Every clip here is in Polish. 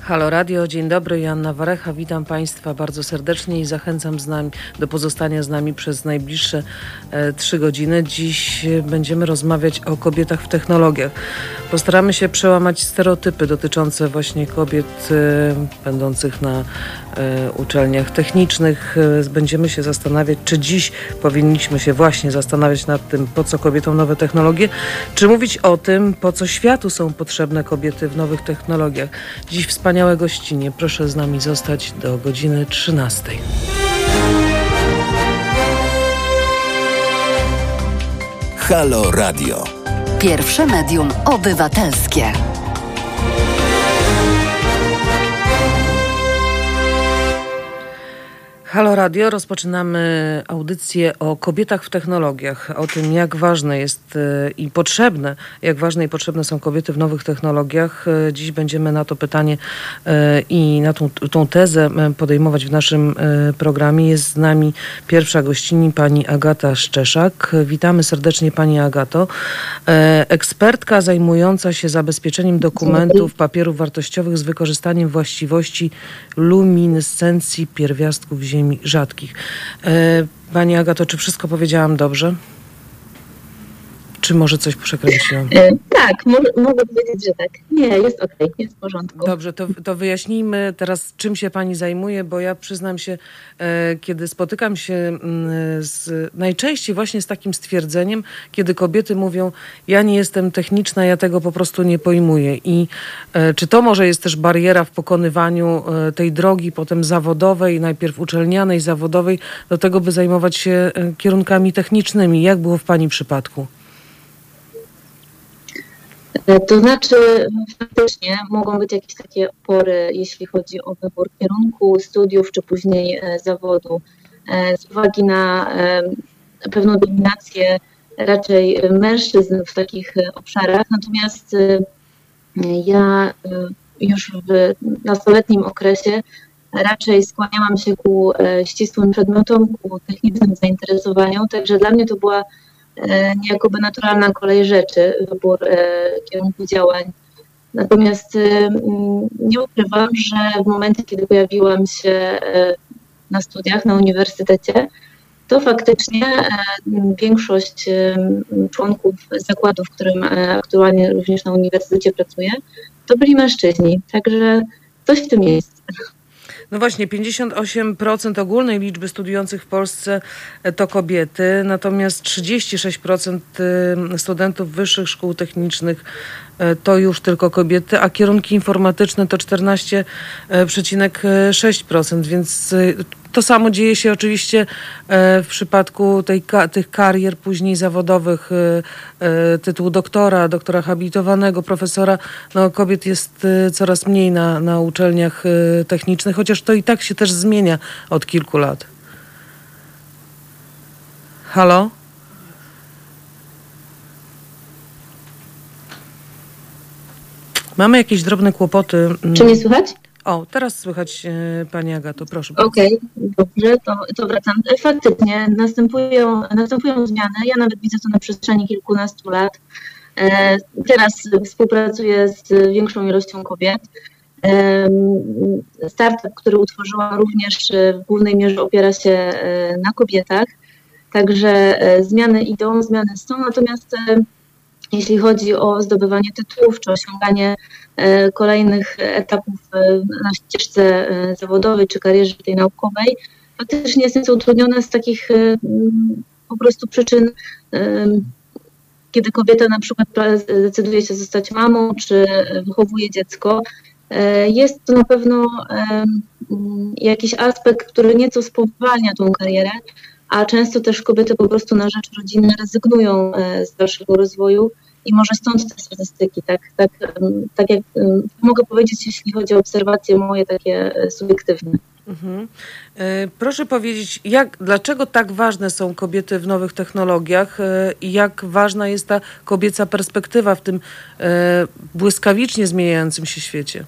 Halo Radio, dzień dobry, Joanna Warecha, witam Państwa bardzo serdecznie i zachęcam do pozostania z nami przez najbliższe 3 godziny. Dziś będziemy rozmawiać o kobietach w technologiach. Postaramy się przełamać stereotypy dotyczące właśnie kobiet będących na uczelniach technicznych. Będziemy się zastanawiać, czy dziś powinniśmy się właśnie zastanawiać nad tym, po co kobietom nowe technologie, czy mówić o tym, po co światu są potrzebne kobiety w nowych technologiach. Dziś wspaniałe gościnie. Proszę z nami zostać do godziny 13. Halo Radio. Pierwsze medium obywatelskie. Halo Radio, rozpoczynamy audycję o kobietach w technologiach, o tym jak ważne i potrzebne są kobiety w nowych technologiach. Dziś będziemy na to pytanie i na tą tezę podejmować w naszym programie. Jest z nami pierwsza gościni, pani Agata Szczeszak. Witamy serdecznie pani Agato. Ekspertka zajmująca się zabezpieczeniem dokumentów, papierów wartościowych z wykorzystaniem właściwości luminescencji pierwiastków ziemi rzadkich. Pani Agato, czy wszystko powiedziałam dobrze? Czy może coś przekręciłam? Tak, mogę powiedzieć, że tak. Nie, jest okej, jest w porządku. Dobrze, to wyjaśnijmy teraz, czym się pani zajmuje, bo ja przyznam się, kiedy spotykam się najczęściej właśnie z takim stwierdzeniem, kiedy kobiety mówią, ja nie jestem techniczna, ja tego po prostu nie pojmuję. I czy to może jest też bariera w pokonywaniu tej drogi potem zawodowej, najpierw uczelnianej, zawodowej, do tego, by zajmować się kierunkami technicznymi? Jak było w pani przypadku? To znaczy, faktycznie mogą być jakieś takie opory, jeśli chodzi o wybór kierunku, studiów, czy później zawodu. Z uwagi na pewną dominację raczej mężczyzn w takich obszarach. Natomiast ja już w nastoletnim okresie raczej skłaniałam się ku ścisłym przedmiotom, ku technicznym zainteresowaniom. Także dla mnie to była niejakoby naturalna kolej rzeczy, wybór kierunku działań. Natomiast nie ukrywam, że w momencie, kiedy pojawiłam się na studiach na uniwersytecie, to faktycznie większość członków zakładu, w którym aktualnie również na uniwersytecie pracuję, to byli mężczyźni. Także coś w tym jest. No właśnie, 58% ogólnej liczby studiujących w Polsce to kobiety, natomiast 36% studentów wyższych szkół technicznych to już tylko kobiety, a kierunki informatyczne to 14,6%, więc to samo dzieje się oczywiście w przypadku tych karier później zawodowych, tytułu doktora habilitowanego, profesora. No, kobiet jest coraz mniej na uczelniach technicznych, chociaż to i tak się też zmienia od kilku lat. Halo? Mamy jakieś drobne kłopoty. Czy mnie słychać? O, teraz słychać pani Agato, proszę. Okej, dobrze, to wracam. Faktycznie następują zmiany. Ja nawet widzę to na przestrzeni kilkunastu lat. Teraz współpracuję z większą ilością kobiet. Startup, który utworzyłam, również w głównej mierze opiera się na kobietach. Także zmiany idą, zmiany są. Natomiast jeśli chodzi o zdobywanie tytułów czy osiąganie kolejnych etapów na ścieżce zawodowej czy karierze tej naukowej, faktycznie jest nieco utrudnione z takich po prostu przyczyn, kiedy kobieta na przykład decyduje się zostać mamą czy wychowuje dziecko. Jest to na pewno jakiś aspekt, który nieco spowalnia tą karierę, a często też kobiety po prostu na rzecz rodziny rezygnują z dalszego rozwoju i może stąd te statystyki, tak jak mogę powiedzieć, jeśli chodzi o obserwacje moje takie subiektywne. Mhm. Proszę powiedzieć, dlaczego tak ważne są kobiety w nowych technologiach i jak ważna jest ta kobieca perspektywa w tym błyskawicznie zmieniającym się świecie?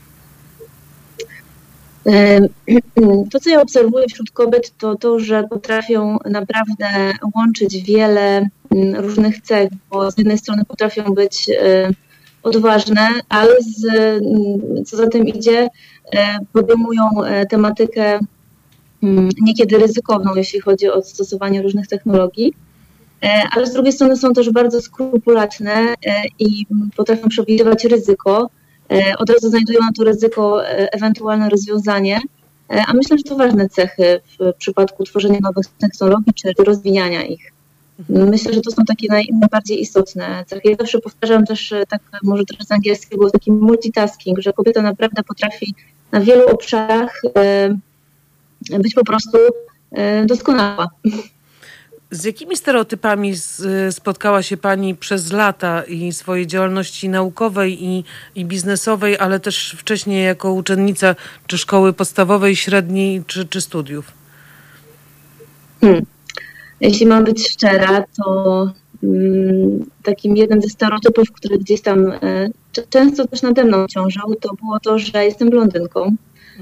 To, co ja obserwuję wśród kobiet, to to, że potrafią naprawdę łączyć wiele różnych cech, bo z jednej strony potrafią być odważne, ale co za tym idzie, podejmują tematykę niekiedy ryzykowną, jeśli chodzi o stosowanie różnych technologii, ale z drugiej strony są też bardzo skrupulatne i potrafią przewidywać ryzyko. Od razu znajdują na to ryzyko ewentualne rozwiązanie, a myślę, że to ważne cechy w przypadku tworzenia nowych technologii czy rozwijania ich. Myślę, że to są takie najbardziej istotne cechy. Ja zawsze powtarzam też, tak może trochę z angielskiego, taki multitasking, że kobieta naprawdę potrafi na wielu obszarach być po prostu doskonała. Z jakimi stereotypami spotkała się Pani przez lata i swojej działalności naukowej i biznesowej, ale też wcześniej jako uczennica czy szkoły podstawowej, średniej czy studiów? Jeśli mam być szczera, to takim jednym ze stereotypów, który gdzieś tam często też nade mną ciążał, to było to, że jestem blondynką.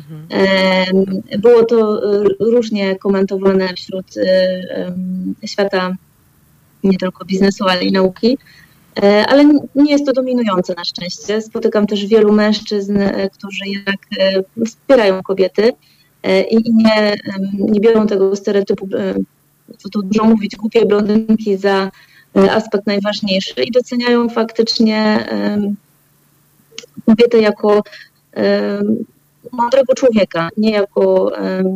Było to różnie komentowane wśród świata nie tylko biznesu, ale i nauki, ale nie jest to dominujące na szczęście. Spotykam też wielu mężczyzn, którzy jednak wspierają kobiety i nie biorą tego stereotypu, co tu dużo mówić, głupiej blondynki za aspekt najważniejszy i doceniają faktycznie kobietę jako mądrego człowieka, nie jako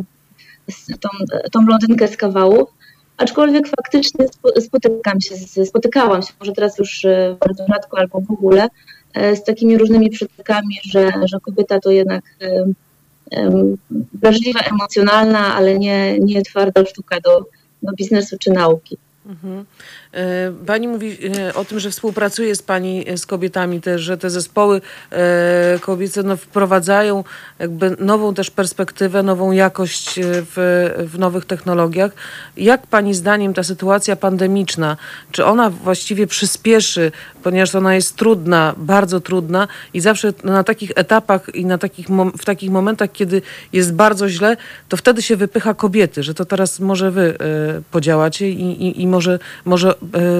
tą blondynkę z kawału, aczkolwiek faktycznie spotykałam się, może teraz już bardzo rzadko albo w ogóle, z takimi różnymi przypadkami, że kobieta to jednak wrażliwa, emocjonalna, ale nie twarda sztuka do biznesu czy nauki. Pani mówi o tym, że współpracuje z kobietami też, że te zespoły kobiece wprowadzają jakby nową też perspektywę, nową jakość w nowych technologiach. Jak Pani zdaniem ta sytuacja pandemiczna, czy ona właściwie przyspieszy, ponieważ ona jest trudna, bardzo trudna i zawsze na takich etapach i w takich momentach, kiedy jest bardzo źle, to wtedy się wypycha kobiety, że to teraz może wy podziałacie i może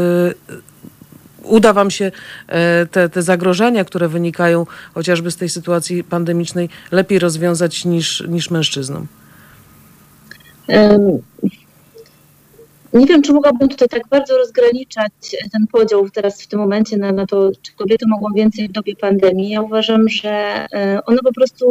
uda wam się te zagrożenia, które wynikają chociażby z tej sytuacji pandemicznej, lepiej rozwiązać niż mężczyznom? Nie wiem, czy mogłabym tutaj tak bardzo rozgraniczać ten podział teraz w tym momencie na to, czy kobiety mogą więcej w dobie pandemii. Ja uważam, że one po prostu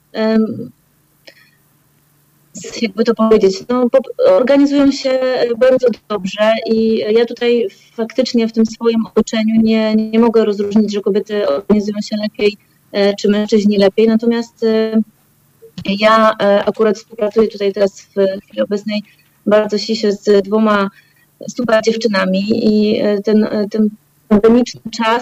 jakby to powiedzieć, organizują się bardzo dobrze i ja tutaj faktycznie w tym swoim otoczeniu nie mogę rozróżnić, że kobiety organizują się lepiej, czy mężczyźni lepiej, natomiast ja akurat współpracuję tutaj teraz w chwili obecnej bardzo ściśle z 2 super dziewczynami i ten pandemiczny czas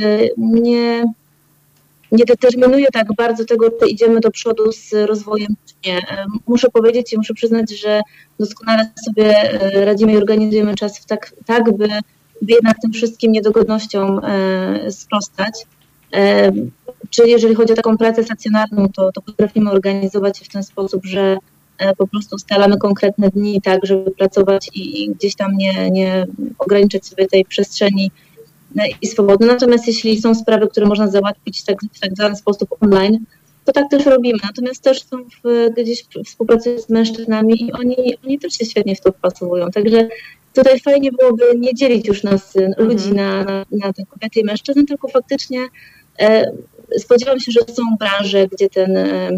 nie determinuje tak bardzo tego, czy idziemy do przodu z rozwojem, czy nie. Muszę powiedzieć i muszę przyznać, że doskonale sobie radzimy i organizujemy czas tak by jednak tym wszystkim niedogodnościom sprostać. Czy jeżeli chodzi o taką pracę stacjonarną, to potrafimy organizować się w ten sposób, że po prostu ustalamy konkretne dni tak, żeby pracować i gdzieś tam nie ograniczać sobie tej przestrzeni i swobody. Natomiast jeśli są sprawy, które można załatwić w tak zwany sposób online, to tak też robimy. Natomiast też są gdzieś współpracuję z mężczyznami i oni też się świetnie w to wpasowują. Także tutaj fajnie byłoby nie dzielić już nas ludzi na te kobiety i mężczyzn, tylko faktycznie spodziewam się, że są branże, gdzie ten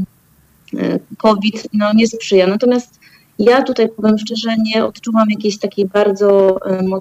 COVID nie sprzyja. Natomiast ja tutaj, powiem szczerze, nie odczuwam jakiejś takiej bardzo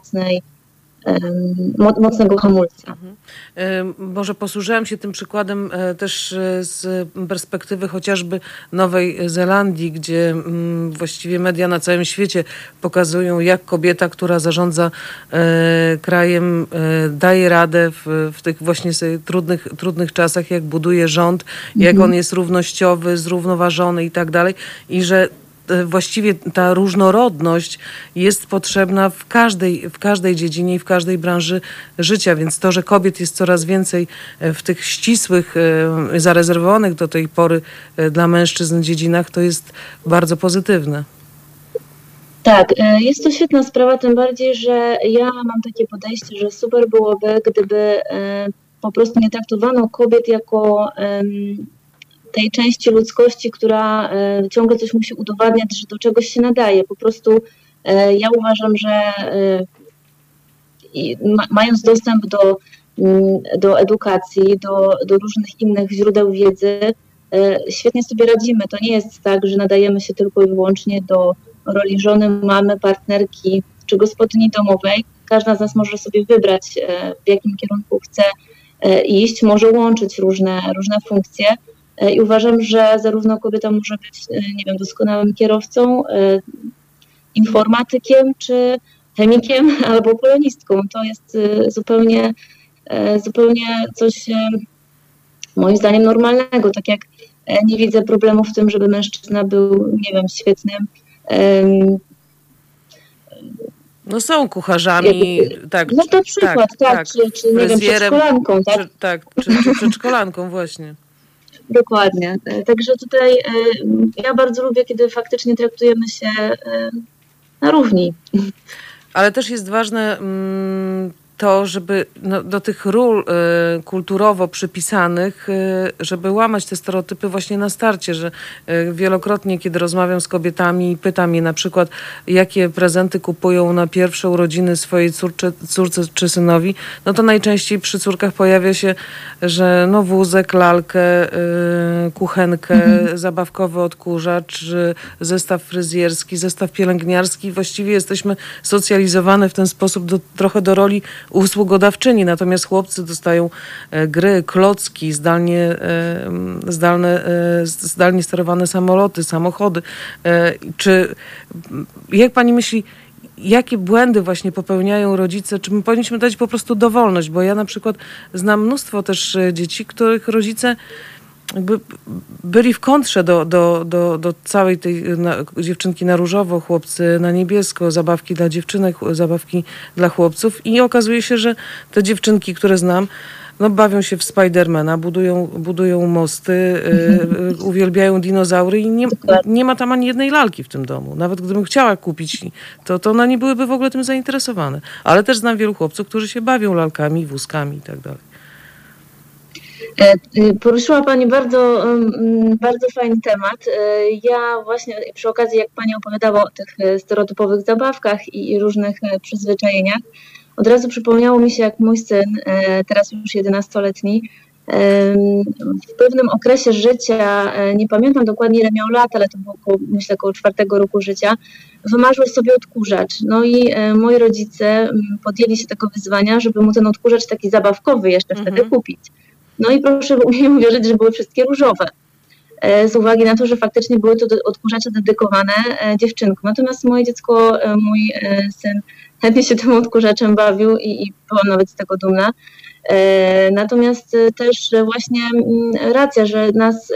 mocnego hamulca. Może posłużyłam się tym przykładem też z perspektywy chociażby Nowej Zelandii, gdzie właściwie media na całym świecie pokazują, jak kobieta, która zarządza krajem, daje radę w tych właśnie trudnych czasach, jak buduje rząd, jak on jest równościowy, zrównoważony i tak dalej. I że właściwie ta różnorodność jest potrzebna w każdej dziedzinie i w każdej branży życia, więc to, że kobiet jest coraz więcej w tych ścisłych, zarezerwowanych do tej pory dla mężczyzn dziedzinach, to jest bardzo pozytywne. Tak, jest to świetna sprawa, tym bardziej, że ja mam takie podejście, że super byłoby, gdyby po prostu nie traktowano kobiet jako tej części ludzkości, która ciągle coś musi udowadniać, że do czegoś się nadaje. Po prostu ja uważam, że mając dostęp do edukacji, do różnych innych źródeł wiedzy, świetnie sobie radzimy. To nie jest tak, że nadajemy się tylko i wyłącznie do roli żony, mamy, partnerki czy gospodyni domowej. Każda z nas może sobie wybrać, w jakim kierunku chce iść, może łączyć różne funkcje. I uważam, że zarówno kobieta może być, nie wiem, doskonałym kierowcą, informatykiem, czy chemikiem, albo polonistką. To jest zupełnie coś moim zdaniem normalnego. Tak jak nie widzę problemu w tym, żeby mężczyzna był, nie wiem, świetnym no są kucharzami, tak. No to przykład, tak. Czy nie wiem, przedszkolanką, tak? Czy przedszkolanką właśnie. Dokładnie. Także tutaj ja bardzo lubię, kiedy faktycznie traktujemy się na równi. Ale też jest ważne to, żeby do tych ról kulturowo przypisanych, żeby łamać te stereotypy właśnie na starcie, że wielokrotnie, kiedy rozmawiam z kobietami, pytam je na przykład, jakie prezenty kupują na pierwsze urodziny swojej córce czy synowi, no to najczęściej przy córkach pojawia się, że no wózek, lalkę, kuchenkę, zabawkowy odkurzacz, zestaw fryzjerski, zestaw pielęgniarski. Właściwie jesteśmy socjalizowane w ten sposób trochę do roli usługodawczyni, natomiast chłopcy dostają gry, klocki, zdalnie sterowane samoloty, samochody. Czy jak pani myśli, jakie błędy właśnie popełniają rodzice? Czy my powinniśmy dać po prostu dowolność? Bo ja na przykład znam mnóstwo też dzieci, których rodzice jakby byli w kontrze do całej tej dziewczynki na różowo, chłopcy na niebiesko, zabawki dla dziewczynek, zabawki dla chłopców i okazuje się, że te dziewczynki, które znam, no bawią się w Spidermana, budują mosty, uwielbiają dinozaury i nie ma tam ani jednej lalki w tym domu. Nawet gdybym chciała kupić, to one nie byłyby w ogóle tym zainteresowane. Ale też znam wielu chłopców, którzy się bawią lalkami, wózkami i tak dalej. Poruszyła Pani bardzo fajny temat. Ja właśnie przy okazji, jak Pani opowiadała o tych stereotypowych zabawkach i różnych przyzwyczajeniach, od razu przypomniało mi się, jak mój syn, teraz już 11-letni, w pewnym okresie życia, nie pamiętam dokładnie ile miał lat, ale to było myślę około 4 roku życia, wymarzył sobie odkurzacz. No i moi rodzice podjęli się tego wyzwania, żeby mu ten odkurzacz taki zabawkowy jeszcze wtedy kupić. No i proszę mi uwierzyć, że były wszystkie różowe. Z uwagi na to, że faktycznie były to odkurzacze dedykowane dziewczynkom. Natomiast moje dziecko, mój syn chętnie się tym odkurzaczem bawił i byłam nawet z tego dumna. Natomiast też właśnie racja, że nas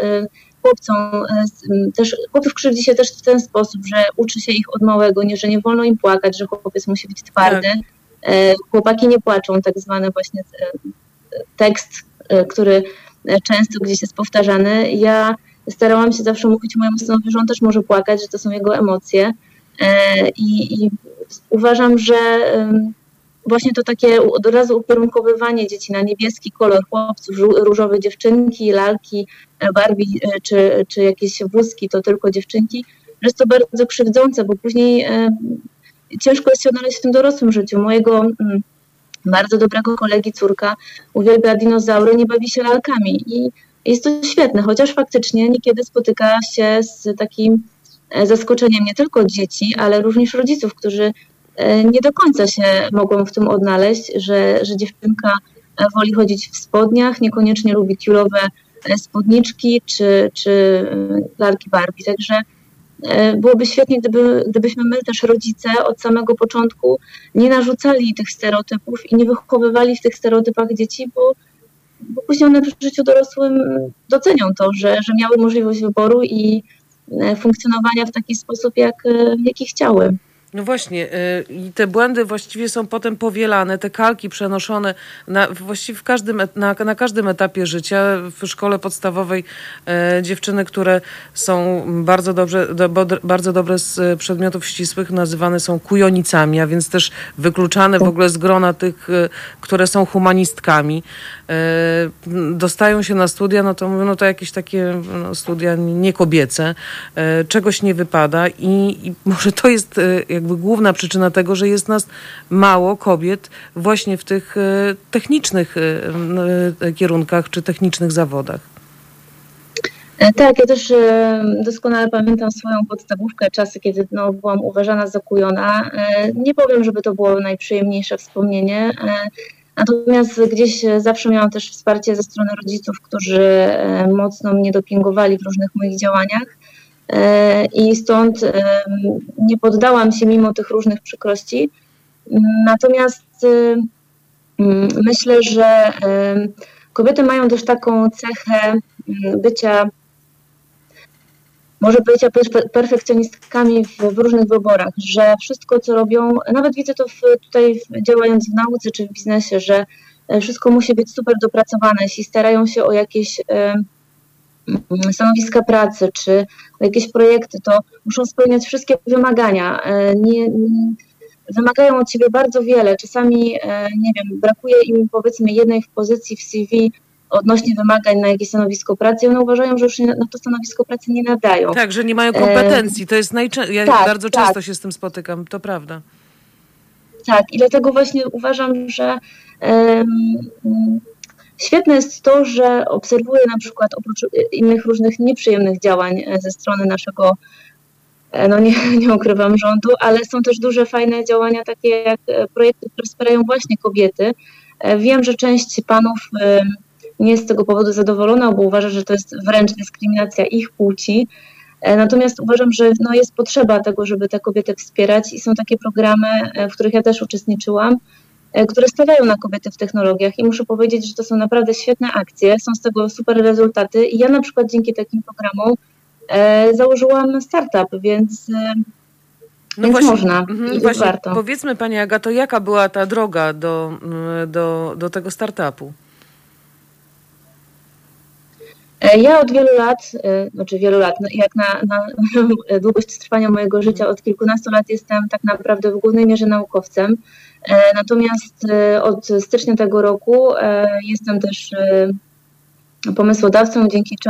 chłopców krzywdzi się też w ten sposób, że uczy się ich od małego, że nie wolno im płakać, że chłopiec musi być twardy. Tak. Chłopaki nie płaczą, tak zwany właśnie tekst, który często gdzieś jest powtarzany. Ja starałam się zawsze mówić mojemu synowi, że on też może płakać, że to są jego emocje i uważam, że właśnie to takie od razu ukierunkowywanie dzieci na niebieski kolor chłopców, różowe dziewczynki, lalki, Barbie czy jakieś wózki, to tylko dziewczynki, że jest to bardzo krzywdzące, bo później ciężko jest się odnaleźć w tym dorosłym życiu. Mojego bardzo dobrego kolegi córka uwielbia dinozaury, nie bawi się lalkami i jest to świetne, chociaż faktycznie niekiedy spotyka się z takim zaskoczeniem nie tylko dzieci, ale również rodziców, którzy nie do końca się mogą w tym odnaleźć, że dziewczynka woli chodzić w spodniach, niekoniecznie lubi tiulowe spódniczki czy lalki Barbie. Także byłoby świetnie, gdybyśmy my też rodzice od samego początku nie narzucali tych stereotypów i nie wychowywali w tych stereotypach dzieci, bo później one w życiu dorosłym docenią to, że miały możliwość wyboru i funkcjonowania w taki sposób, jaki chciały. No właśnie, i te błędy właściwie są potem powielane, te kalki przenoszone właściwie na każdym etapie życia. W szkole podstawowej dziewczyny, które są bardzo dobre z przedmiotów ścisłych, nazywane są kujonicami, a więc też wykluczane w ogóle z grona tych, które są humanistkami. Dostają się na studia, no to mówią, no to jakieś takie studia niekobiece, czegoś nie wypada i może to jest jakby główna przyczyna tego, że jest nas mało kobiet właśnie w tych technicznych kierunkach czy technicznych zawodach. Tak, ja też doskonale pamiętam swoją podstawówkę, czasy, kiedy byłam uważana za kujona. Nie powiem, żeby to było najprzyjemniejsze wspomnienie, natomiast gdzieś zawsze miałam też wsparcie ze strony rodziców, którzy mocno mnie dopingowali w różnych moich działaniach. I stąd nie poddałam się mimo tych różnych przykrości. Natomiast myślę, że kobiety mają też taką cechę może bycia perfekcjonistkami w różnych wyborach, że wszystko, co robią, nawet widzę to tutaj działając w nauce czy w biznesie, że wszystko musi być super dopracowane. Jeśli starają się o jakieś stanowiska pracy czy jakieś projekty, to muszą spełniać wszystkie wymagania. Wymagają od siebie bardzo wiele. Czasami, nie wiem, brakuje im powiedzmy jednej pozycji w CV odnośnie wymagań na jakieś stanowisko pracy i one uważają, że już na to stanowisko pracy nie nadają. Tak, że nie mają kompetencji. To jest ja bardzo często się z tym spotykam, to prawda. Tak, i dlatego właśnie uważam, że świetne jest to, że obserwuję na przykład oprócz innych różnych nieprzyjemnych działań ze strony naszego, nie ukrywam, rządu, ale są też duże, fajne działania takie jak projekty, które wspierają właśnie kobiety. Wiem, że część panów nie jest z tego powodu zadowolona, bo uważa, że to jest wręcz dyskryminacja ich płci. Natomiast uważam, że jest potrzeba tego, żeby te kobiety wspierać i są takie programy, w których ja też uczestniczyłam, które stawiają na kobiety w technologiach i muszę powiedzieć, że to są naprawdę świetne akcje, są z tego super rezultaty i ja na przykład dzięki takim programom założyłam startup, więc właśnie, można i właśnie, warto. Powiedzmy Pani Agato, jaka była ta droga do tego startupu? Ja od wielu lat, jak na długość trwania mojego życia, od kilkunastu lat jestem tak naprawdę w głównej mierze naukowcem. Natomiast od stycznia tego roku jestem też pomysłodawcą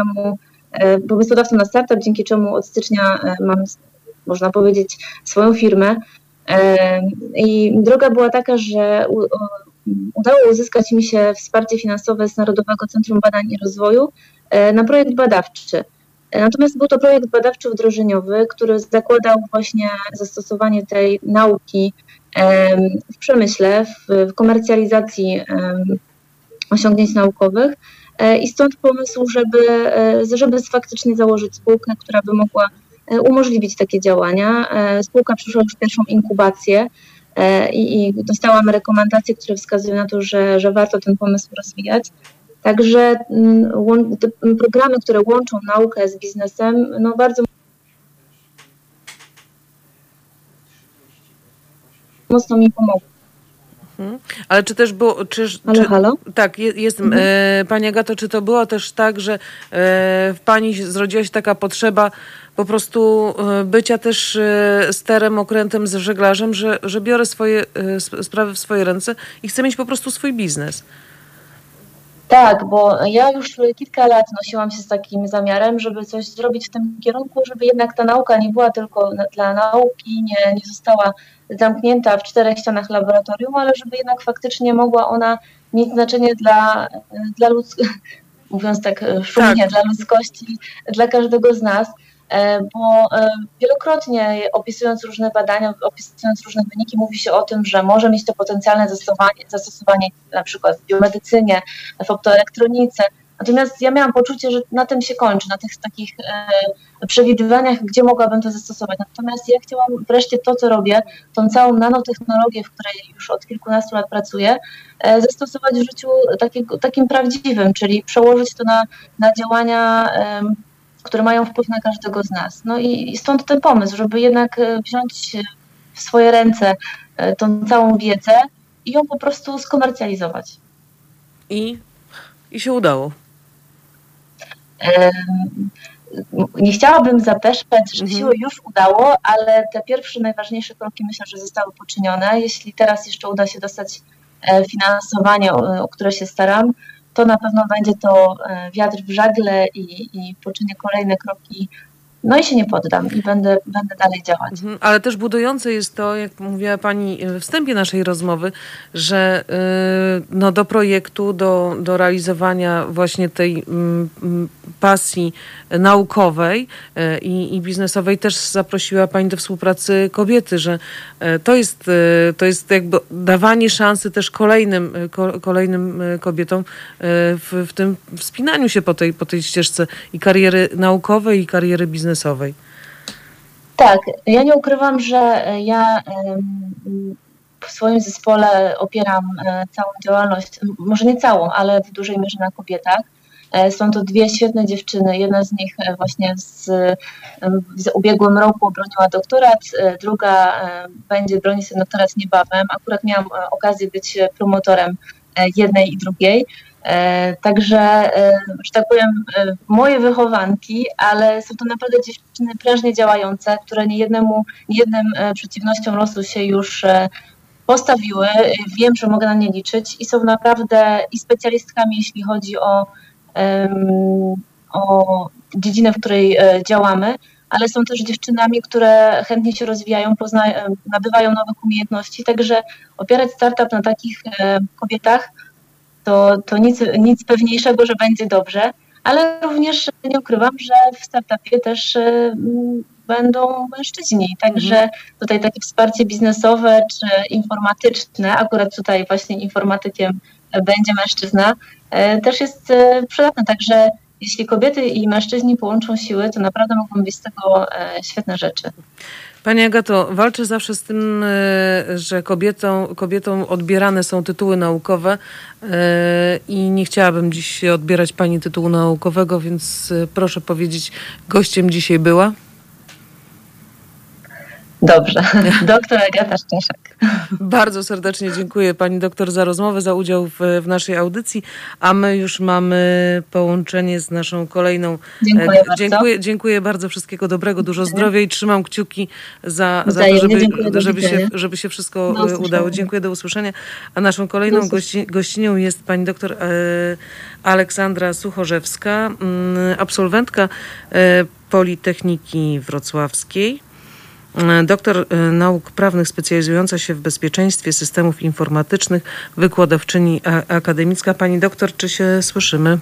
na startup, dzięki czemu od stycznia mam, można powiedzieć, swoją firmę. I droga była taka, że udało uzyskać mi się wsparcie finansowe z Narodowego Centrum Badań i Rozwoju na projekt badawczy. Natomiast był to projekt badawczo-wdrożeniowy, który zakładał właśnie zastosowanie tej nauki w przemyśle, w komercjalizacji osiągnięć naukowych i stąd pomysł, żeby faktycznie założyć spółkę, która by mogła umożliwić takie działania. Spółka przeszła już pierwszą inkubację i dostałam rekomendacje, które wskazują na to, że warto ten pomysł rozwijać. Także te programy, które łączą naukę z biznesem, bardzo mocno mi pomogły. Ale czy też było... Halo? Tak, jestem. Pani Agato, czy to było też tak, że w Pani zrodziła się taka potrzeba po prostu bycia też sterem, okrętem, z żeglarzem, że biorę swoje sprawy w swoje ręce i chcę mieć po prostu swój biznes? Tak, bo ja już kilka lat nosiłam się z takim zamiarem, żeby coś zrobić w tym kierunku, żeby jednak ta nauka nie była tylko dla nauki, nie została zamknięta w 4 ścianach laboratorium, ale żeby jednak faktycznie mogła ona mieć znaczenie dla mówiąc tak szumnie, dla ludzkości, dla każdego z nas. Bo wielokrotnie opisując różne badania, opisując różne wyniki, mówi się o tym, że może mieć to potencjalne zastosowanie na przykład w biomedycynie, w optoelektronice. Natomiast ja miałam poczucie, że na tym się kończy, na tych takich przewidywaniach, gdzie mogłabym to zastosować. Natomiast ja chciałam wreszcie to, co robię, tą całą nanotechnologię, w której już od kilkunastu lat pracuję, zastosować w życiu takim prawdziwym, czyli przełożyć to na działania, które mają wpływ na każdego z nas. No i stąd ten pomysł, żeby jednak wziąć w swoje ręce tą całą wiedzę i ją po prostu skomercjalizować. I się udało. Nie chciałabym zapeszać, że się już udało, ale te pierwsze, najważniejsze kroki myślę, że zostały poczynione. Jeśli teraz jeszcze uda się dostać finansowanie, o które się staram, to na pewno będzie to wiatr w żagle i poczynię kolejne kroki. No i się nie poddam i będę dalej działać. Ale też budujące jest to, jak mówiła Pani w wstępie naszej rozmowy, że do projektu, do realizowania właśnie tej pasji naukowej i biznesowej też zaprosiła Pani do współpracy kobiety, że to jest jakby dawanie szansy też kolejnym kobietom w tym wspinaniu się po tej ścieżce i kariery naukowej, i kariery biznesowej. Tak, ja nie ukrywam, że ja w swoim zespole opieram całą działalność, może nie całą, ale w dużej mierze na kobietach. Są to dwie świetne dziewczyny. Jedna z nich właśnie w ubiegłym roku obroniła doktorat, druga będzie bronić ten doktorat niebawem. Akurat miałam okazję być promotorem jednej i drugiej. Także, że tak powiem, moje wychowanki, ale są to naprawdę dziewczyny prężnie działające, które niejednym przeciwnościom losu się już postawiły. Wiem, że mogę na nie liczyć i są naprawdę i specjalistkami, jeśli chodzi o dziedzinę, w której działamy, ale są też dziewczynami, które chętnie się rozwijają, nabywają nowych umiejętności. Także opierać startup na takich kobietach to nic pewniejszego, że będzie dobrze, ale również nie ukrywam, że w startupie też będą mężczyźni. Także tutaj takie wsparcie biznesowe czy informatyczne, akurat tutaj właśnie informatykiem będzie mężczyzna, też jest przydatne. Także jeśli kobiety i mężczyźni połączą siły, to naprawdę mogą być z tego świetne rzeczy. Pani Agato, walczę zawsze z tym, że kobietom odbierane są tytuły naukowe i nie chciałabym dziś odbierać Pani tytułu naukowego, więc proszę powiedzieć, gościem dzisiaj była? Dobrze. Doktor Agata Szczeszak. Bardzo serdecznie dziękuję Pani doktor za rozmowę, za udział w naszej audycji, a my już mamy połączenie z naszą kolejną. Dziękuję bardzo. Dziękuję bardzo, wszystkiego dobrego, dużo zdrowia i trzymam kciuki za to, żeby się wszystko udało. Dziękuję, do usłyszenia. A naszą kolejną gościnią jest Pani doktor Aleksandra Suchorzewska, absolwentka Politechniki Wrocławskiej. Doktor nauk prawnych specjalizująca się w bezpieczeństwie systemów informatycznych, wykładowczyni akademicka. Pani doktor, czy się słyszymy?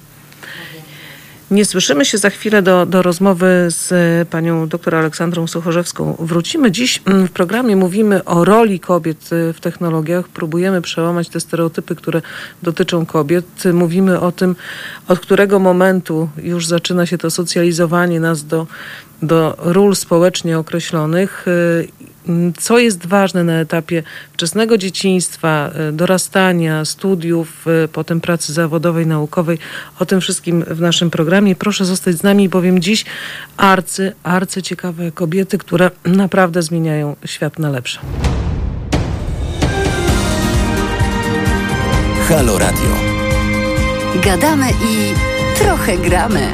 Nie słyszymy się. Za chwilę do rozmowy z panią doktor Aleksandrą Suchorzewską wrócimy. Dziś w programie mówimy o roli kobiet w technologiach. Próbujemy przełamać te stereotypy, które dotyczą kobiet. Mówimy o tym, od którego momentu już zaczyna się to socjalizowanie nas do ról społecznie określonych. Co jest ważne na etapie wczesnego dzieciństwa, dorastania, studiów, potem pracy zawodowej, naukowej. O tym wszystkim w naszym programie. Proszę zostać z nami, bowiem dziś arcyciekawe kobiety, które naprawdę zmieniają świat na lepsze. Halo Radio. Gadamy i trochę gramy.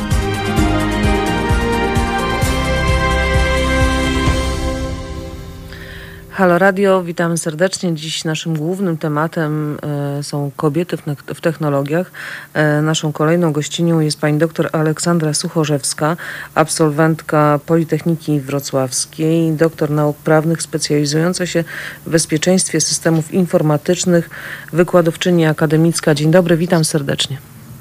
Halo Radio, witamy serdecznie. Dziś naszym głównym tematem są kobiety w technologiach. Naszą kolejną gościnią jest pani doktor Aleksandra Suchorzewska, absolwentka Politechniki Wrocławskiej, doktor nauk prawnych specjalizująca się w bezpieczeństwie systemów informatycznych, wykładowczyni akademicka. Dzień dobry, witam serdecznie.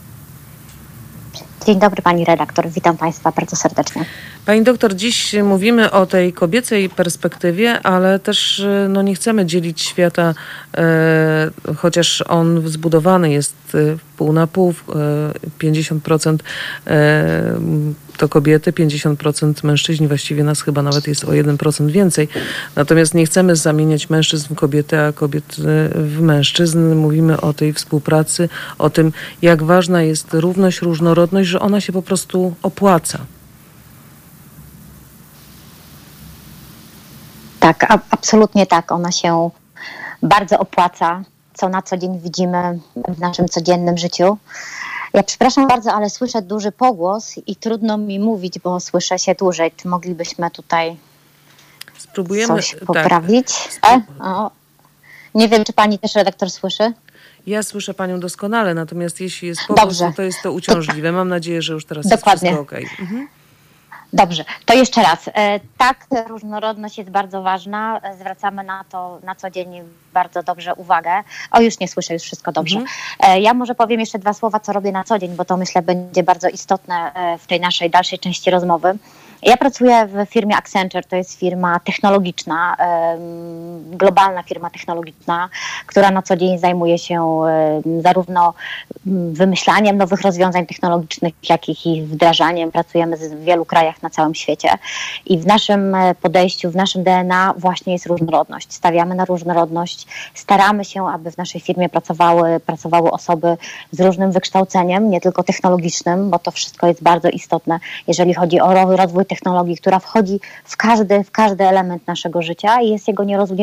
Dzień dobry pani redaktor, witam państwa bardzo serdecznie. Pani doktor, dziś mówimy o tej kobiecej perspektywie, ale też nie chcemy dzielić świata, chociaż on zbudowany jest pół na pół, 50% to kobiety, 50% mężczyźni, właściwie nas chyba nawet jest o 1% więcej. Natomiast nie chcemy zamieniać mężczyzn w kobiety, a kobiet w mężczyzn. Mówimy o tej współpracy, o tym, jak ważna jest równość, różnorodność, że ona się po prostu opłaca. Tak, absolutnie tak. Ona się bardzo opłaca, co na co dzień widzimy w naszym codziennym życiu. Ja przepraszam bardzo, ale słyszę duży pogłos i trudno mi mówić, bo słyszę się dłużej. Czy moglibyśmy tutaj Spróbujemy coś poprawić? O, nie wiem, czy pani też redaktor słyszy? Ja słyszę panią doskonale, natomiast jeśli jest pogłos, to jest to uciążliwe. Mam nadzieję, że już teraz jest wszystko okej. Dobrze, to jeszcze raz. Tak, różnorodność jest bardzo ważna. Zwracamy na to na co dzień bardzo dobrze uwagę. O, już nie słyszę, już wszystko dobrze. Ja może powiem jeszcze 2 słowa, co robię na co dzień, bo to myślę będzie bardzo istotne w tej naszej dalszej części rozmowy. Ja pracuję w firmie Accenture, to jest firma technologiczna, globalna firma technologiczna, która na co dzień zajmuje się zarówno wymyślaniem nowych rozwiązań technologicznych, jak i ich wdrażaniem. Pracujemy w wielu krajach na całym świecie i w naszym podejściu, w naszym DNA właśnie jest różnorodność. Stawiamy na różnorodność, staramy się, aby w naszej firmie pracowały osoby z różnym wykształceniem, nie tylko technologicznym, bo to wszystko jest bardzo istotne, jeżeli chodzi o rozwój technologii, która wchodzi w każdy element naszego życia i jest jego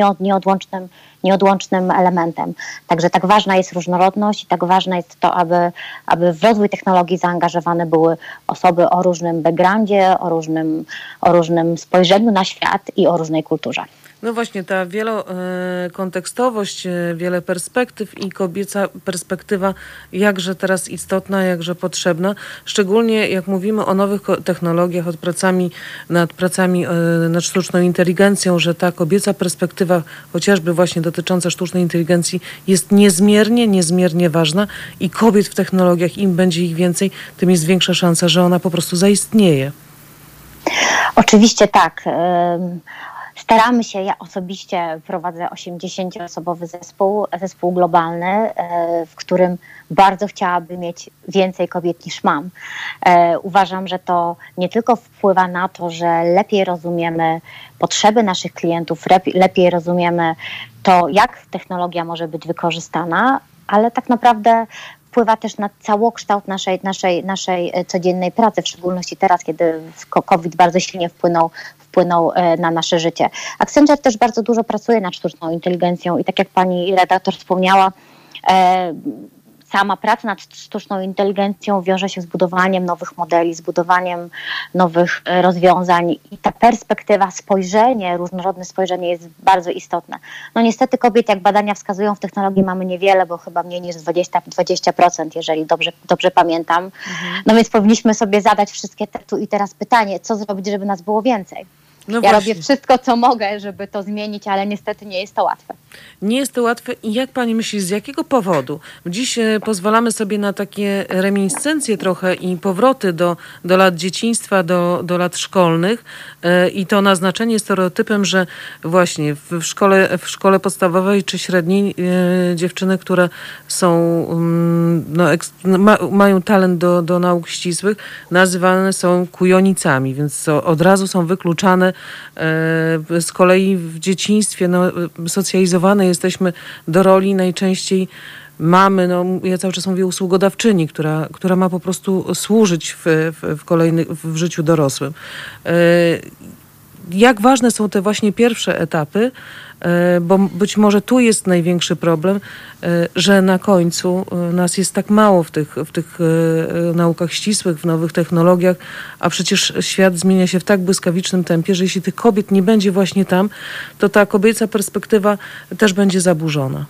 nieodłącznym elementem. Także tak ważna jest różnorodność i tak ważne jest to, aby w rozwój technologii zaangażowane były osoby o różnym backgroundzie, o różnym spojrzeniu na świat i o różnej kulturze. No właśnie, ta wielokontekstowość, wiele perspektyw i kobieca perspektywa jakże teraz istotna, jakże potrzebna. Szczególnie jak mówimy o nowych technologiach, nad pracami nad sztuczną inteligencją, że ta kobieca perspektywa, chociażby właśnie dotycząca sztucznej inteligencji, jest niezmiernie ważna i kobiet w technologiach, im będzie ich więcej, tym jest większa szansa, że ona po prostu zaistnieje. Oczywiście tak. Staramy się, ja osobiście prowadzę 80-osobowy zespół globalny, w którym bardzo chciałabym mieć więcej kobiet niż mam. Uważam, że to nie tylko wpływa na to, że lepiej rozumiemy potrzeby naszych klientów, lepiej rozumiemy to, jak technologia może być wykorzystana, ale tak naprawdę wpływa też na całokształt naszej codziennej pracy, w szczególności teraz, kiedy COVID bardzo silnie wpłynął na nasze życie. Accenture też bardzo dużo pracuje nad sztuczną inteligencją i tak jak pani redaktor wspomniała, sama praca nad sztuczną inteligencją wiąże się z budowaniem nowych modeli, z budowaniem nowych rozwiązań i ta perspektywa, różnorodne spojrzenie jest bardzo istotne. No niestety kobiet, jak badania wskazują, w technologii mamy niewiele, bo chyba mniej niż 20%, jeżeli dobrze pamiętam. No więc powinniśmy sobie zadać wszystkie tu i teraz pytanie, co zrobić, żeby nas było więcej. No ja właśnie. robię wszystko, co mogę, żeby to zmienić, ale niestety nie jest to łatwe. Nie jest to łatwe i jak pani myśli, z jakiego powodu? Dziś pozwalamy sobie na takie reminiscencje trochę i powroty do lat dzieciństwa, do lat szkolnych i to naznaczenie stereotypem, że właśnie w szkole podstawowej czy średniej dziewczyny, które są mają talent do nauk ścisłych, nazywane są kujonicami, więc od razu są wykluczane. Z kolei w dzieciństwie socjalizowane jesteśmy do roli najczęściej mamy, ja cały czas mówię usługodawczyni, która ma po prostu służyć w życiu dorosłym. Jak ważne są te właśnie pierwsze etapy, bo być może tu jest największy problem, że na końcu nas jest tak mało w tych naukach ścisłych, w nowych technologiach, a przecież świat zmienia się w tak błyskawicznym tempie, że jeśli tych kobiet nie będzie właśnie tam, to ta kobieca perspektywa też będzie zaburzona.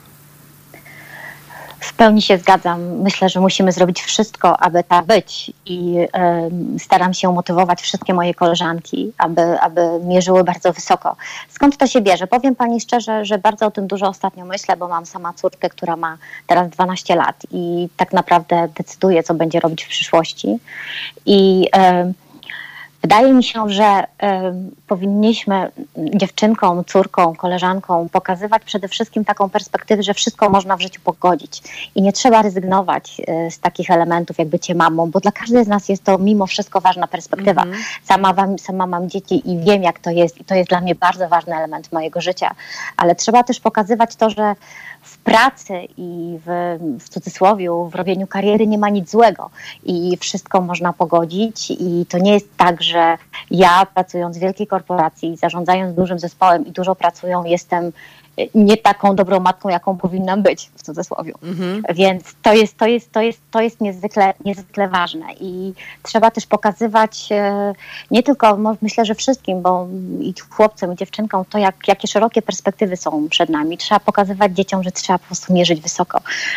W pełni się zgadzam. Myślę, że musimy zrobić wszystko, aby tak być i staram się motywować wszystkie moje koleżanki, aby mierzyły bardzo wysoko. Skąd to się bierze? Powiem pani szczerze, że bardzo o tym dużo ostatnio myślę, bo mam sama córkę, która ma teraz 12 lat i tak naprawdę decyduje, co będzie robić w przyszłości. I wydaje mi się, że powinniśmy dziewczynkom, córkom, koleżankom pokazywać przede wszystkim taką perspektywę, że wszystko można w życiu pogodzić i nie trzeba rezygnować z takich elementów jak bycie mamą, bo dla każdej z nas jest to mimo wszystko ważna perspektywa. Sama mam dzieci i wiem, jak to jest i to jest dla mnie bardzo ważny element mojego życia, ale trzeba też pokazywać to, że w pracy i w cudzysłowie w robieniu kariery nie ma nic złego i wszystko można pogodzić i to nie jest tak, że ja pracując w wielkiej korporacji, zarządzając dużym zespołem i dużo pracują, jestem nie taką dobrą matką, jaką powinnam być w cudzysłowie. Więc to jest niezwykle ważne i trzeba też pokazywać nie tylko, myślę, że wszystkim, bo i chłopcom, i dziewczynkom, to jakie szerokie perspektywy są przed nami. Trzeba pokazywać dzieciom, że trzeba po prostu mierzyć wysoko.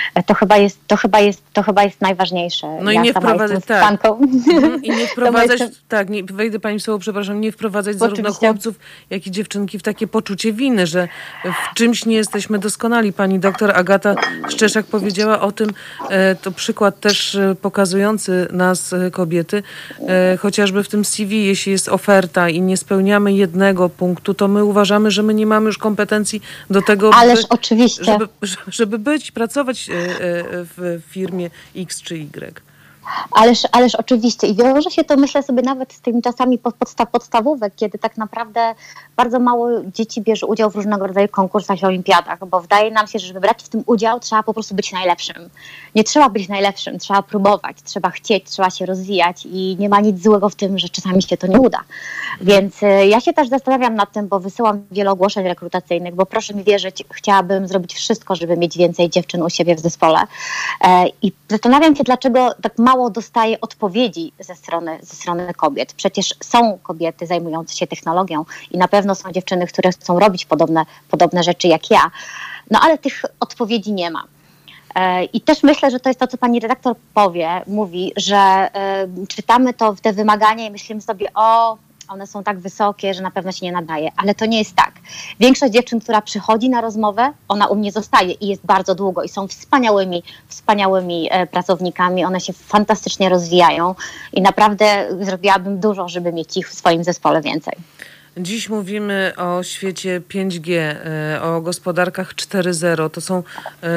To chyba jest najważniejsze. No ja i nie wprowadzać, i nie wprowadzać, wejdę pani w słowo, przepraszam, nie wprowadzać zarówno chłopców, jak i dziewczynki w takie poczucie winy, że w czymś nie jesteśmy doskonali. Pani doktor Agata Szczeszak powiedziała o tym, to przykład też pokazujący nas kobiety, chociażby w tym CV, jeśli jest oferta i nie spełniamy jednego punktu, to my uważamy, że my nie mamy już kompetencji do tego, oczywiście. żeby pracować w firmie X czy Y. Ależ oczywiście i wiąże się to, myślę sobie, nawet z tymi czasami podstawówek, kiedy tak naprawdę bardzo mało dzieci bierze udział w różnego rodzaju konkursach i olimpiadach, bo wydaje nam się, że żeby brać w tym udział, trzeba po prostu być najlepszym. Nie trzeba być najlepszym, trzeba próbować, trzeba chcieć, trzeba się rozwijać i nie ma nic złego w tym, że czasami się to nie uda. Więc ja się też zastanawiam nad tym, bo wysyłam wiele ogłoszeń rekrutacyjnych, bo proszę mi wierzyć, chciałabym zrobić wszystko, żeby mieć więcej dziewczyn u siebie w zespole. I zastanawiam się, dlaczego tak mało dostaję odpowiedzi ze strony kobiet. Przecież są kobiety zajmujące się technologią i na pewno są dziewczyny, które chcą robić podobne rzeczy jak ja. No ale tych odpowiedzi nie ma. I też myślę, że to jest to, co pani redaktor mówi, że czytamy te wymagania i myślimy sobie, one są tak wysokie, że na pewno się nie nadaje. Ale to nie jest tak. Większość dziewczyn, która przychodzi na rozmowę, ona u mnie zostaje i jest bardzo długo i są wspaniałymi pracownikami. One się fantastycznie rozwijają i naprawdę zrobiłabym dużo, żeby mieć ich w swoim zespole więcej. Dziś mówimy o świecie 5G, o gospodarkach 4.0. To są,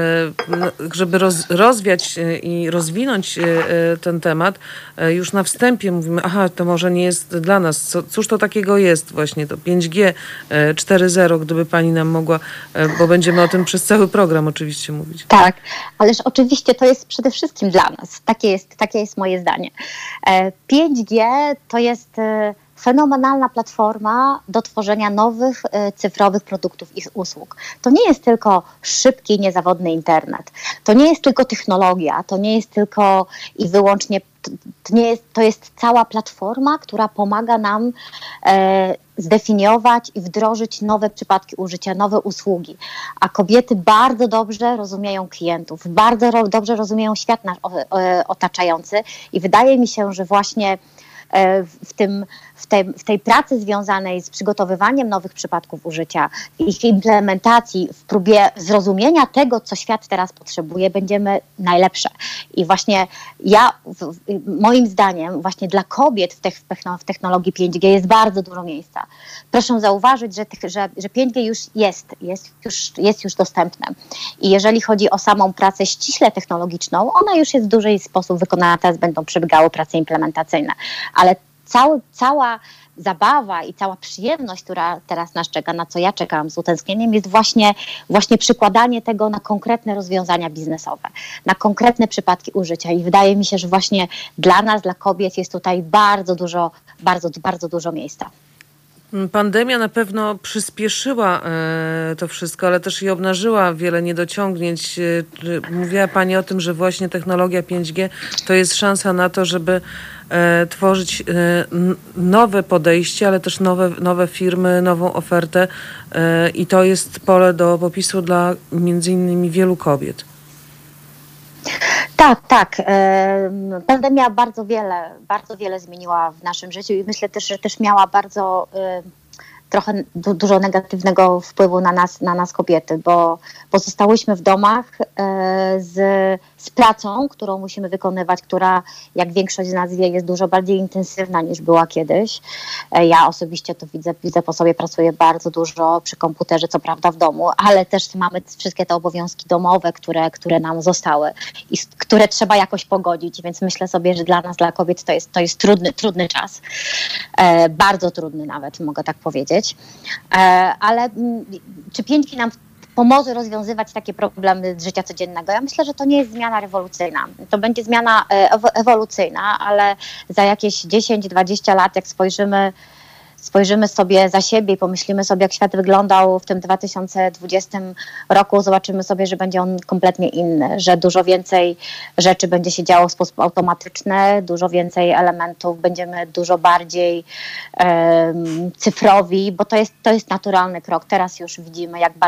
żeby rozwiać i rozwinąć ten temat, już na wstępie mówimy, to może nie jest dla nas. Cóż to takiego jest właśnie to 5G 4.0, gdyby pani nam mogła, bo będziemy o tym przez cały program oczywiście mówić. Tak, ależ oczywiście to jest przede wszystkim dla nas. Takie jest moje zdanie. 5G to jest fenomenalna platforma do tworzenia nowych cyfrowych produktów i usług. To nie jest tylko szybki, niezawodny internet. To nie jest tylko technologia. To nie jest tylko i wyłącznie, to jest cała platforma, która pomaga nam zdefiniować i wdrożyć nowe przypadki użycia, nowe usługi. A kobiety bardzo dobrze rozumieją klientów, bardzo dobrze rozumieją świat nasz otaczający i wydaje mi się, że właśnie w tej pracy związanej z przygotowywaniem nowych przypadków użycia, ich implementacji, w próbie zrozumienia tego, co świat teraz potrzebuje, będziemy najlepsze. I właśnie moim zdaniem, właśnie dla kobiet w technologii 5G jest bardzo dużo miejsca. Proszę zauważyć, że 5G już jest już dostępne. I jeżeli chodzi o samą pracę ściśle technologiczną, ona już jest w duży sposób wykonana, teraz będą przebiegały prace implementacyjne. Ale cała zabawa i cała przyjemność, która teraz nas czeka, na co ja czekałam z utęsknieniem, jest właśnie przykładanie tego na konkretne rozwiązania biznesowe, na konkretne przypadki użycia. I wydaje mi się, że właśnie dla nas, dla kobiet jest tutaj bardzo dużo miejsca. Pandemia na pewno przyspieszyła to wszystko, ale też i obnażyła wiele niedociągnięć. Mówiła pani o tym, że właśnie technologia 5G to jest szansa na to, żeby tworzyć nowe podejście, ale też nowe firmy, nową ofertę i to jest pole do popisu dla między innymi wielu kobiet. Tak. Pandemia bardzo wiele zmieniła w naszym życiu i myślę też, że też miała trochę dużo negatywnego wpływu na nas kobiety, bo zostałyśmy w domach z pracą, którą musimy wykonywać, która, jak większość z nas wie, jest dużo bardziej intensywna niż była kiedyś. Ja osobiście to widzę po sobie, pracuję bardzo dużo przy komputerze, co prawda w domu, ale też mamy wszystkie te obowiązki domowe, które nam zostały i które trzeba jakoś pogodzić, więc myślę sobie, że dla nas, dla kobiet to jest trudny czas. Bardzo trudny nawet, mogę tak powiedzieć. Ale czy 5G nam pomoże rozwiązywać takie problemy z życia codziennego. Ja myślę, że to nie jest zmiana rewolucyjna. To będzie zmiana ewolucyjna, ale za jakieś 10-20 lat, jak spojrzymy sobie za siebie i pomyślimy sobie, jak świat wyglądał w tym 2020 roku, zobaczymy sobie, że będzie on kompletnie inny, że dużo więcej rzeczy będzie się działo w sposób automatyczny, dużo więcej elementów, będziemy dużo bardziej cyfrowi, bo to jest naturalny krok. Teraz już widzimy, jak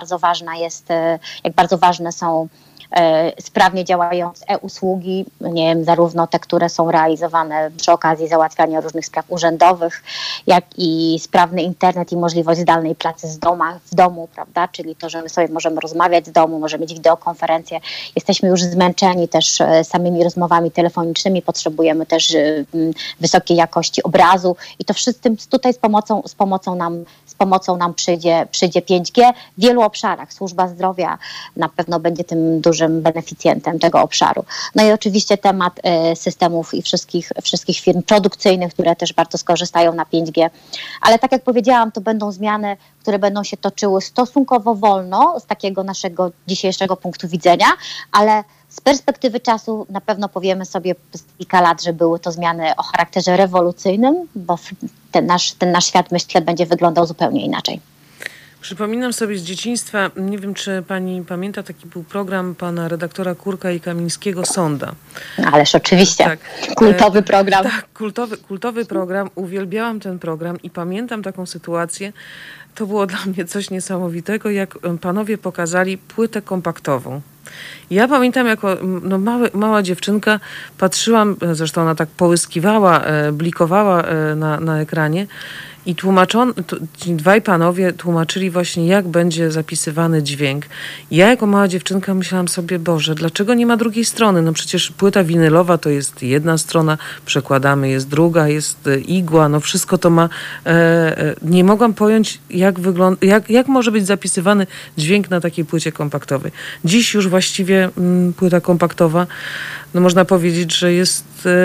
bardzo ważne są sprawnie działające e-usługi, nie wiem, zarówno te, które są realizowane przy okazji załatwiania różnych spraw urzędowych, jak i sprawny internet i możliwość zdalnej pracy w domu, prawda, czyli to, że my sobie możemy rozmawiać z domu, możemy mieć wideokonferecje. Jesteśmy już zmęczeni też samymi rozmowami telefonicznymi, potrzebujemy też wysokiej jakości obrazu i to wszystkim tutaj z pomocą nam przyjdzie 5G w wielu obszarach. Służba zdrowia na pewno będzie tym dużym beneficjentem tego obszaru. No i oczywiście temat systemów i wszystkich firm produkcyjnych, które też bardzo skorzystają na 5G. Ale tak jak powiedziałam, to będą zmiany, które będą się toczyły stosunkowo wolno z takiego naszego dzisiejszego punktu widzenia, ale z perspektywy czasu na pewno powiemy sobie z kilka lat, że były to zmiany o charakterze rewolucyjnym, bo ten nasz świat, myślę, będzie wyglądał zupełnie inaczej. Przypominam sobie z dzieciństwa, nie wiem, czy pani pamięta, taki był program pana redaktora Kurka i Kamińskiego, Sonda. Ależ oczywiście, tak. Kultowy program. Tak, kultowy program. Uwielbiałam ten program i pamiętam taką sytuację. To było dla mnie coś niesamowitego, jak panowie pokazali płytę kompaktową. Ja pamiętam, jako mała dziewczynka patrzyłam, zresztą ona tak połyskiwała, blikowała na ekranie i ci dwaj panowie tłumaczyli właśnie, jak będzie zapisywany dźwięk. Ja jako mała dziewczynka myślałam sobie, Boże, dlaczego nie ma drugiej strony? No przecież płyta winylowa to jest jedna strona, przekładamy, jest druga, jest igła, no wszystko to ma... Nie mogłam pojąć, jak może być zapisywany dźwięk na takiej płycie kompaktowej. Dziś już właściwie płyta kompaktowa, no można powiedzieć, że jest...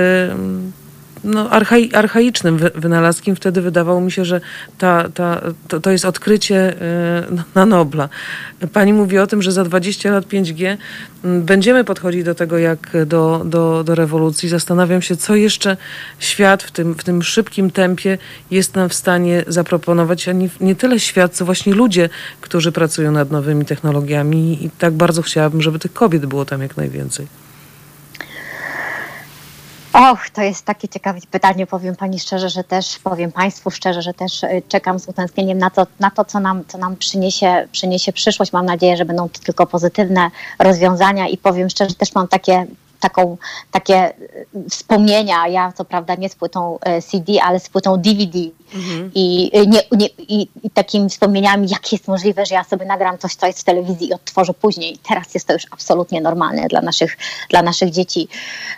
archaicznym wynalazkiem. Wtedy wydawało mi się, że to jest odkrycie na Nobla. Pani mówi o tym, że za 20 lat 5G będziemy podchodzić do tego jak do rewolucji. Zastanawiam się, co jeszcze świat w tym szybkim tempie jest nam w stanie zaproponować, a nie tyle świat, co właśnie ludzie, którzy pracują nad nowymi technologiami i tak bardzo chciałabym, żeby tych kobiet było tam jak najwięcej. To jest takie ciekawe pytanie, powiem Państwu szczerze, że też czekam z utęsknieniem na to, co nam przyniesie przyszłość. Mam nadzieję, że będą to tylko pozytywne rozwiązania i powiem szczerze, też mam takie wspomnienia, ja co prawda nie z płytą CD, ale z płytą DVD i takimi wspomnieniami, jak jest możliwe, że ja sobie nagram coś, co jest w telewizji i odtworzę później. Teraz jest to już absolutnie normalne dla naszych dzieci.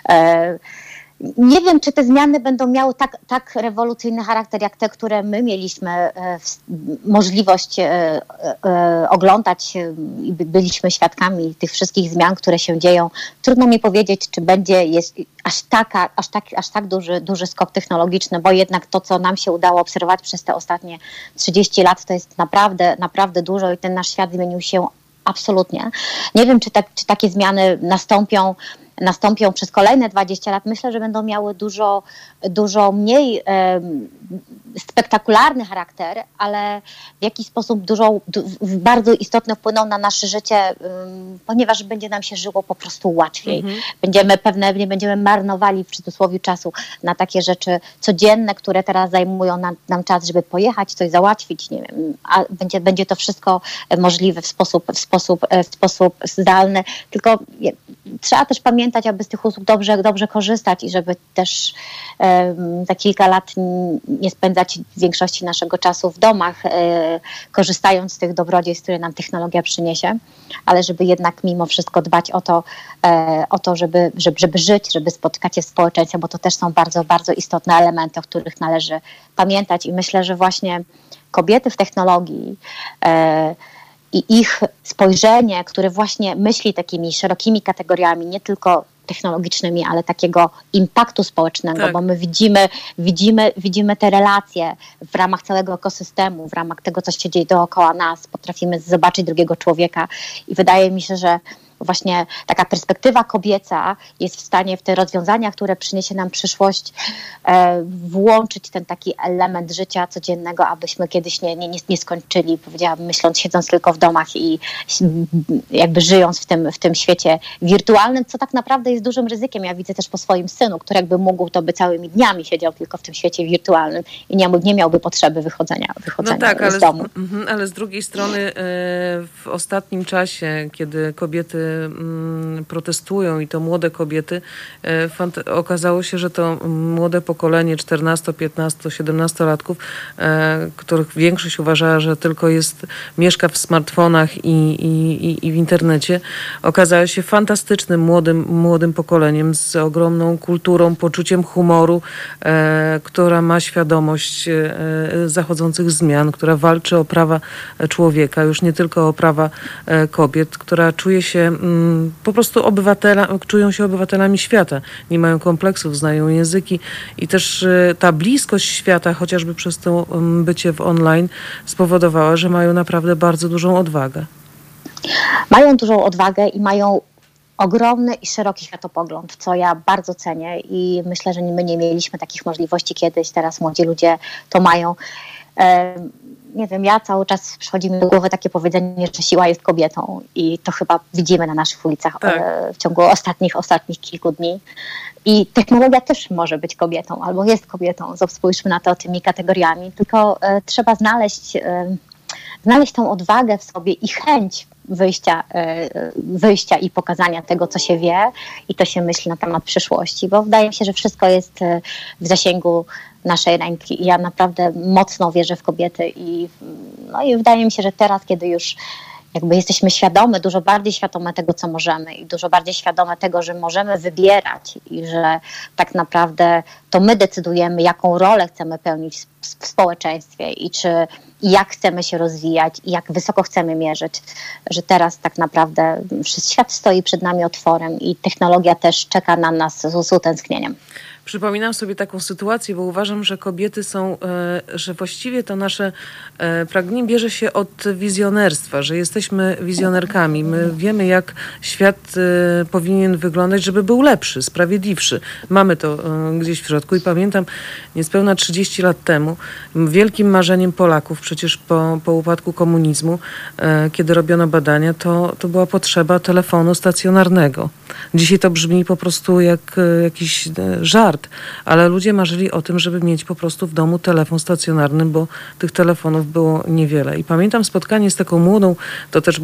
Nie wiem, czy te zmiany będą miały tak rewolucyjny charakter, jak te, które my mieliśmy możliwość oglądać i byliśmy świadkami tych wszystkich zmian, które się dzieją. Trudno mi powiedzieć, czy jest aż tak duży skok technologiczny, bo jednak to, co nam się udało obserwować przez te ostatnie 30 lat, to jest naprawdę dużo i ten nasz świat zmienił się absolutnie. Nie wiem, czy takie zmiany nastąpią przez kolejne 20 lat. Myślę, że będą miały dużo mniej spektakularny charakter, ale w jakiś sposób bardzo istotnie wpłyną na nasze życie, ponieważ będzie nam się żyło po prostu łatwiej. Nie będziemy marnowali w cudzysłowie czasu na takie rzeczy codzienne, które teraz zajmują nam czas, żeby pojechać, coś załatwić, nie wiem, a będzie to wszystko możliwe w sposób zdalny, tylko trzeba też pamiętać, aby z tych usług dobrze korzystać i żeby też za kilka lat nie spędzać większości naszego czasu w domach, korzystając z tych dobrodziejstw, które nam technologia przyniesie, ale żeby jednak mimo wszystko dbać o to, żeby żyć, żeby spotykać się w społeczeństwie, bo to też są bardzo, bardzo istotne elementy, o których należy pamiętać i myślę, że właśnie kobiety w technologii i ich spojrzenie, które właśnie myśli takimi szerokimi kategoriami, nie tylko technologicznymi, ale takiego impaktu społecznego, Tak. bo my widzimy te relacje w ramach całego ekosystemu, w ramach tego, co się dzieje dookoła nas. Potrafimy zobaczyć drugiego człowieka i wydaje mi się, że właśnie taka perspektywa kobieca jest w stanie w te rozwiązania, które przyniesie nam przyszłość, włączyć ten taki element życia codziennego, abyśmy kiedyś nie skończyli, powiedziałabym, myśląc, siedząc tylko w domach i jakby żyjąc w tym świecie wirtualnym, co tak naprawdę jest dużym ryzykiem. Ja widzę też po swoim synu, który jakby mógł, to by całymi dniami siedział tylko w tym świecie wirtualnym i nie miałby potrzeby wychodzenia No tak, z domu. ale z drugiej strony w ostatnim czasie, kiedy kobiety protestują i to młode kobiety, okazało się, że to młode pokolenie 14, 15, 17-latków, których większość uważała, że tylko mieszka w smartfonach i w internecie, okazało się fantastycznym młodym pokoleniem z ogromną kulturą, poczuciem humoru, która ma świadomość zachodzących zmian, która walczy o prawa człowieka, już nie tylko o prawa kobiet, która czuje się po prostu czują się obywatelami świata, nie mają kompleksów, znają języki i też ta bliskość świata, chociażby przez to bycie w online, spowodowała, że mają naprawdę bardzo dużą odwagę. Mają dużą odwagę i mają ogromny i szeroki światopogląd, co ja bardzo cenię i myślę, że my nie mieliśmy takich możliwości kiedyś, teraz młodzi ludzie to mają. Nie wiem, ja cały czas przychodzi mi do głowy takie powiedzenie, że siła jest kobietą i to chyba widzimy na naszych ulicach tak. W ciągu ostatnich kilku dni. I technologia też może być kobietą albo jest kobietą, spójrzmy na to tymi kategoriami, tylko trzeba znaleźć tą odwagę w sobie i chęć wyjścia i pokazania tego, co się wie i to się myśli na temat przyszłości, bo wydaje mi się, że wszystko jest w zasięgu naszej ręki i ja naprawdę mocno wierzę w kobiety i wydaje mi się, że teraz, kiedy już jakby jesteśmy dużo bardziej świadome tego, co możemy i dużo bardziej świadome tego, że możemy wybierać i że tak naprawdę to my decydujemy, jaką rolę chcemy pełnić w społeczeństwie i jak chcemy się rozwijać i jak wysoko chcemy mierzyć, że teraz tak naprawdę świat stoi przed nami otworem i technologia też czeka na nas z utęsknieniem. Przypominam sobie taką sytuację, bo uważam, że kobiety że właściwie to nasze pragnienie bierze się od wizjonerstwa, że jesteśmy wizjonerkami. My wiemy, jak świat powinien wyglądać, żeby był lepszy, sprawiedliwszy. Mamy to gdzieś w środku i pamiętam niespełna 30 lat temu wielkim marzeniem Polaków, przecież po upadku komunizmu, kiedy robiono badania, to była potrzeba telefonu stacjonarnego. Dzisiaj to brzmi po prostu jak jakiś żart, ale ludzie marzyli o tym, żeby mieć po prostu w domu telefon stacjonarny, bo tych telefonów było niewiele. I pamiętam spotkanie z taką młodą, to też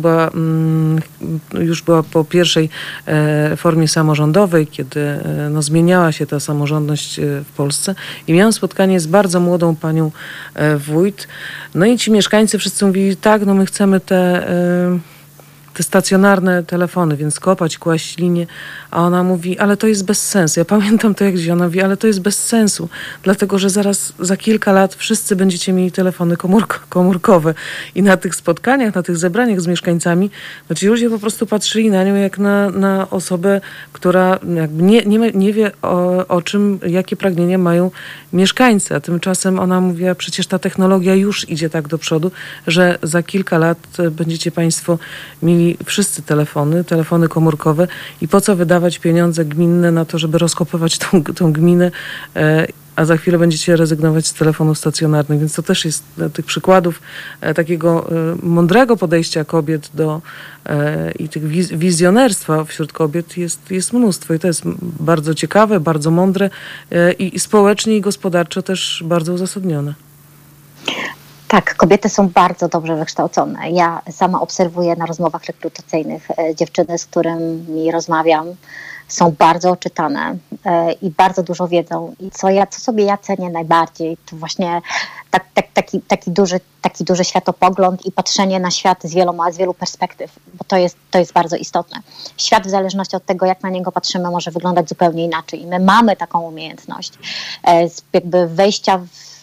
już była po pierwszej formie samorządowej, kiedy zmieniała się ta samorządność w Polsce i miałam spotkanie z bardzo młodą panią wójt. No i ci mieszkańcy wszyscy mówili, tak, my chcemy te stacjonarne telefony, więc kłaść linię, a ona mówi, ale to jest bez sensu. Ja pamiętam to, jak gdzieś ona mówi, ale to jest bez sensu, dlatego, że za kilka lat wszyscy będziecie mieli telefony komórkowe i na tych spotkaniach, na tych zebraniach z mieszkańcami, ci ludzie po prostu patrzyli na nią jak na osobę, która jakby nie wie o czym, jakie pragnienia mają mieszkańcy, a tymczasem ona mówiła, przecież ta technologia już idzie tak do przodu, że za kilka lat będziecie państwo mieli wszyscy telefony komórkowe i po co wydawać pieniądze gminne na to, żeby rozkopywać tą gminę, a za chwilę będziecie rezygnować z telefonów stacjonarnych. Więc to też jest tych przykładów takiego mądrego podejścia kobiet i tych wizjonerstwa wśród kobiet jest mnóstwo. I to jest bardzo ciekawe, bardzo mądre i społecznie i gospodarczo też bardzo uzasadnione. Tak, kobiety są bardzo dobrze wykształcone. Ja sama obserwuję na rozmowach rekrutacyjnych dziewczyny, z którymi rozmawiam, są bardzo oczytane i bardzo dużo wiedzą. I co sobie ja cenię najbardziej, to właśnie taki duży światopogląd i patrzenie na świat z wielu perspektyw, bo to jest bardzo istotne. Świat w zależności od tego, jak na niego patrzymy, może wyglądać zupełnie inaczej. I my mamy taką umiejętność jakby wejścia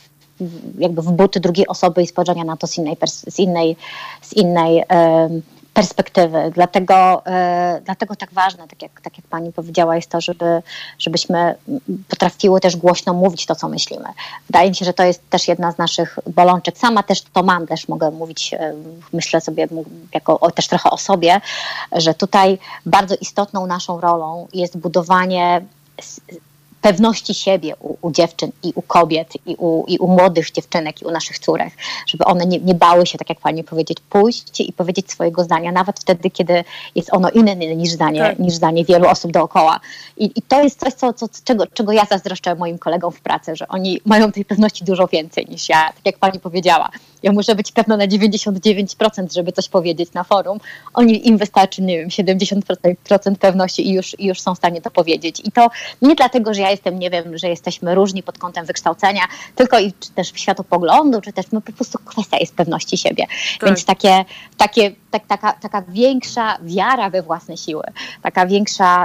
w buty drugiej osoby i spojrzenia na to z innej perspektywy. Dlatego tak ważne, tak jak pani powiedziała, jest to, żebyśmy potrafiły też głośno mówić to, co myślimy. Wydaje mi się, że to jest też jedna z naszych bolączek. Sama też to mam, też mogę mówić, myślę sobie też trochę o sobie, że tutaj bardzo istotną naszą rolą jest budowanie pewności siebie u dziewczyn i u kobiet i u młodych dziewczynek i u naszych córek, żeby one nie bały się, tak jak pani powiedzieć, pójść i powiedzieć swojego zdania, nawet wtedy, kiedy jest ono inne niż zdanie wielu osób dookoła. I to jest coś, czego ja zazdroszczę moim kolegom w pracy, że oni mają tej pewności dużo więcej niż ja, tak jak pani powiedziała. Ja muszę być pewna na 99%, żeby coś powiedzieć na forum. Im wystarczy, nie wiem, 70% pewności i już są w stanie to powiedzieć. I to nie dlatego, że ja jestem, nie wiem, że jesteśmy różni pod kątem wykształcenia, tylko czy też światopoglądu, czy też po prostu kwestia jest pewności siebie. Tak. Więc taka większa wiara we własne siły, taka większa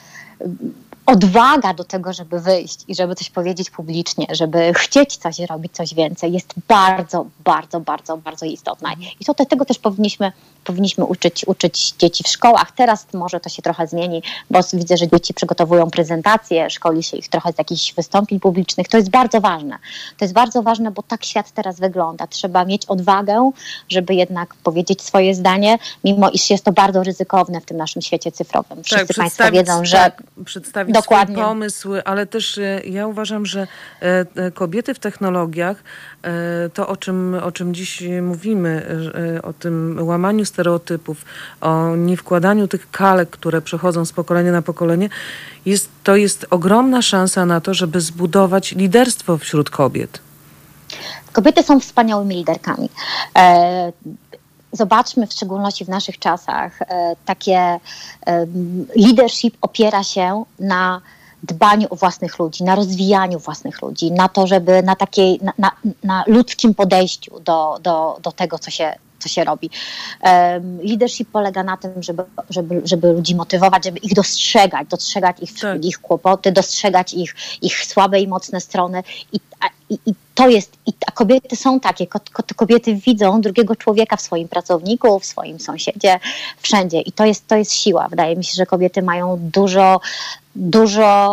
odwaga do tego, żeby wyjść i żeby coś powiedzieć publicznie, żeby chcieć coś robić, coś więcej, jest bardzo, bardzo, bardzo, bardzo istotna. I tego też powinniśmy uczyć dzieci w szkołach. Teraz może to się trochę zmieni, bo widzę, że dzieci przygotowują prezentacje, szkoli się ich trochę z jakichś wystąpień publicznych. To jest bardzo ważne. To jest bardzo ważne, bo tak świat teraz wygląda. Trzeba mieć odwagę, żeby jednak powiedzieć swoje zdanie, mimo iż jest to bardzo ryzykowne w tym naszym świecie cyfrowym. Wszyscy państwo wiedzą, że przedstawić dokładnie swój pomysł, ale też ja uważam, że kobiety w technologiach, to o czym dziś mówimy, o tym łamaniu stereotypów, o niewkładaniu tych kalek, które przechodzą z pokolenia na pokolenie, to jest ogromna szansa na to, żeby zbudować liderstwo wśród kobiet. Kobiety są wspaniałymi liderkami. Zobaczmy, w szczególności w naszych czasach, takie leadership opiera się na dbaniu o własnych ludzi, na rozwijaniu własnych ludzi, na to, żeby na ludzkim podejściu do tego, co się robi. Leadership polega na tym, żeby ludzi motywować, żeby ich dostrzegać ich kłopoty, dostrzegać ich słabe i mocne strony a kobiety są takie, kobiety widzą drugiego człowieka w swoim pracowniku, w swoim sąsiedzie, wszędzie i to jest siła. Wydaje mi się, że kobiety mają dużo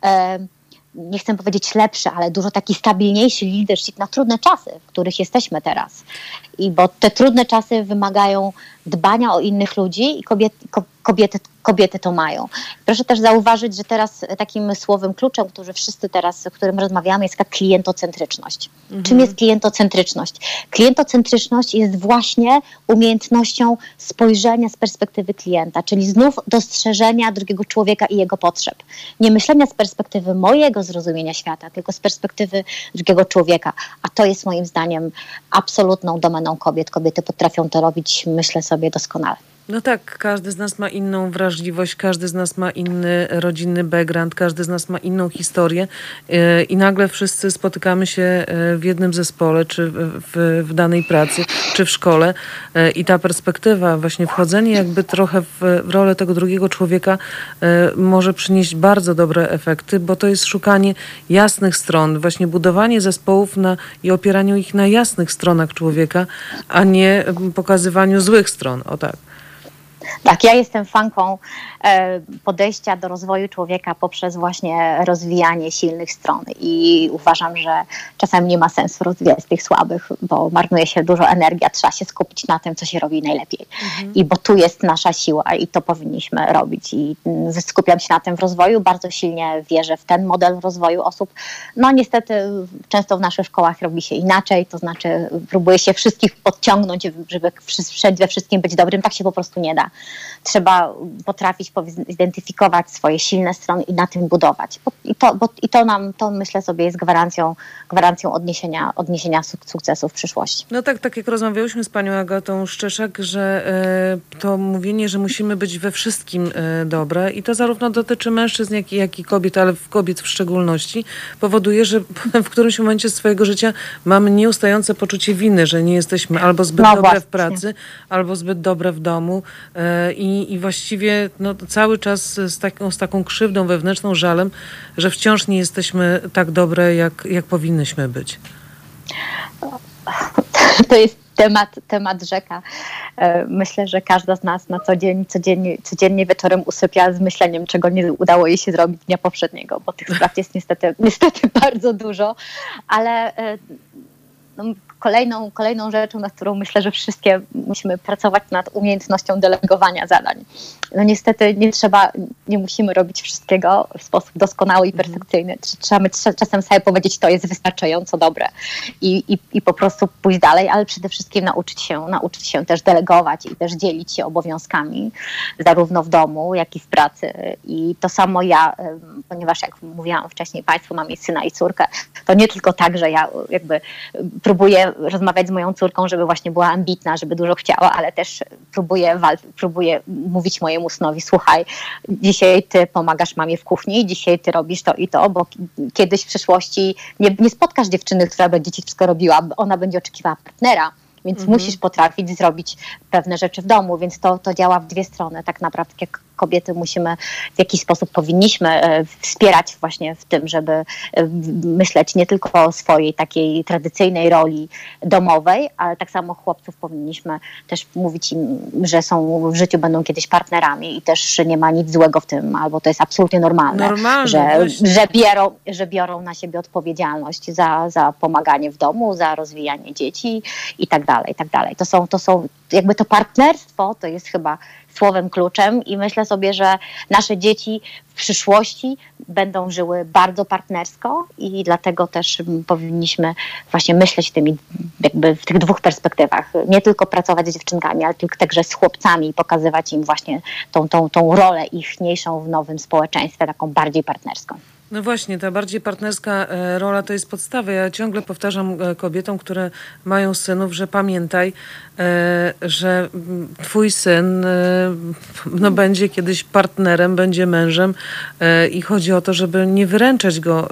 nie chcę powiedzieć lepszy, ale dużo taki stabilniejszy leadership na trudne czasy, w których jesteśmy teraz. Bo te trudne czasy wymagają dbania o innych ludzi i kobiety to mają. Proszę też zauważyć, że teraz takim słowem kluczem, o którym rozmawiamy, jest taka klientocentryczność. Czym jest klientocentryczność? Klientocentryczność jest właśnie umiejętnością spojrzenia z perspektywy klienta, czyli znów dostrzeżenia drugiego człowieka i jego potrzeb. Nie myślenia z perspektywy mojego zrozumienia świata, tylko z perspektywy drugiego człowieka. A to jest moim zdaniem absolutną domeną kobiet. Kobiety potrafią to robić, myślę sobie, doskonale. No tak, każdy z nas ma inną wrażliwość, każdy z nas ma inny rodzinny background, każdy z nas ma inną historię i nagle wszyscy spotykamy się w jednym zespole, czy w danej pracy, czy w szkole i ta perspektywa, właśnie wchodzenie jakby trochę w rolę tego drugiego człowieka może przynieść bardzo dobre efekty, bo to jest szukanie jasnych stron, właśnie budowanie zespołów i opieraniu ich na jasnych stronach człowieka, a nie pokazywaniu złych stron, o tak. Tak, ja jestem fanką podejścia do rozwoju człowieka poprzez właśnie rozwijanie silnych stron i uważam, że czasami nie ma sensu rozwijać tych słabych, bo marnuje się dużo energii, a trzeba się skupić na tym, co się robi najlepiej. I bo tu jest nasza siła i to powinniśmy robić i skupiam się na tym w rozwoju, bardzo silnie wierzę w ten model rozwoju osób. No niestety często w naszych szkołach robi się inaczej, to znaczy próbuje się wszystkich podciągnąć, żeby we wszystkim być dobrym, tak się po prostu nie da. Trzeba potrafić zidentyfikować swoje silne strony i na tym budować. To myślę sobie jest gwarancją odniesienia sukcesu w przyszłości. No tak jak rozmawiałyśmy z panią Agatą Szczeszak, że to mówienie, że musimy być we wszystkim dobre i to zarówno dotyczy mężczyzn, jak i kobiet, ale kobiet w szczególności, powoduje, że w którymś momencie swojego życia mamy nieustające poczucie winy, że nie jesteśmy albo zbyt dobre w pracy, albo zbyt dobre w domu i właściwie cały czas z taką krzywdą wewnętrzną, żalem, że wciąż nie jesteśmy tak dobre, jak powinnyśmy być. Temat rzeka. Myślę, że każda z nas na codziennie wieczorem usypia z myśleniem, czego nie udało jej się zrobić dnia poprzedniego, bo tych spraw jest niestety bardzo dużo, ale kolejną rzeczą, nad którą myślę, że wszystkie musimy pracować nad umiejętnością delegowania zadań. No niestety nie musimy robić wszystkiego w sposób doskonały i perfekcyjny. Trzeba czasem sobie powiedzieć, to jest wystarczająco dobre i po prostu pójść dalej, ale przede wszystkim nauczyć się też delegować i też dzielić się obowiązkami, zarówno w domu, jak i w pracy. I to samo ja, ponieważ jak mówiłam wcześniej Państwu, mam syna i córkę, to nie tylko tak, że ja jakby próbuję rozmawiać z moją córką, żeby właśnie była ambitna, żeby dużo chciała, ale też próbuję mówić mojemu synowi, słuchaj, dzisiaj ty pomagasz mamie w kuchni, dzisiaj ty robisz to i to, bo kiedyś w przyszłości nie spotkasz dziewczyny, która będzie ci wszystko robiła, ona będzie oczekiwała partnera. Więc musisz potrafić zrobić pewne rzeczy w domu, więc to działa w dwie strony. Tak naprawdę jak kobiety w jakiś sposób powinniśmy wspierać właśnie w tym, żeby myśleć nie tylko o swojej takiej tradycyjnej roli domowej, ale tak samo chłopców powinniśmy też mówić im, że w życiu będą kiedyś partnerami i też nie ma nic złego w tym, albo to jest absolutnie normalne że biorą na siebie odpowiedzialność za pomaganie w domu, za rozwijanie dzieci i tak dalej, i tak dalej. To są jakby to partnerstwo, to jest chyba słowem kluczem i myślę sobie, że nasze dzieci w przyszłości będą żyły bardzo partnersko i dlatego też powinniśmy właśnie myśleć jakby w tych dwóch perspektywach. Nie tylko pracować z dziewczynkami, ale także z chłopcami i pokazywać im właśnie tą rolę ichniejszą w nowym społeczeństwie, taką bardziej partnerską. No właśnie, ta bardziej partnerska rola to jest podstawa. Ja ciągle powtarzam kobietom, które mają synów, że pamiętaj, że twój syn będzie kiedyś partnerem, będzie mężem i chodzi o to, żeby nie wyręczać go,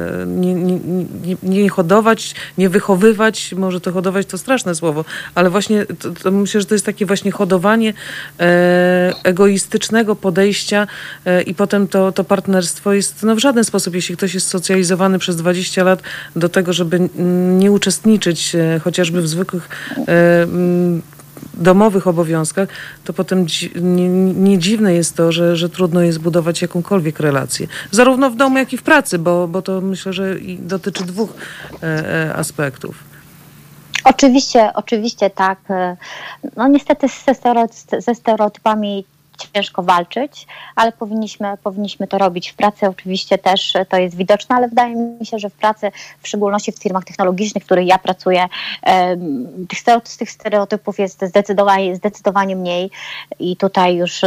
nie hodować, nie wychowywać, może to hodować to straszne słowo, ale właśnie to myślę, że to jest takie właśnie hodowanie egoistycznego podejścia i potem to partnerstwo jest w żaden sposób, jeśli ktoś jest socjalizowany przez 20 lat do tego, żeby nie uczestniczyć chociażby w zwykłych domowych obowiązkach, to potem nie dziwne jest to, że trudno jest budować jakąkolwiek relację. Zarówno w domu, jak i w pracy, bo to myślę, że dotyczy dwóch aspektów. Oczywiście tak. No niestety ze stereotypami ciężko walczyć, ale powinniśmy to robić w pracy. Oczywiście też to jest widoczne, ale wydaje mi się, że w pracy, w szczególności w firmach technologicznych, w których ja pracuję, tych stereotypów jest zdecydowanie mniej i tutaj już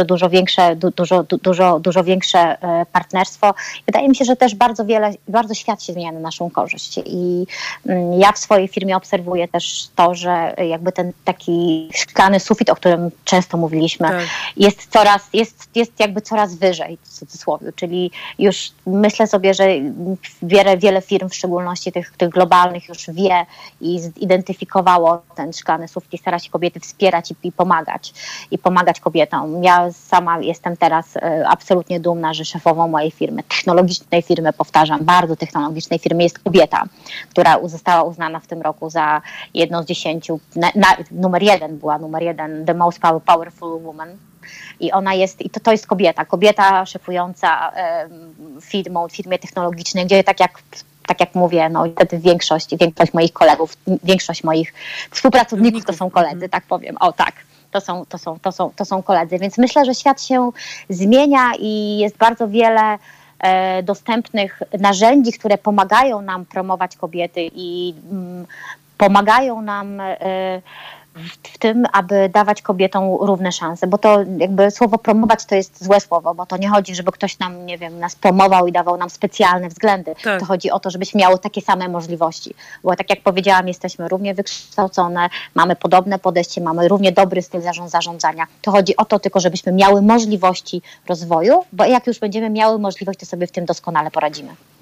dużo większe partnerstwo. Wydaje mi się, że też bardzo świat się zmienia na naszą korzyść i ja w swojej firmie obserwuję też to, że jakby ten taki szklany sufit, o którym często mówiliśmy, tak, jest jakby coraz wyżej, w cudzysłowie, czyli już myślę sobie, że wiele firm, w szczególności tych globalnych, już wie i zidentyfikowało ten szklany sufit i stara się kobiety wspierać i pomagać kobietom. Ja sama jestem teraz absolutnie dumna, że szefową mojej firmy, technologicznej firmy, powtarzam, bardzo technologicznej firmy jest kobieta, która została uznana w tym roku za jedną z 10, numer jeden, the most powerful woman. I ona jest, to jest kobieta szefująca firmie technologicznej, gdzie tak jak mówię, no niestety większość moich kolegów, większość moich współpracowników to są koledzy, tak powiem. O tak, to są koledzy. Więc myślę, że świat się zmienia i jest bardzo wiele dostępnych narzędzi, które pomagają nam promować kobiety i pomagają nam w tym, aby dawać kobietom równe szanse, bo to jakby słowo promować to jest złe słowo, bo to nie chodzi, żeby ktoś nam, nie wiem, nas promował i dawał nam specjalne względy. Tak. To chodzi o to, żebyśmy miały takie same możliwości, bo tak jak powiedziałam, jesteśmy równie wykształcone, mamy podobne podejście, mamy równie dobry styl zarządzania. To chodzi o to tylko, żebyśmy miały możliwości rozwoju, bo jak już będziemy miały możliwość, to sobie w tym doskonale poradzimy.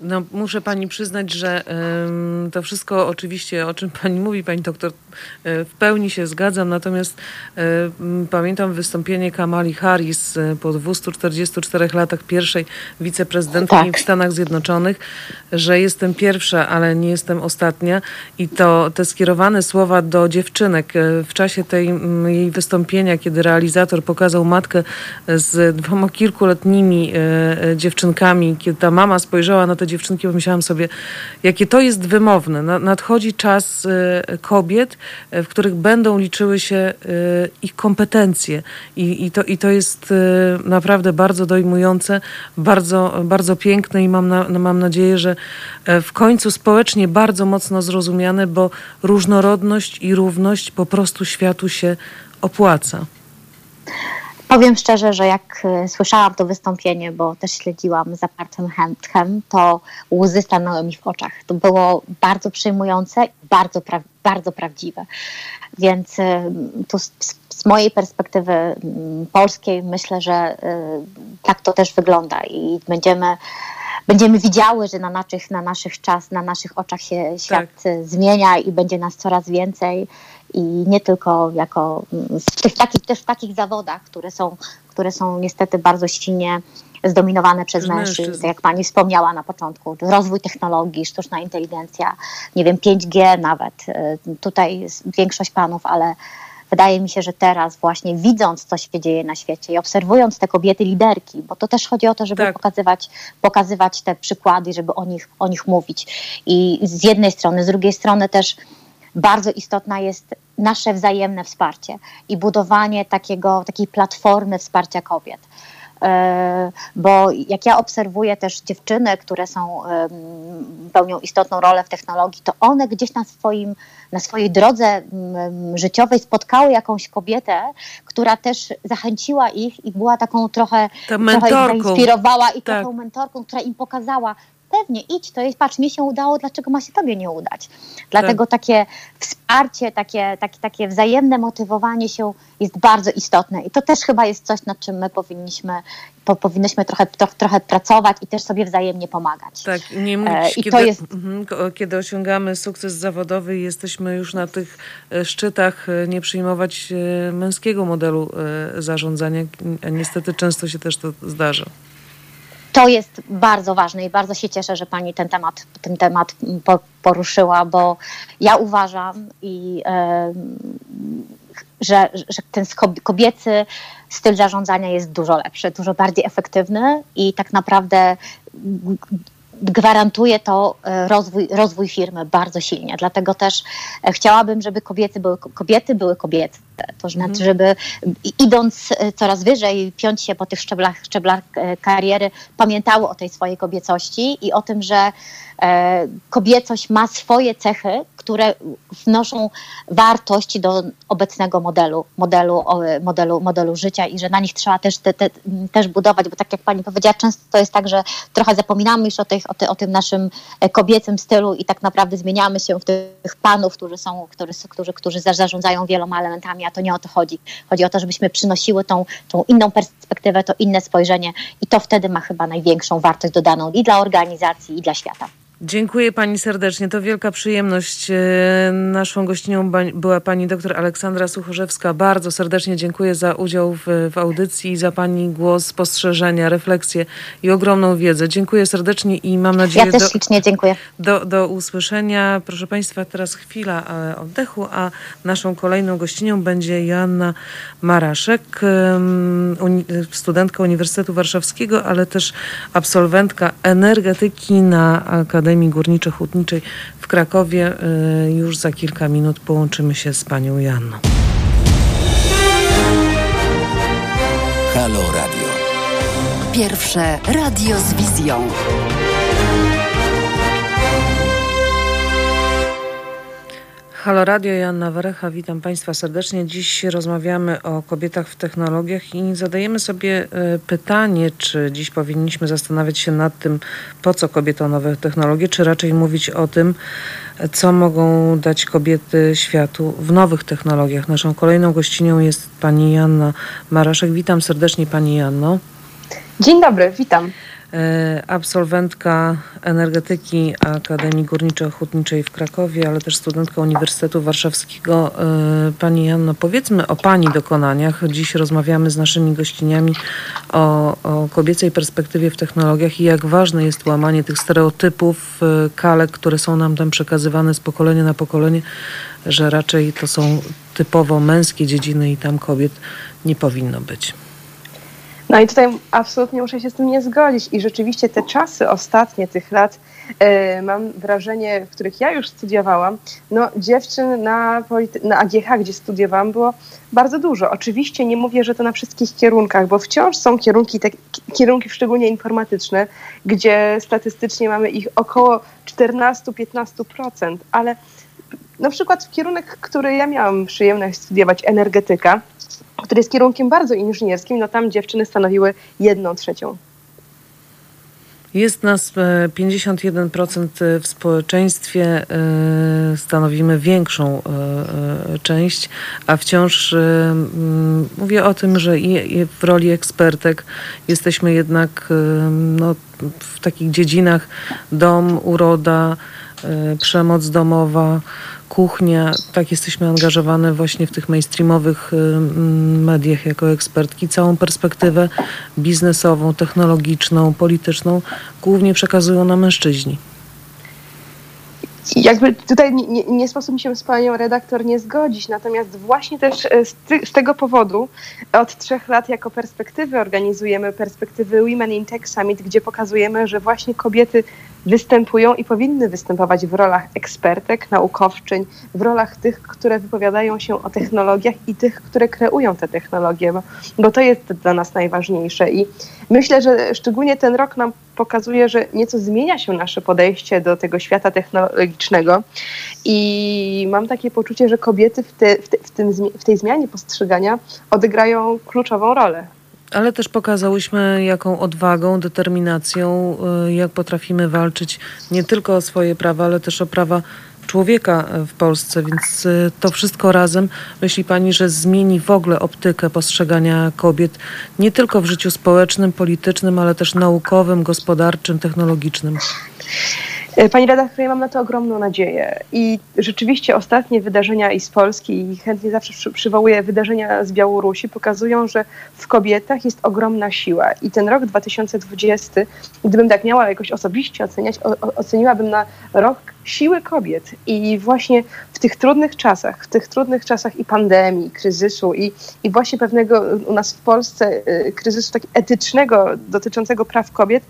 No, muszę pani przyznać, że to wszystko oczywiście, o czym pani mówi, pani doktor, w pełni się zgadzam, natomiast pamiętam wystąpienie Kamali Harris po 244 latach pierwszej wiceprezydentki w Stanach Zjednoczonych, że jestem pierwsza, ale nie jestem ostatnia, i to te skierowane słowa do dziewczynek w czasie jej wystąpienia, kiedy realizator pokazał matkę z 2 kilkuletnimi dziewczynkami, kiedy ta mama spojrzała na te dziewczynki, pomyślałam sobie, jakie to jest wymowne. Nadchodzi czas kobiet, w których będą liczyły się ich kompetencje. I to jest naprawdę bardzo dojmujące, bardzo, bardzo piękne i mam nadzieję, że w końcu społecznie bardzo mocno zrozumiane, bo różnorodność i równość po prostu światu się opłaca. Powiem szczerze, że jak słyszałam to wystąpienie, bo też śledziłam zapartym tchem, to łzy stanęły mi w oczach. To było bardzo przejmujące i bardzo prawdziwe. Więc tu z mojej perspektywy polskiej myślę, że tak to też wygląda i będziemy widziały, że na naszych oczach się świat zmienia i będzie nas coraz więcej. I nie tylko jako w takich zawodach, które są niestety bardzo silnie zdominowane przez mężczyzn, tak jak pani wspomniała na początku, rozwój technologii, sztuczna inteligencja, 5G nawet. Tutaj większość panów, ale wydaje mi się, że teraz właśnie widząc, co się dzieje na świecie i obserwując te kobiety liderki, bo to też chodzi o to, żeby pokazywać te przykłady, żeby o nich mówić. I z jednej strony, z drugiej strony też bardzo istotne jest nasze wzajemne wsparcie i budowanie takiej platformy wsparcia kobiet. Bo jak ja obserwuję też dziewczyny, które pełnią istotną rolę w technologii, to one gdzieś na swojej drodze życiowej spotkały jakąś kobietę, która też zachęciła ich i była taką trochę ich zainspirowała i taką mentorką, która im pokazała, pewnie idź, to jest, patrz, mi się udało, dlaczego ma się tobie nie udać? Dlatego takie wsparcie, takie wzajemne motywowanie się jest bardzo istotne i to też chyba jest coś, nad czym my powinnyśmy trochę pracować i też sobie wzajemnie pomagać. Tak, nie mówić, kiedy osiągamy sukces zawodowy i jesteśmy już na tych szczytach, nie przyjmować męskiego modelu zarządzania. Niestety często się też to zdarza. To jest bardzo ważne i bardzo się cieszę, że pani ten temat poruszyła, bo ja uważam, że ten kobiecy styl zarządzania jest dużo lepszy, dużo bardziej efektywny i tak naprawdę gwarantuje to rozwój firmy bardzo silnie. Dlatego też chciałabym, żeby kobiety były kobiece. To znaczy, żeby idąc coraz wyżej, piąć się po tych szczeblach kariery, pamiętały o tej swojej kobiecości i o tym, że kobiecość ma swoje cechy, które wnoszą wartość do obecnego modelu życia i że na nich trzeba też budować, bo tak jak pani powiedziała, często to jest tak, że trochę zapominamy już o tym naszym kobiecym stylu i tak naprawdę zmieniamy się w tych panów, którzy zarządzają wieloma elementami, a to nie o to chodzi. Chodzi o to, żebyśmy przynosiły tą inną perspektywę, to inne spojrzenie i to wtedy ma chyba największą wartość dodaną i dla organizacji, i dla świata. Dziękuję pani serdecznie. To wielka przyjemność. Naszą gościnią była pani dr Aleksandra Suchorzewska. Bardzo serdecznie dziękuję za udział w audycji i za pani głos, spostrzeżenia, refleksje i ogromną wiedzę. Dziękuję serdecznie i mam nadzieję... Ja też ślicznie dziękuję. Do usłyszenia. Proszę państwa, teraz chwila oddechu, a naszą kolejną gościnią będzie Joanna Maraszek, studentka Uniwersytetu Warszawskiego, ale też absolwentka energetyki na Akademii Górniczo-Hutniczej w Krakowie. Już za kilka minut połączymy się z panią Joanną. Halo Radio. Pierwsze radio z wizją. Halo Radio, Joanna Warecha, witam państwa serdecznie. Dziś rozmawiamy o kobietach w technologiach i zadajemy sobie pytanie, czy dziś powinniśmy zastanawiać się nad tym, po co kobietom nowe technologie, czy raczej mówić o tym, co mogą dać kobiety światu w nowych technologiach. Naszą kolejną gościnią jest pani Joanna Maraszek. Witam serdecznie pani Joanno. Dzień dobry, witam. absolwentka energetyki Akademii Górniczo-Hutniczej w Krakowie, ale też studentka Uniwersytetu Warszawskiego. Pani Joanno, powiedzmy o Pani dokonaniach. Dziś rozmawiamy z naszymi gościniami o kobiecej perspektywie w technologiach i jak ważne jest łamanie tych stereotypów, kalek, które są nam tam przekazywane z pokolenia na pokolenie, że raczej to są typowo męskie dziedziny i tam kobiet nie powinno być. No i tutaj absolutnie muszę się z tym nie zgodzić i rzeczywiście te czasy ostatnie tych lat, mam wrażenie, w których ja już studiowałam, no dziewczyn na AGH, gdzie studiowałam, było bardzo dużo. Oczywiście nie mówię, że to na wszystkich kierunkach, bo wciąż są kierunki szczególnie informatyczne, gdzie statystycznie mamy ich około 14-15%, ale na przykład kierunek, który ja miałam przyjemność studiować, energetyka, który jest kierunkiem bardzo inżynierskim, no tam dziewczyny stanowiły 1/3. Jest nas 51% w społeczeństwie, stanowimy większą część, a wciąż mówię o tym, że i w roli ekspertek jesteśmy jednak w takich dziedzinach dom, uroda, przemoc domowa, kuchnia, tak jesteśmy angażowane właśnie w tych mainstreamowych mediach jako ekspertki. Całą perspektywę biznesową, technologiczną, polityczną głównie przekazują nam mężczyźni. Jakby tutaj nie sposób mi się z panią redaktor nie zgodzić, natomiast właśnie też z tego powodu od 3 lat jako perspektywy organizujemy perspektywy Women in Tech Summit, gdzie pokazujemy, że właśnie kobiety występują i powinny występować w rolach ekspertek, naukowczyń, w rolach tych, które wypowiadają się o technologiach i tych, które kreują te technologie, bo to jest dla nas najważniejsze i myślę, że szczególnie ten rok nam pokazuje, że nieco zmienia się nasze podejście do tego świata technologicznego i mam takie poczucie, że kobiety w tej zmianie postrzegania odegrają kluczową rolę. Ale też pokazałyśmy, jaką odwagą, determinacją, jak potrafimy walczyć nie tylko o swoje prawa, ale też o prawa człowieka w Polsce, więc to wszystko razem, myśli pani, że zmieni w ogóle optykę postrzegania kobiet nie tylko w życiu społecznym, politycznym, ale też naukowym, gospodarczym, technologicznym? Pani redaktor, ja mam na to ogromną nadzieję i rzeczywiście ostatnie wydarzenia i z Polski i chętnie zawsze przywołuję wydarzenia z Białorusi, pokazują, że w kobietach jest ogromna siła i ten rok 2020, gdybym tak miała jakoś osobiście oceniać, oceniłabym na rok siły kobiet i właśnie w tych trudnych czasach i pandemii, i kryzysu i właśnie pewnego u nas w Polsce kryzysu tak etycznego dotyczącego praw kobiet,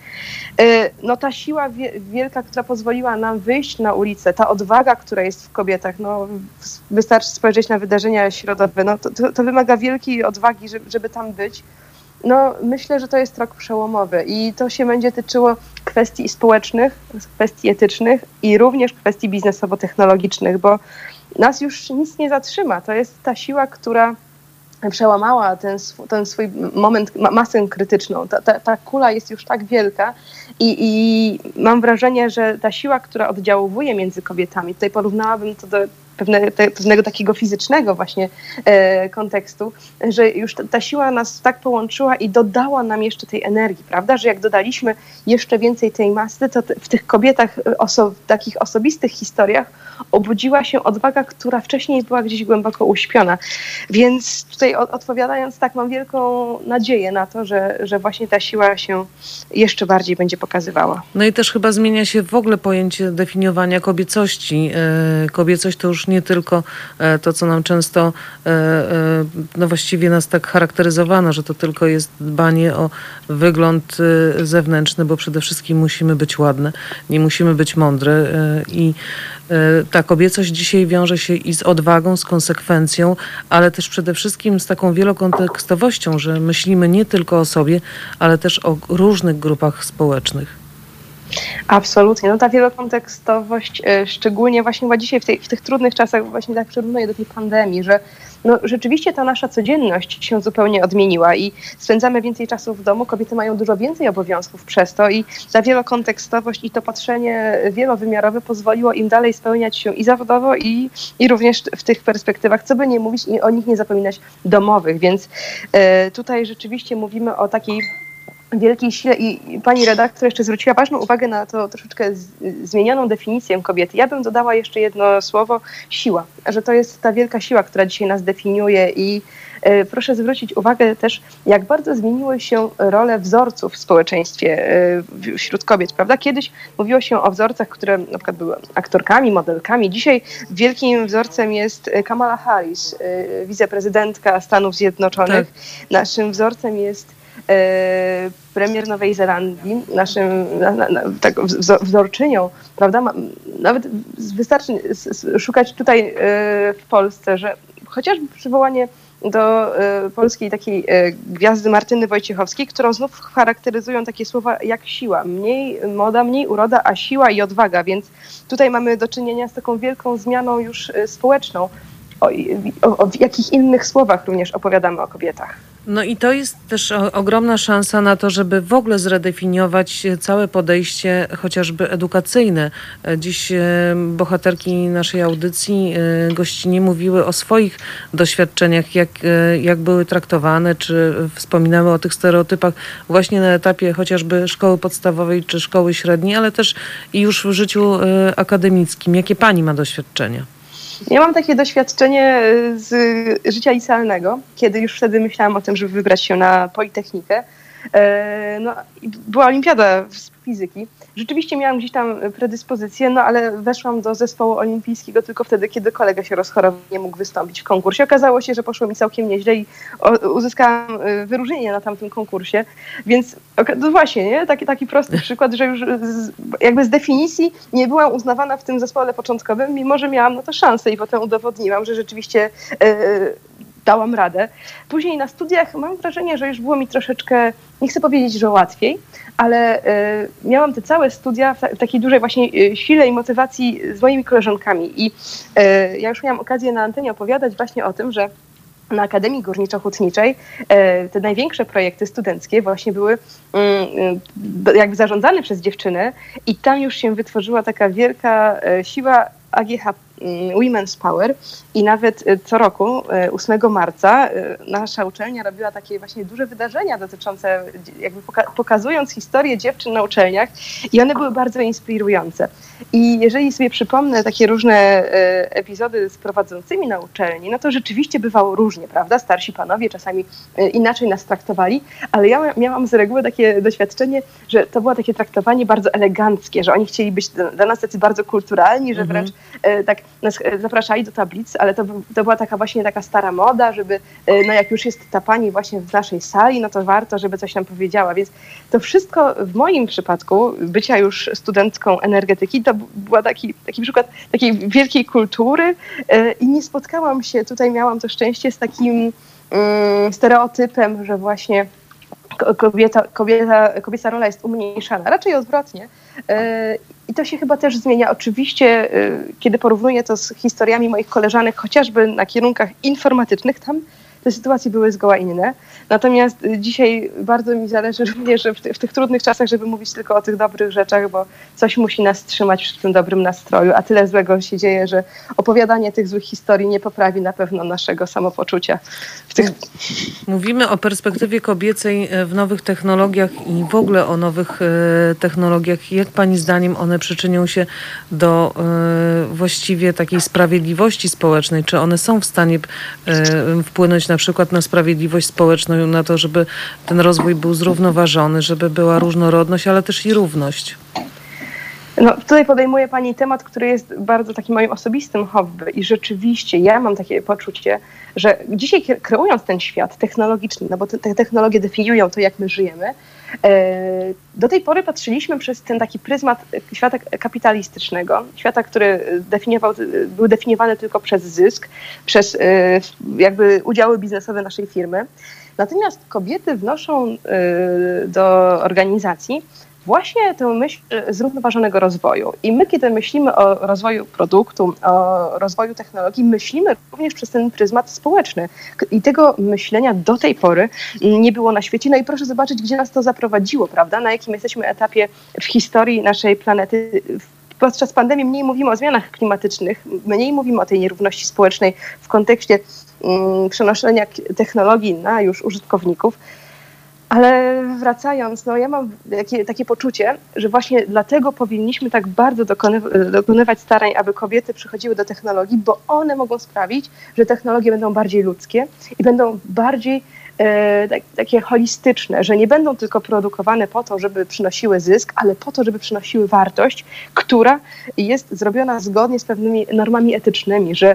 no ta siła wielka, która pozwoliła nam wyjść na ulicę, ta odwaga, która jest w kobietach, no wystarczy spojrzeć na wydarzenia środowe, no to wymaga wielkiej odwagi, żeby tam być. No myślę, że to jest rok przełomowy i to się będzie tyczyło kwestii społecznych, kwestii etycznych i również kwestii biznesowo-technologicznych, bo nas już nic nie zatrzyma. To jest ta siła, która przełamała ten swój moment, masę krytyczną. Ta kula jest już tak wielka i mam wrażenie, że ta siła, która oddziałuje między kobietami, tutaj porównałabym to do pewnego takiego fizycznego właśnie kontekstu, że już ta siła nas tak połączyła i dodała nam jeszcze tej energii, prawda, że jak dodaliśmy jeszcze więcej tej masy, to w tych kobietach, takich osobistych historiach obudziła się odwaga, która wcześniej była gdzieś głęboko uśpiona. Więc tutaj odpowiadając tak, mam wielką nadzieję na to, że właśnie ta siła się jeszcze bardziej będzie pokazywała. No i też chyba zmienia się w ogóle pojęcie definiowania kobiecości. Kobiecość to już nie tylko to, co nam często, no właściwie nas tak charakteryzowano, że to tylko jest dbanie o wygląd zewnętrzny, bo przede wszystkim musimy być ładne, nie musimy być mądre i ta kobiecość dzisiaj wiąże się i z odwagą, z konsekwencją, ale też przede wszystkim z taką wielokontekstowością, że myślimy nie tylko o sobie, ale też o różnych grupach społecznych. Absolutnie. No ta wielokontekstowość szczególnie właśnie chyba dzisiaj w tych trudnych czasach właśnie tak przyrównuję do tej pandemii, że no rzeczywiście ta nasza codzienność się zupełnie odmieniła i spędzamy więcej czasu w domu, kobiety mają dużo więcej obowiązków przez to i ta wielokontekstowość i to patrzenie wielowymiarowe pozwoliło im dalej spełniać się i zawodowo i również w tych perspektywach, co by nie mówić i o nich nie zapominać domowych, więc tutaj rzeczywiście mówimy o takiej wielkiej sile i pani redaktor jeszcze zwróciła ważną uwagę na to troszeczkę zmienioną definicję kobiety. Ja bym dodała jeszcze jedno słowo, siła, że to jest ta wielka siła, która dzisiaj nas definiuje i proszę zwrócić uwagę też, jak bardzo zmieniły się role wzorców w społeczeństwie wśród kobiet, prawda? Kiedyś mówiło się o wzorcach, które na przykład były aktorkami, modelkami. Dzisiaj wielkim wzorcem jest Kamala Harris, wiceprezydentka Stanów Zjednoczonych. Tak. Naszym wzorcem jest premier Nowej Zelandii, naszym wzorczynią, prawda? Nawet wystarczy szukać tutaj w Polsce, że chociażby przywołanie do polskiej takiej gwiazdy Martyny Wojciechowskiej, którą znów charakteryzują takie słowa jak siła. Mniej moda, mniej uroda, a siła i odwaga, więc tutaj mamy do czynienia z taką wielką zmianą już społeczną. O jakich innych słowach również opowiadamy o kobietach. No i to jest też ogromna szansa na to, żeby w ogóle zredefiniować całe podejście chociażby edukacyjne. Dziś bohaterki naszej audycji, gościnie mówiły o swoich doświadczeniach, jak były traktowane, czy wspominały o tych stereotypach właśnie na etapie chociażby szkoły podstawowej czy szkoły średniej, ale też i już w życiu akademickim. Jakie pani ma doświadczenia? Ja mam takie doświadczenie z życia licealnego, kiedy już wtedy myślałam o tym, żeby wybrać się na Politechnikę. No, była olimpiada z fizyki. Rzeczywiście miałam gdzieś tam predyspozycję, no ale weszłam do zespołu olimpijskiego tylko wtedy, kiedy kolega się rozchorował, nie mógł wystąpić w konkursie. Okazało się, że poszło mi całkiem nieźle i uzyskałam wyróżnienie na tamtym konkursie. Więc no właśnie, nie? Taki prosty przykład, że już jakby z definicji nie byłam uznawana w tym zespole początkowym, mimo że miałam na to szansę i potem udowodniłam, że rzeczywiście dałam radę. Później na studiach mam wrażenie, że już było mi troszeczkę, nie chcę powiedzieć, że łatwiej, ale miałam te całe studia w takiej dużej właśnie sile i motywacji z moimi koleżankami. I ja już miałam okazję na antenie opowiadać właśnie o tym, że na Akademii Górniczo-Hutniczej te największe projekty studenckie właśnie były jakby zarządzane przez dziewczyny i tam już się wytworzyła taka wielka siła AGH Women's Power i nawet co roku, 8 marca, nasza uczelnia robiła takie właśnie duże wydarzenia dotyczące, jakby pokazując historię dziewczyn na uczelniach i one były bardzo inspirujące. I jeżeli sobie przypomnę takie różne epizody z prowadzącymi na uczelni, no to rzeczywiście bywało różnie, prawda? Starsi panowie czasami inaczej nas traktowali, ale ja miałam z reguły takie doświadczenie, że to było takie traktowanie bardzo eleganckie, że oni chcieli być dla nas tacy bardzo kulturalni, że wręcz tak nas zapraszali do tablicy, ale to była taka właśnie taka stara moda, żeby no jak już jest ta pani właśnie w naszej sali, no to warto, żeby coś nam powiedziała. Więc to wszystko w moim przypadku, bycia już studentką energetyki, to był taki przykład takiej wielkiej kultury i nie spotkałam się, tutaj miałam to szczęście z takim stereotypem, że właśnie kobieca rola jest umniejszana. Raczej odwrotnie. I to się chyba też zmienia. Oczywiście, kiedy porównuję to z historiami moich koleżanek, chociażby na kierunkach informatycznych, tam te sytuacje były zgoła inne. Natomiast dzisiaj bardzo mi zależy również w tych trudnych czasach, żeby mówić tylko o tych dobrych rzeczach, bo coś musi nas trzymać w tym dobrym nastroju, a tyle złego się dzieje, że opowiadanie tych złych historii nie poprawi na pewno naszego samopoczucia. Mówimy o perspektywie kobiecej w nowych technologiach i w ogóle o nowych technologiach. Jak pani zdaniem one przyczynią się do właściwie takiej sprawiedliwości społecznej? Czy one są w stanie wpłynąć na przykład na sprawiedliwość społeczną, na to, żeby ten rozwój był zrównoważony, żeby była różnorodność, ale też i równość? No, tutaj podejmuje pani temat, który jest bardzo takim moim osobistym hobby i rzeczywiście ja mam takie poczucie, że dzisiaj kreując ten świat technologiczny, no bo te technologie definiują to, jak my żyjemy, do tej pory patrzyliśmy przez ten taki pryzmat świata kapitalistycznego, świata, który był definiowany tylko przez zysk, przez jakby udziały biznesowe naszej firmy. Natomiast kobiety wnoszą do organizacji właśnie tę myśl zrównoważonego rozwoju. I my, kiedy myślimy o rozwoju produktu, o rozwoju technologii, myślimy również przez ten pryzmat społeczny. I tego myślenia do tej pory nie było na świecie. No i proszę zobaczyć, gdzie nas to zaprowadziło, prawda? Na jakim jesteśmy etapie w historii naszej planety. Podczas pandemii mniej mówimy o zmianach klimatycznych, mniej mówimy o tej nierówności społecznej w kontekście przenoszenia technologii na już użytkowników. Ale wracając, ja mam takie poczucie, że właśnie dlatego powinniśmy tak bardzo dokonywać starań, aby kobiety przychodziły do technologii, bo one mogą sprawić, że technologie będą bardziej ludzkie i będą bardziej takie holistyczne, że nie będą tylko produkowane po to, żeby przynosiły zysk, ale po to, żeby przynosiły wartość, która jest zrobiona zgodnie z pewnymi normami etycznymi, że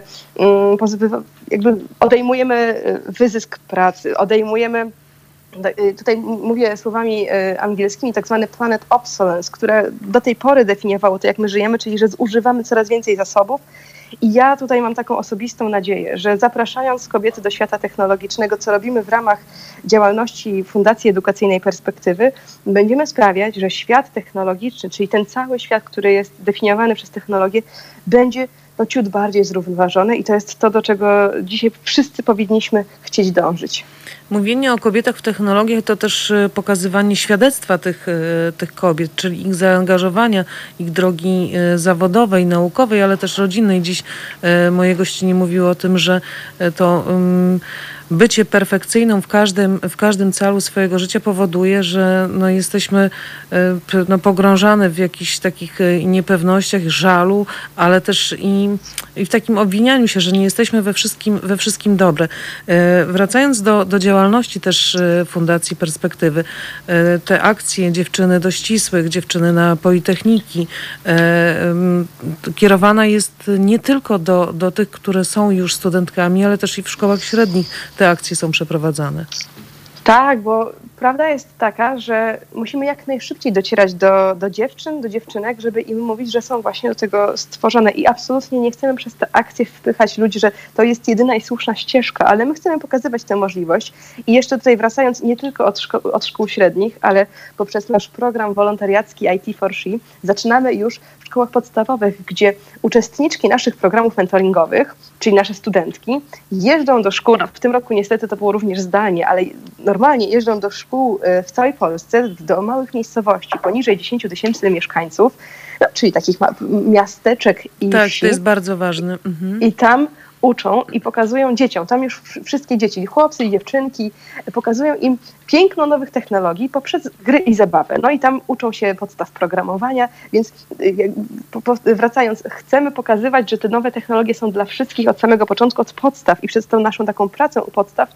jakby odejmujemy wyzysk pracy, odejmujemy, tutaj mówię słowami angielskimi, tak zwany planet obsolescence, które do tej pory definiowało to, jak my żyjemy, czyli że zużywamy coraz więcej zasobów. I ja tutaj mam taką osobistą nadzieję, że zapraszając kobiety do świata technologicznego, co robimy w ramach działalności Fundacji Edukacyjnej Perspektywy, będziemy sprawiać, że świat technologiczny, czyli ten cały świat, który jest definiowany przez technologię, będzie ciut bardziej zrównoważony i to jest to, do czego dzisiaj wszyscy powinniśmy chcieć dążyć. Mówienie o kobietach w technologiach to też pokazywanie świadectwa tych kobiet, czyli ich zaangażowania, ich drogi zawodowej, naukowej, ale też rodzinnej. Dziś moje gościnie mówiły o tym, że to bycie perfekcyjną w każdym calu swojego życia powoduje, że jesteśmy pogrążane w jakichś takich niepewnościach, żalu, ale też i w takim obwinianiu się, że nie jesteśmy we wszystkim dobre. Wracając do działalności też Fundacji Perspektywy, te akcje Dziewczyny do Ścisłych, Dziewczyny na Politechniki, kierowana jest nie tylko do tych, które są już studentkami, ale też i w szkołach średnich te akcje są przeprowadzane. Tak, bo prawda jest taka, że musimy jak najszybciej docierać do dziewczyn, do dziewczynek, żeby im mówić, że są właśnie do tego stworzone i absolutnie nie chcemy przez te akcje wpychać ludzi, że to jest jedyna i słuszna ścieżka, ale my chcemy pokazywać tę możliwość i jeszcze tutaj wracając nie tylko od szkół średnich, ale poprzez nasz program wolontariacki IT for She zaczynamy już w szkołach podstawowych, gdzie uczestniczki naszych programów mentoringowych, czyli nasze studentki, jeżdżą do szkół, w tym roku niestety to było również zdalnie, ale normalnie jeżdżą do szkół w całej Polsce, do małych miejscowości, poniżej 10 000 mieszkańców, czyli takich miasteczek i tak, wsi. To jest bardzo ważne. Mhm. I tam uczą i pokazują dzieciom, tam już wszystkie dzieci, chłopcy i dziewczynki, pokazują im piękno nowych technologii poprzez gry i zabawę. I tam uczą się podstaw programowania, więc wracając, chcemy pokazywać, że te nowe technologie są dla wszystkich od samego początku, od podstaw i przez tą naszą taką pracę u podstaw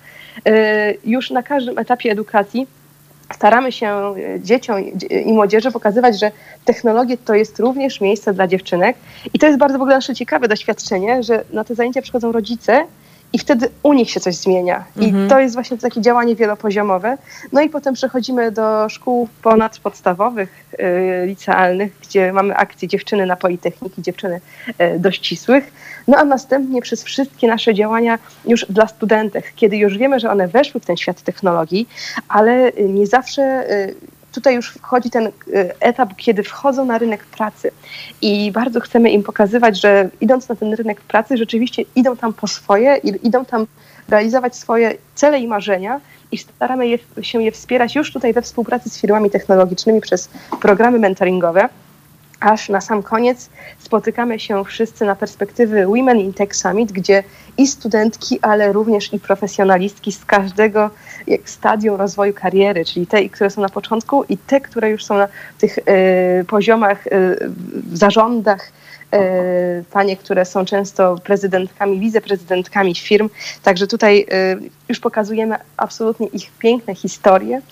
już na każdym etapie edukacji staramy się dzieciom i młodzieży pokazywać, że technologie to jest również miejsce dla dziewczynek i to jest bardzo w ogóle nasze ciekawe doświadczenie, że na te zajęcia przychodzą rodzice i wtedy u nich się coś zmienia. I to jest właśnie takie działanie wielopoziomowe. I potem przechodzimy do szkół ponadpodstawowych, licealnych, gdzie mamy akcje Dziewczyny na Politechniki, Dziewczyny do Ścisłych. A następnie przez wszystkie nasze działania już dla studentek, kiedy już wiemy, że one weszły w ten świat technologii, ale nie zawsze tutaj już wchodzi ten etap, kiedy wchodzą na rynek pracy i bardzo chcemy im pokazywać, że idąc na ten rynek pracy rzeczywiście idą tam po swoje, idą tam realizować swoje cele i marzenia i staramy się je wspierać już tutaj we współpracy z firmami technologicznymi przez programy mentoringowe. Aż na sam koniec spotykamy się wszyscy na Perspektywy Women in Tech Summit, gdzie i studentki, ale również i profesjonalistki z każdego stadium rozwoju kariery, czyli te, które są na początku i te, które już są na tych poziomach w zarządach, panie, które są często prezydentkami, wiceprezydentkami firm. Także tutaj już pokazujemy absolutnie ich piękne historie,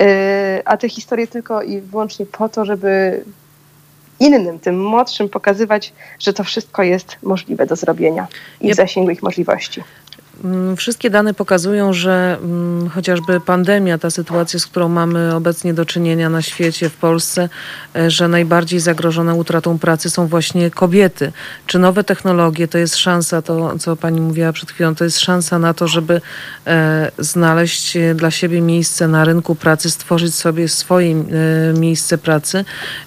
a te historie tylko i wyłącznie po to, żeby innym, tym młodszym pokazywać, że to wszystko jest możliwe do zrobienia i w zasięgu ich możliwości. Wszystkie dane pokazują, że chociażby pandemia, ta sytuacja, z którą mamy obecnie do czynienia na świecie, w Polsce, że najbardziej zagrożone utratą pracy są właśnie kobiety. Czy nowe technologie to jest szansa, to co pani mówiła przed chwilą, to jest szansa na to, żeby znaleźć dla siebie miejsce na rynku pracy, stworzyć sobie swoje miejsce pracy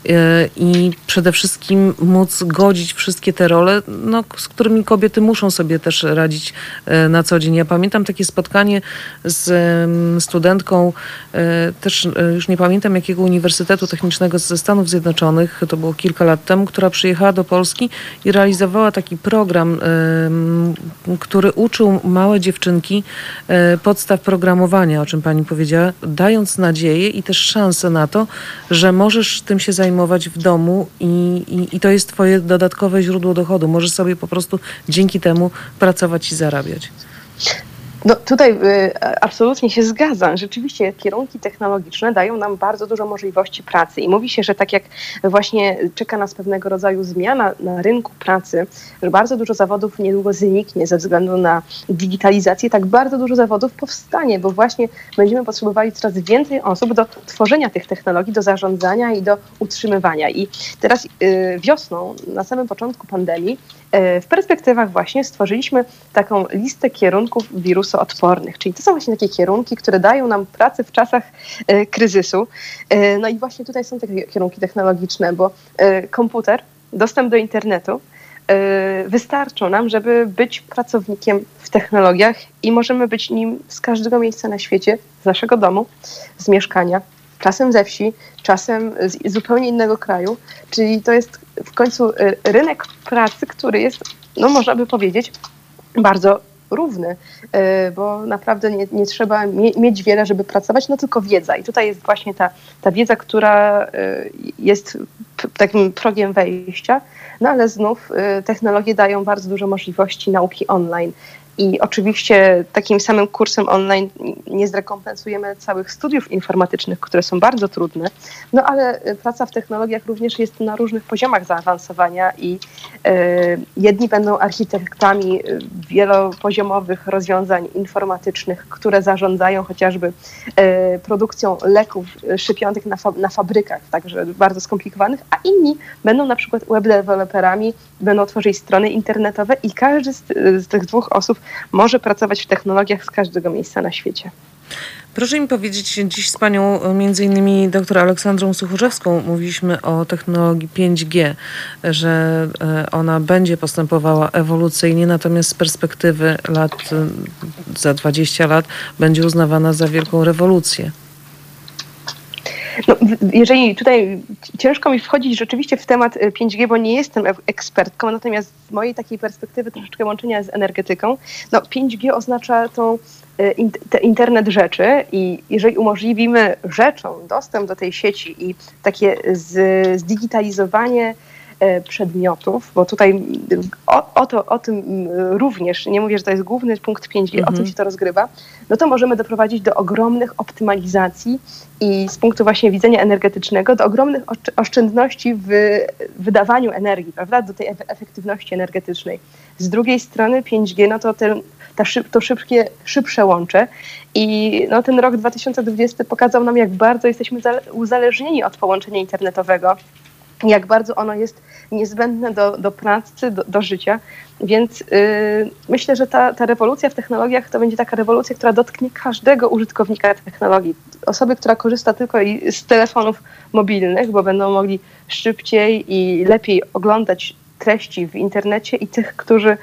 i przede wszystkim móc godzić wszystkie te role, z którymi kobiety muszą sobie też radzić na co dzień. Ja pamiętam takie spotkanie z studentką, też już nie pamiętam jakiego Uniwersytetu Technicznego ze Stanów Zjednoczonych, to było kilka lat temu, która przyjechała do Polski i realizowała taki program, który uczył małe dziewczynki podstaw programowania, o czym pani powiedziała, dając nadzieję i też szansę na to, że możesz tym się zajmować w domu i to jest twoje dodatkowe źródło dochodu. Możesz sobie po prostu dzięki temu pracować i zarabiać. No tutaj absolutnie się zgadzam. Rzeczywiście kierunki technologiczne dają nam bardzo dużo możliwości pracy i mówi się, że tak jak właśnie czeka nas pewnego rodzaju zmiana na rynku pracy, że bardzo dużo zawodów niedługo zniknie ze względu na digitalizację, tak bardzo dużo zawodów powstanie, bo właśnie będziemy potrzebowali coraz więcej osób do tworzenia tych technologii, do zarządzania i do utrzymywania. I teraz wiosną, na samym początku pandemii, w perspektywach właśnie stworzyliśmy taką listę kierunków wirusoodpornych, czyli to są właśnie takie kierunki, które dają nam pracę w czasach kryzysu. No i właśnie tutaj są takie kierunki technologiczne, bo komputer, dostęp do internetu wystarczą nam, żeby być pracownikiem w technologiach i możemy być nim z każdego miejsca na świecie, z naszego domu, z mieszkania, czasem ze wsi, czasem z zupełnie innego kraju, czyli to jest w końcu rynek pracy, który jest, no można by powiedzieć, bardzo równy, bo naprawdę nie trzeba mieć wiele, żeby pracować, no tylko wiedza. I tutaj jest właśnie ta wiedza, która jest takim progiem wejścia, no ale znów technologie dają bardzo dużo możliwości nauki online. I oczywiście takim samym kursem online nie zrekompensujemy całych studiów informatycznych, które są bardzo trudne, no ale praca w technologiach również jest na różnych poziomach zaawansowania i jedni będą architektami wielopoziomowych rozwiązań informatycznych, które zarządzają chociażby produkcją leków, szczepionek na fabrykach, także bardzo skomplikowanych, a inni będą na przykład web deweloperami, będą tworzyć strony internetowe i każdy z tych dwóch osób może pracować w technologiach z każdego miejsca na świecie. Proszę mi powiedzieć, dziś z panią między innymi dr Aleksandrą Suchorzewską mówiliśmy o technologii 5G, że ona będzie postępowała ewolucyjnie, natomiast z perspektywy lat, za 20 lat będzie uznawana za wielką rewolucję. No, jeżeli tutaj ciężko mi wchodzić rzeczywiście w temat 5G, bo nie jestem ekspertką, natomiast z mojej takiej perspektywy troszeczkę łączenia z energetyką, no 5G oznacza internet rzeczy i jeżeli umożliwimy rzeczom dostęp do tej sieci i takie zdigitalizowanie przedmiotów, bo tutaj o tym również, nie mówię, że to jest główny punkt 5G, o tym się to rozgrywa, no to możemy doprowadzić do ogromnych optymalizacji i z punktu właśnie widzenia energetycznego do ogromnych oszczędności w wydawaniu energii, prawda, do tej efektywności energetycznej. Z drugiej strony 5G, no to to szybsze łącze i no, ten rok 2020 pokazał nam, jak bardzo jesteśmy uzależnieni od połączenia internetowego, jak bardzo ono jest niezbędne do pracy, do życia. Więc myślę, że ta rewolucja w technologiach to będzie taka rewolucja, która dotknie każdego użytkownika technologii. Osoby, która korzysta tylko z telefonów mobilnych, bo będą mogli szybciej i lepiej oglądać treści w internecie i tych, którzy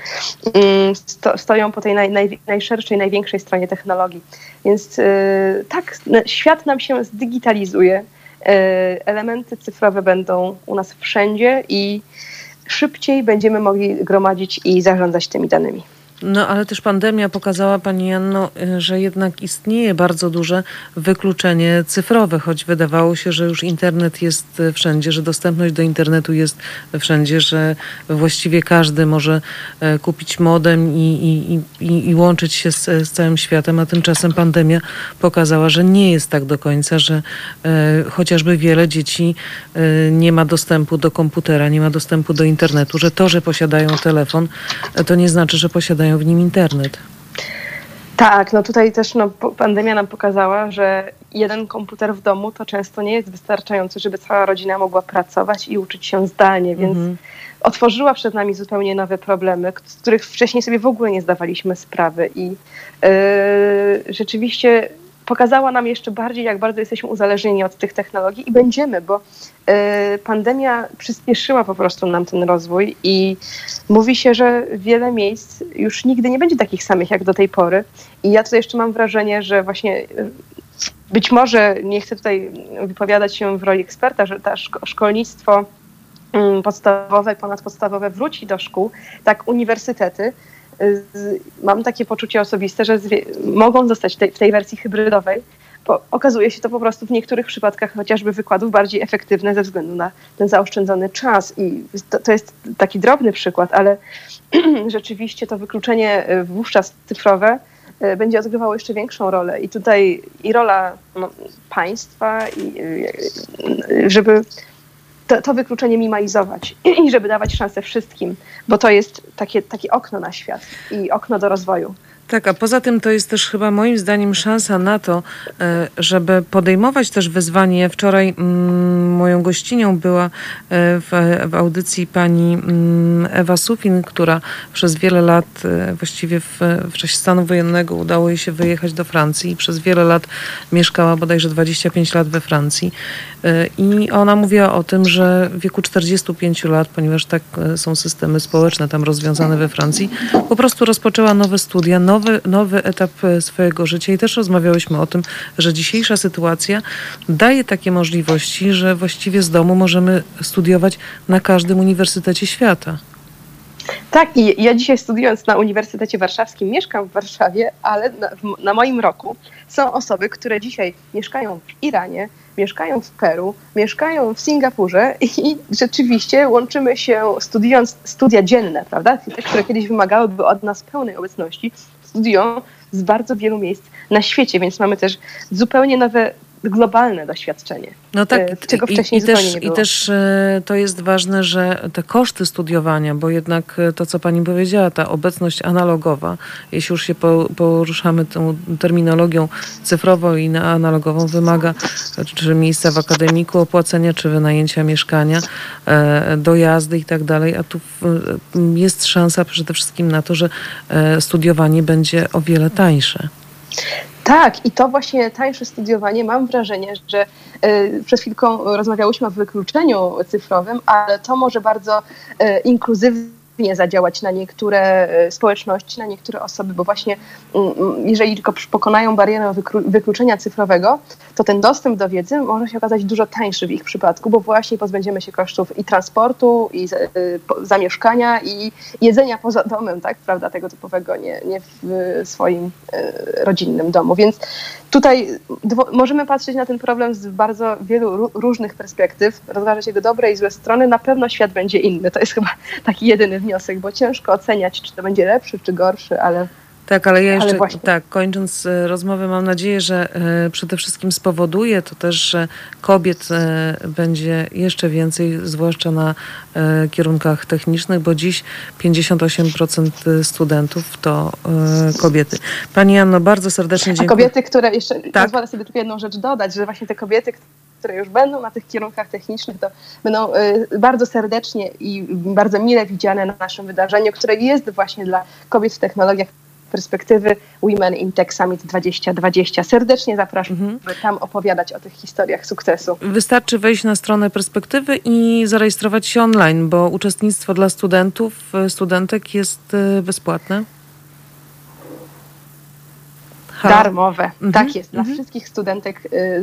stoją po tej najszerszej, największej stronie technologii. Więc tak, świat nam się zdigitalizuje. Elementy cyfrowe będą u nas wszędzie i szybciej będziemy mogli gromadzić i zarządzać tymi danymi. No ale też pandemia pokazała, pani Janno, że jednak istnieje bardzo duże wykluczenie cyfrowe, choć wydawało się, że już internet jest wszędzie, że dostępność do internetu jest wszędzie, że właściwie każdy może kupić modem i łączyć się z całym światem, a tymczasem pandemia pokazała, że nie jest tak do końca, że chociażby wiele dzieci nie ma dostępu do komputera, nie ma dostępu do internetu, że to, że posiadają telefon, to nie znaczy, że posiadają w nim internet. Tak, no tutaj też pandemia nam pokazała, że jeden komputer w domu to często nie jest wystarczający, żeby cała rodzina mogła pracować i uczyć się zdalnie, więc otworzyła przed nami zupełnie nowe problemy, z których wcześniej sobie w ogóle nie zdawaliśmy sprawy i rzeczywiście pokazała nam jeszcze bardziej, jak bardzo jesteśmy uzależnieni od tych technologii i będziemy, bo pandemia przyspieszyła po prostu nam ten rozwój i mówi się, że wiele miejsc już nigdy nie będzie takich samych jak do tej pory. I ja tutaj jeszcze mam wrażenie, że właśnie być może, nie chcę tutaj wypowiadać się w roli eksperta, że szkolnictwo podstawowe, ponadpodstawowe wróci do szkół, tak uniwersytety. Mam takie poczucie osobiste, że mogą zostać w tej wersji hybrydowej, bo okazuje się to po prostu w niektórych przypadkach chociażby wykładów bardziej efektywne ze względu na ten zaoszczędzony czas. I to jest taki drobny przykład, ale rzeczywiście to wykluczenie wówczas cyfrowe będzie odgrywało jeszcze większą rolę. I tutaj i rola państwa, żeby to wykluczenie minimalizować i żeby dawać szansę wszystkim, bo to jest takie okno na świat i okno do rozwoju. Tak, a poza tym to jest też chyba moim zdaniem szansa na to, żeby podejmować też wyzwanie. Wczoraj moją gościnią była w audycji pani Ewa Sufin, która przez wiele lat, właściwie w czasie stanu wojennego udało jej się wyjechać do Francji i przez wiele lat mieszkała, bodajże 25 lat we Francji. I ona mówiła o tym, że w wieku 45 lat, ponieważ tak są systemy społeczne tam rozwiązane we Francji, po prostu rozpoczęła nowe studia, nowy etap swojego życia i też rozmawiałyśmy o tym, że dzisiejsza sytuacja daje takie możliwości, że właściwie z domu możemy studiować na każdym uniwersytecie świata. Tak, i ja dzisiaj studiując na Uniwersytecie Warszawskim mieszkam w Warszawie, ale na moim roku są osoby, które dzisiaj mieszkają w Iranie, mieszkają w Peru, mieszkają w Singapurze i rzeczywiście łączymy się studiując studia dzienne, prawda? Te, które kiedyś wymagałyby od nas pełnej obecności, studiują z bardzo wielu miejsc na świecie, więc mamy też zupełnie nowe globalne doświadczenie, no tak, czego wcześniej zupełnie nie było. I też to jest ważne, że te koszty studiowania, bo jednak to, co pani powiedziała, ta obecność analogowa, jeśli już się poruszamy tą terminologią cyfrową i analogową, wymaga czy miejsca w akademiku, opłacenia, czy wynajęcia mieszkania, dojazdy i tak dalej, a tu jest szansa przede wszystkim na to, że studiowanie będzie o wiele tańsze. Tak, i to właśnie tańsze studiowanie, mam wrażenie, że przed chwilką rozmawiałyśmy o wykluczeniu cyfrowym, ale to może bardzo inkluzywnie zadziałać na niektóre społeczności, na niektóre osoby, bo właśnie jeżeli tylko pokonają barierę wykluczenia cyfrowego, to ten dostęp do wiedzy może się okazać dużo tańszy w ich przypadku, bo właśnie pozbędziemy się kosztów i transportu, i zamieszkania, i jedzenia poza domem, tak, prawda, tego typowego, nie w swoim rodzinnym domu. Więc tutaj możemy patrzeć na ten problem z bardzo wielu różnych perspektyw, rozważać jego dobre i złe strony. Na pewno świat będzie inny. To jest chyba taki jedyny wniosek, bo ciężko oceniać, czy to będzie lepszy, czy gorszy, ale... Tak, ale ja jeszcze, kończąc rozmowę, mam nadzieję, że przede wszystkim spowoduje to też, że kobiet będzie jeszcze więcej, zwłaszcza na kierunkach technicznych, bo dziś 58% studentów to kobiety. Pani Anno, bardzo serdecznie dziękuję. A kobiety, które jeszcze, pozwolę sobie tylko jedną rzecz dodać, że właśnie te kobiety, które już będą na tych kierunkach technicznych, to będą bardzo serdecznie i bardzo mile widziane na naszym wydarzeniu, które jest właśnie dla kobiet w technologiach perspektywy Women in Tech Summit 2020. Serdecznie zapraszam, by tam opowiadać o tych historiach sukcesu. Wystarczy wejść na stronę Perspektywy i zarejestrować się online, bo uczestnictwo dla studentów, studentek jest bezpłatne. Darmowe. Tak jest. Dla wszystkich studentek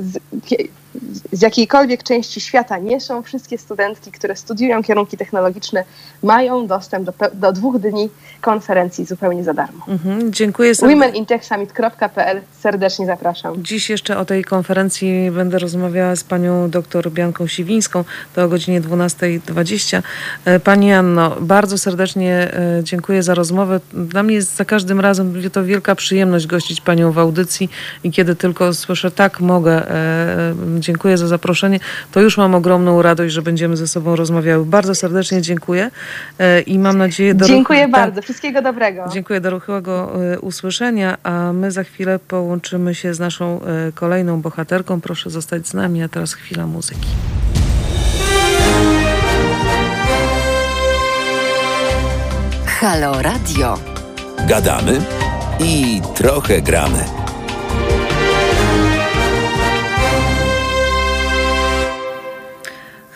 z jakiejkolwiek części świata. Nie są wszystkie studentki, które studiują kierunki technologiczne, mają dostęp do 2 dni konferencji zupełnie za darmo. Dziękuję serdecznie. womenintechsummit.pl. Serdecznie zapraszam. Dziś jeszcze o tej konferencji będę rozmawiała z panią dr Bianką Siwińską. To o godzinie 12:20. Pani Anno, bardzo serdecznie dziękuję za rozmowę. Dla mnie jest za każdym razem to wielka przyjemność gościć panią w audycji i kiedy tylko słyszę, tak, mogę, dziękuję za zaproszenie, to już mam ogromną radość, że będziemy ze sobą rozmawiały. Bardzo serdecznie dziękuję i mam nadzieję... Dziękuję bardzo. Wszystkiego dobrego. Dziękuję, do ruchłego usłyszenia, a my za chwilę połączymy się z naszą kolejną bohaterką. Proszę zostać z nami, a teraz chwila muzyki. Halo Radio. Gadamy i trochę gramy.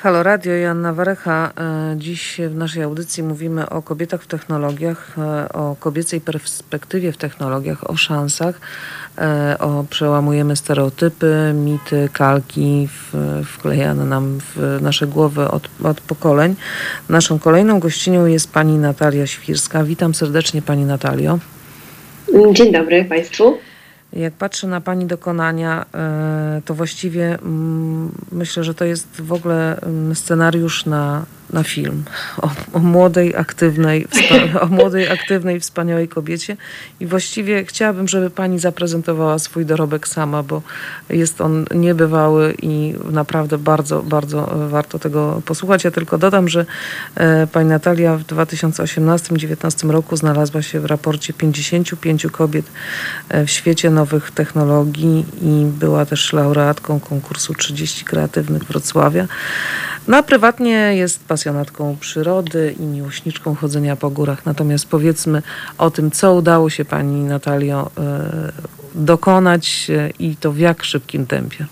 Halo Radio, Joanna Warecha. Dziś w naszej audycji mówimy o kobietach w technologiach, o kobiecej perspektywie w technologiach, o szansach, przełamujemy stereotypy, mity, kalki wklejane nam w nasze głowy od pokoleń. Naszą kolejną gościnią jest pani Natalia Świrska. Witam serdecznie pani Natalio. Dzień dobry Państwu. Jak patrzę na pani dokonania, to właściwie myślę, że to jest w ogóle scenariusz na film o młodej, aktywnej, wspaniałej kobiecie. I właściwie chciałabym, żeby pani zaprezentowała swój dorobek sama, bo jest on niebywały i naprawdę bardzo, bardzo warto tego posłuchać. Ja tylko dodam, że pani Natalia w 2018-2019 roku znalazła się w raporcie 55 kobiet w świecie nowych technologii i była też laureatką konkursu 30 kreatywnych Wrocławia. No a prywatnie jest pasjonatką przyrody i miłośniczką chodzenia po górach. Natomiast powiedzmy o tym, co udało się pani Natalio dokonać i to w jak szybkim tempie.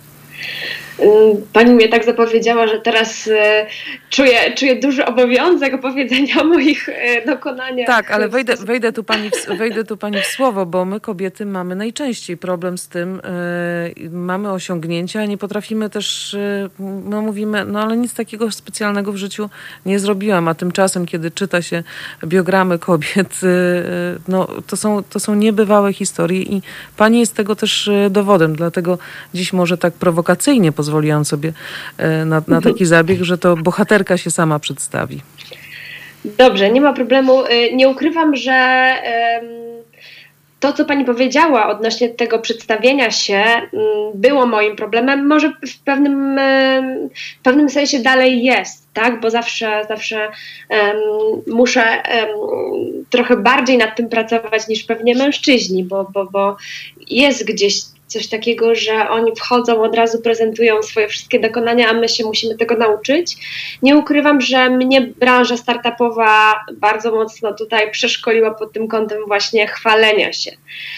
Pani mnie tak zapowiedziała, że teraz czuję duży obowiązek opowiedzenia o moich dokonaniach. Tak, ale wejdę tu pani w słowo, bo my kobiety mamy najczęściej problem z tym, mamy osiągnięcia, a nie potrafimy też, mówimy, ale nic takiego specjalnego w życiu nie zrobiłam, a tymczasem, kiedy czyta się biogramy kobiet, to są niebywałe historie i pani jest tego też dowodem, dlatego dziś może tak prowokacyjnie pozwoliłam sobie na taki zabieg, że to bohaterka się sama przedstawi. Dobrze, nie ma problemu. Nie ukrywam, że to, co pani powiedziała odnośnie tego przedstawienia się, było moim problemem. Może w pewnym sensie dalej jest, tak? Bo zawsze muszę trochę bardziej nad tym pracować niż pewnie mężczyźni, bo jest gdzieś coś takiego, że oni wchodzą, od razu prezentują swoje wszystkie dokonania, a my się musimy tego nauczyć. Nie ukrywam, że mnie branża startupowa bardzo mocno tutaj przeszkoliła pod tym kątem właśnie chwalenia się.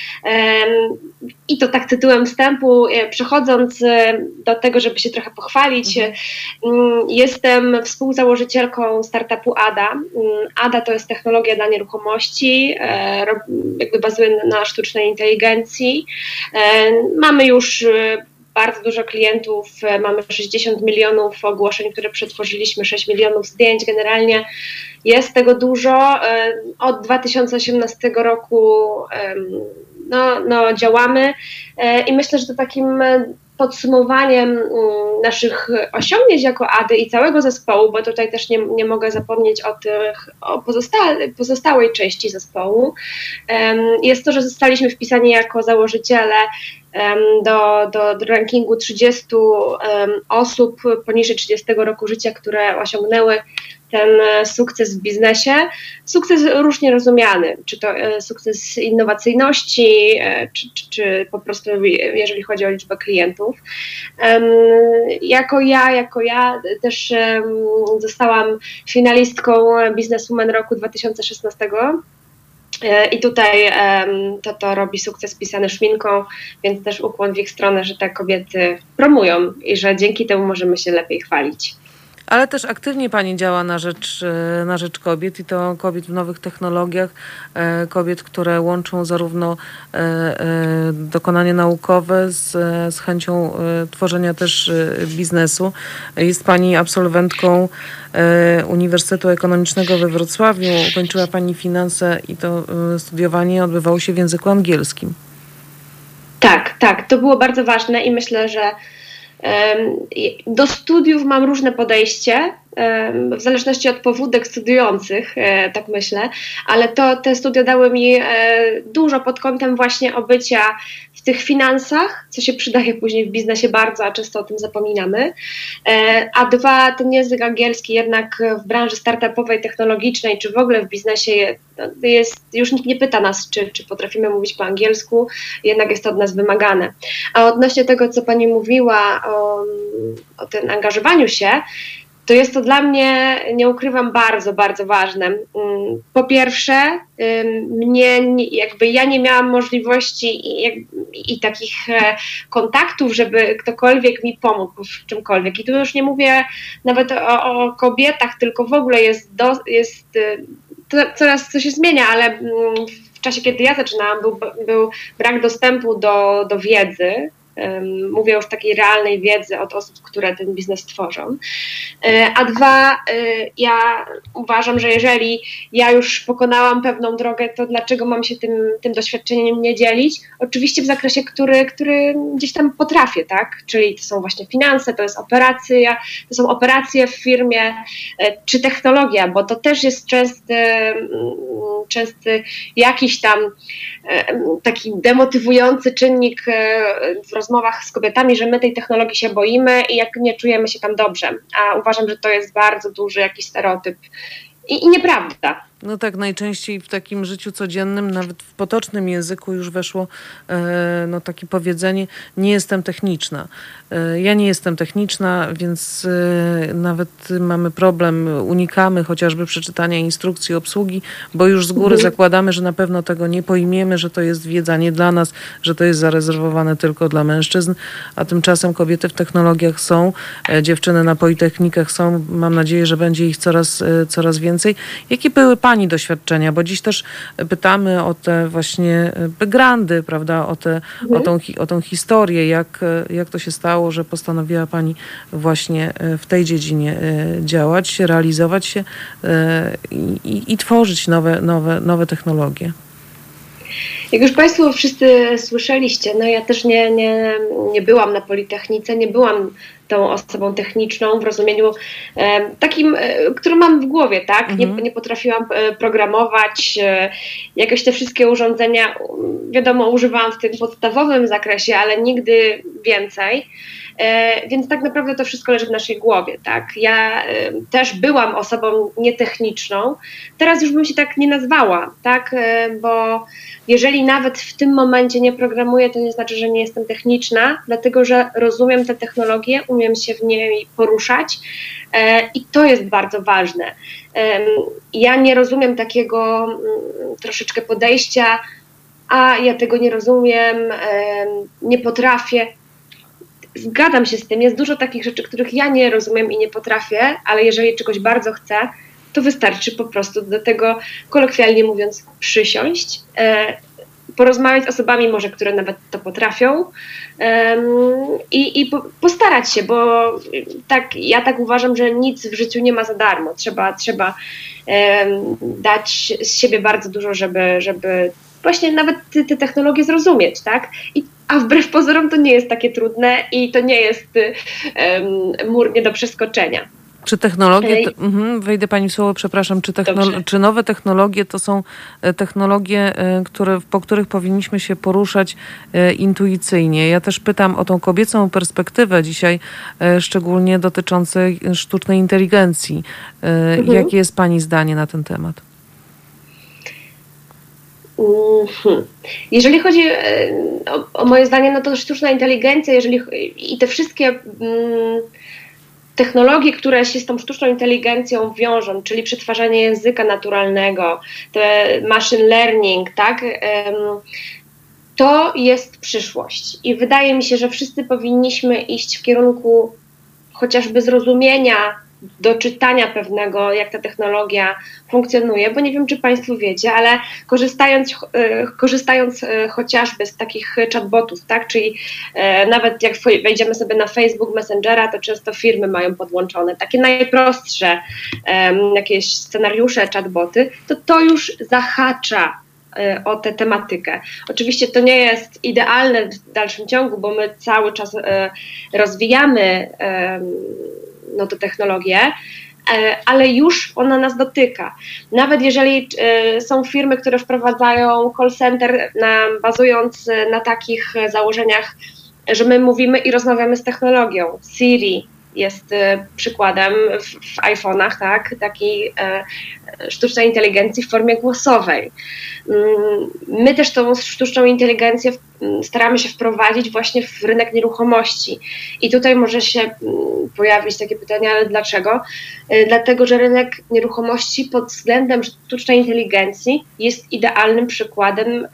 I to tak tytułem wstępu, przechodząc do tego, żeby się trochę pochwalić, jestem współzałożycielką startupu ADA. ADA to jest technologia dla nieruchomości, jakby bazuje na sztucznej inteligencji. Mamy już bardzo dużo klientów, mamy 60 milionów ogłoszeń, które przetworzyliśmy, 6 milionów zdjęć. Generalnie jest tego dużo. Od 2018 roku działamy i myślę, że to takim podsumowaniem naszych osiągnięć jako ADY i całego zespołu, bo tutaj też nie mogę zapomnieć o pozostałej części zespołu, jest to, że zostaliśmy wpisani jako założyciele do rankingu 30 osób poniżej 30 roku życia, które osiągnęły ten sukces w biznesie. Sukces różnie rozumiany, czy to sukces innowacyjności, czy po prostu jeżeli chodzi o liczbę klientów. Jako ja też zostałam finalistką Businesswoman roku 2016. I tutaj to robi sukces pisany szminką, więc też ukłon w ich stronę, że te kobiety promują i że dzięki temu możemy się lepiej chwalić. Ale też aktywnie pani działa na rzecz kobiet i to kobiet w nowych technologiach, kobiet, które łączą zarówno dokonanie naukowe z chęcią tworzenia też biznesu. Jest pani absolwentką Uniwersytetu Ekonomicznego we Wrocławiu, ukończyła pani finanse i to studiowanie odbywało się w języku angielskim. Tak, to było bardzo ważne i myślę, że do studiów mam różne podejście, w zależności od pobudek studiujących, tak myślę, ale te studia dały mi dużo pod kątem właśnie obycia w tych finansach, co się przydaje później w biznesie bardzo, a często o tym zapominamy. A dwa, ten język angielski jednak w branży startupowej, technologicznej, czy w ogóle w biznesie już nikt nie pyta nas, czy potrafimy mówić po angielsku, jednak jest to od nas wymagane. A odnośnie tego, co pani mówiła o tym angażowaniu się, to jest to dla mnie, nie ukrywam, bardzo, bardzo ważne. Po pierwsze, ja nie miałam możliwości i takich kontaktów, żeby ktokolwiek mi pomógł w czymkolwiek. I tu już nie mówię nawet o kobietach, tylko w ogóle coraz to się zmienia, ale w czasie, kiedy ja zaczynałam, był brak dostępu do wiedzy. Mówię już takiej realnej wiedzy od osób, które ten biznes tworzą. A dwa, ja uważam, że jeżeli ja już pokonałam pewną drogę, to dlaczego mam się tym doświadczeniem nie dzielić? Oczywiście w zakresie, który gdzieś tam potrafię, tak? Czyli to są właśnie finanse, to są operacje w firmie, czy technologia, bo to też jest częsty jakiś tam taki demotywujący czynnik w rozmowach z kobietami, że my tej technologii się boimy i jak nie czujemy się tam dobrze. A uważam, że to jest bardzo duży jakiś stereotyp i nieprawda. No tak, najczęściej w takim życiu codziennym, nawet w potocznym języku już weszło takie powiedzenie: nie jestem techniczna. Ja nie jestem techniczna, więc nawet mamy problem, unikamy chociażby przeczytania instrukcji obsługi, bo już z góry zakładamy, że na pewno tego nie pojmiemy, że to jest wiedza nie dla nas, że to jest zarezerwowane tylko dla mężczyzn, a tymczasem kobiety w technologiach są, dziewczyny na politechnikach są, mam nadzieję, że będzie ich coraz więcej. Jakie były Pani doświadczenia? Bo dziś też pytamy o te właśnie backgroundy, prawda, o tą historię, jak to się stało, że postanowiła Pani właśnie w tej dziedzinie działać, realizować się i tworzyć nowe technologie. Jak już Państwo wszyscy słyszeliście, no ja też nie byłam na Politechnice, nie byłam tą osobą techniczną w rozumieniu takim, który mam w głowie, tak? Nie potrafiłam programować, jakoś te wszystkie urządzenia, wiadomo, używałam w tym podstawowym zakresie, ale nigdy więcej. Więc tak naprawdę to wszystko leży w naszej głowie, tak? Ja też byłam osobą nietechniczną, teraz już bym się tak nie nazwała, tak? Bo jeżeli nawet w tym momencie nie programuję, to nie znaczy, że nie jestem techniczna, dlatego że rozumiem tę technologię, umiem się w niej poruszać i to jest bardzo ważne. Ja nie rozumiem takiego troszeczkę podejścia, a ja tego nie rozumiem, nie potrafię. Zgadzam się z tym, jest dużo takich rzeczy, których ja nie rozumiem i nie potrafię, ale jeżeli czegoś bardzo chcę, to wystarczy po prostu do tego, kolokwialnie mówiąc, przysiąść, porozmawiać z osobami może, które nawet to potrafią i postarać się, bo ja tak uważam, że nic w życiu nie ma za darmo. Trzeba dać z siebie bardzo dużo, żeby właśnie nawet te technologie zrozumieć, tak? A wbrew pozorom to nie jest takie trudne i to nie jest mur nie do przeskoczenia. Czy technologie, wejdę Pani w słowo, przepraszam, czy nowe technologie to są technologie, po których powinniśmy się poruszać intuicyjnie? Ja też pytam o tą kobiecą perspektywę dzisiaj, szczególnie dotyczącej sztucznej inteligencji. Jakie jest Pani zdanie na ten temat? Jeżeli chodzi o moje zdanie, no to sztuczna inteligencja, i te wszystkie technologie, które się z tą sztuczną inteligencją wiążą, czyli przetwarzanie języka naturalnego, te machine learning, tak, to jest przyszłość. I wydaje mi się, że wszyscy powinniśmy iść w kierunku chociażby zrozumienia, doczytania pewnego, jak ta technologia funkcjonuje, bo nie wiem, czy Państwo wiecie, ale korzystając chociażby z takich chatbotów, tak, czyli nawet jak wejdziemy sobie na Facebook Messengera, to często firmy mają podłączone takie najprostsze jakieś scenariusze, chatboty, to już zahacza o tę tematykę. Oczywiście to nie jest idealne w dalszym ciągu, bo my cały czas rozwijamy tę technologię, ale już ona nas dotyka. Nawet jeżeli są firmy, które wprowadzają call center bazując na takich założeniach, że my mówimy i rozmawiamy z technologią, Siri, jest przykładem w iPhone'ach, tak, takiej sztucznej inteligencji w formie głosowej. My też tą sztuczną inteligencję staramy się wprowadzić właśnie w rynek nieruchomości. I tutaj może się pojawić takie pytanie, ale dlaczego? Dlatego, że rynek nieruchomości pod względem sztucznej inteligencji jest idealnym przykładem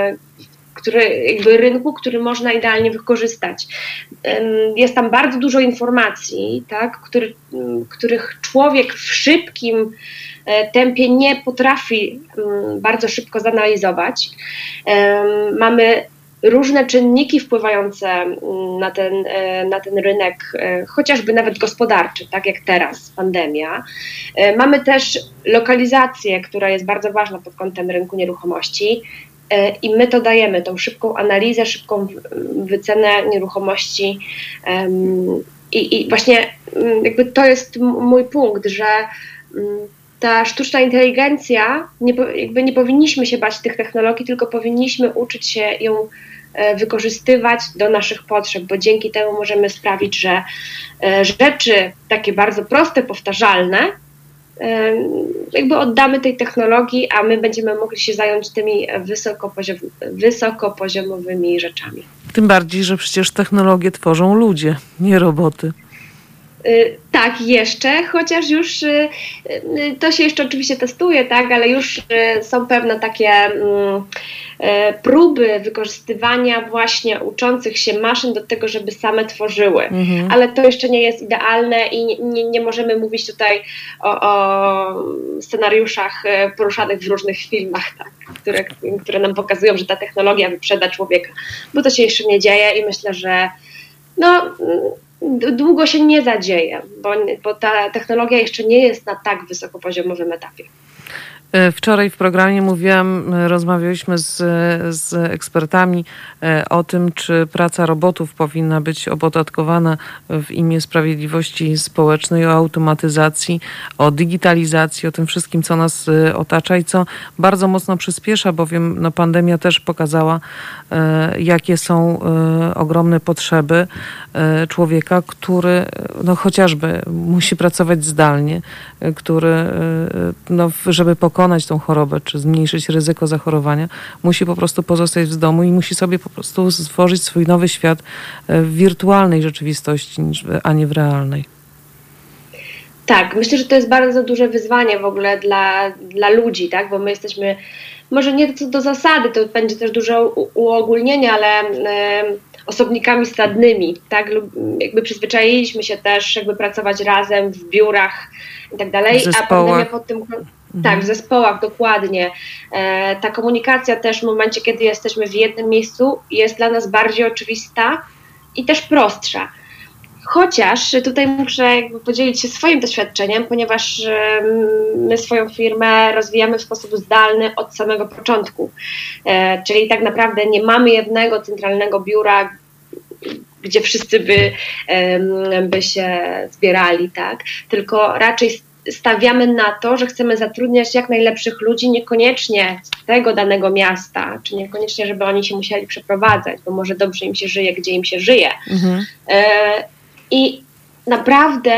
rynku, który można idealnie wykorzystać. Jest tam bardzo dużo informacji, tak, których człowiek w szybkim tempie nie potrafi bardzo szybko zanalizować. Mamy różne czynniki wpływające na ten rynek, chociażby nawet gospodarczy, tak jak teraz, pandemia. Mamy też lokalizację, która jest bardzo ważna pod kątem rynku nieruchomości. I my to dajemy, tą szybką analizę, szybką wycenę nieruchomości i właśnie jakby to jest mój punkt, że ta sztuczna inteligencja, nie powinniśmy się bać tych technologii, tylko powinniśmy uczyć się ją wykorzystywać do naszych potrzeb, bo dzięki temu możemy sprawić, że rzeczy takie bardzo proste, powtarzalne, jakby oddamy tej technologii, a my będziemy mogli się zająć tymi wysokopoziomowymi rzeczami. Tym bardziej, że przecież technologie tworzą ludzie, nie roboty. Tak, jeszcze, chociaż już to się jeszcze oczywiście testuje, tak, ale już są pewne takie próby wykorzystywania właśnie uczących się maszyn do tego, żeby same tworzyły. Ale to jeszcze nie jest idealne i nie możemy mówić tutaj o scenariuszach poruszanych w różnych filmach, tak, które nam pokazują, że ta technologia wyprzeda człowieka, bo to się jeszcze nie dzieje i myślę, że długo się nie zadzieje, bo ta technologia jeszcze nie jest na tak wysokopoziomowym etapie. Wczoraj w programie rozmawialiśmy z ekspertami o tym, czy praca robotów powinna być opodatkowana w imię sprawiedliwości społecznej, o automatyzacji, o digitalizacji, o tym wszystkim, co nas otacza i co bardzo mocno przyspiesza, bowiem pandemia też pokazała, jakie są ogromne potrzeby człowieka, który chociażby musi pracować zdalnie, który żeby pokonać tą chorobę, czy zmniejszyć ryzyko zachorowania, musi po prostu pozostać w domu i musi sobie po prostu stworzyć swój nowy świat w wirtualnej rzeczywistości, a nie w realnej. Tak, myślę, że to jest bardzo duże wyzwanie w ogóle dla ludzi, tak? Bo my jesteśmy, może nie co do zasady, to będzie też duże uogólnienie, ale osobnikami stadnymi, tak? Jakby przyzwyczailiśmy się też jakby pracować razem w biurach i tak dalej, a pandemia pod tym... Tak, w zespołach, dokładnie. Ta komunikacja też w momencie, kiedy jesteśmy w jednym miejscu, jest dla nas bardziej oczywista i też prostsza. Chociaż tutaj muszę jakby podzielić się swoim doświadczeniem, ponieważ my swoją firmę rozwijamy w sposób zdalny od samego początku. Czyli tak naprawdę nie mamy jednego centralnego biura, gdzie wszyscy by się zbierali, tak? Tylko raczej stawiamy na to, że chcemy zatrudniać jak najlepszych ludzi, niekoniecznie z tego danego miasta, czy niekoniecznie, żeby oni się musieli przeprowadzać, bo może dobrze im się żyje, gdzie im się żyje. I naprawdę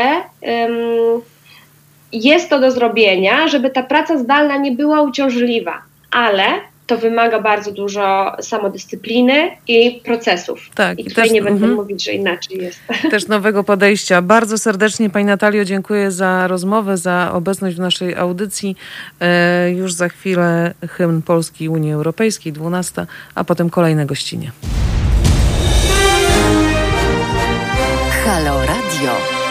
jest to do zrobienia, żeby ta praca zdalna nie była uciążliwa, ale to wymaga bardzo dużo samodyscypliny i procesów. Tak, i tutaj nie będę mówić, że inaczej jest. Też nowego podejścia. Bardzo serdecznie Pani Natalio dziękuję za rozmowę, za obecność w naszej audycji. Już za chwilę hymn Polski i Unii Europejskiej, 12, a potem kolejne gościnie. Halo Radio.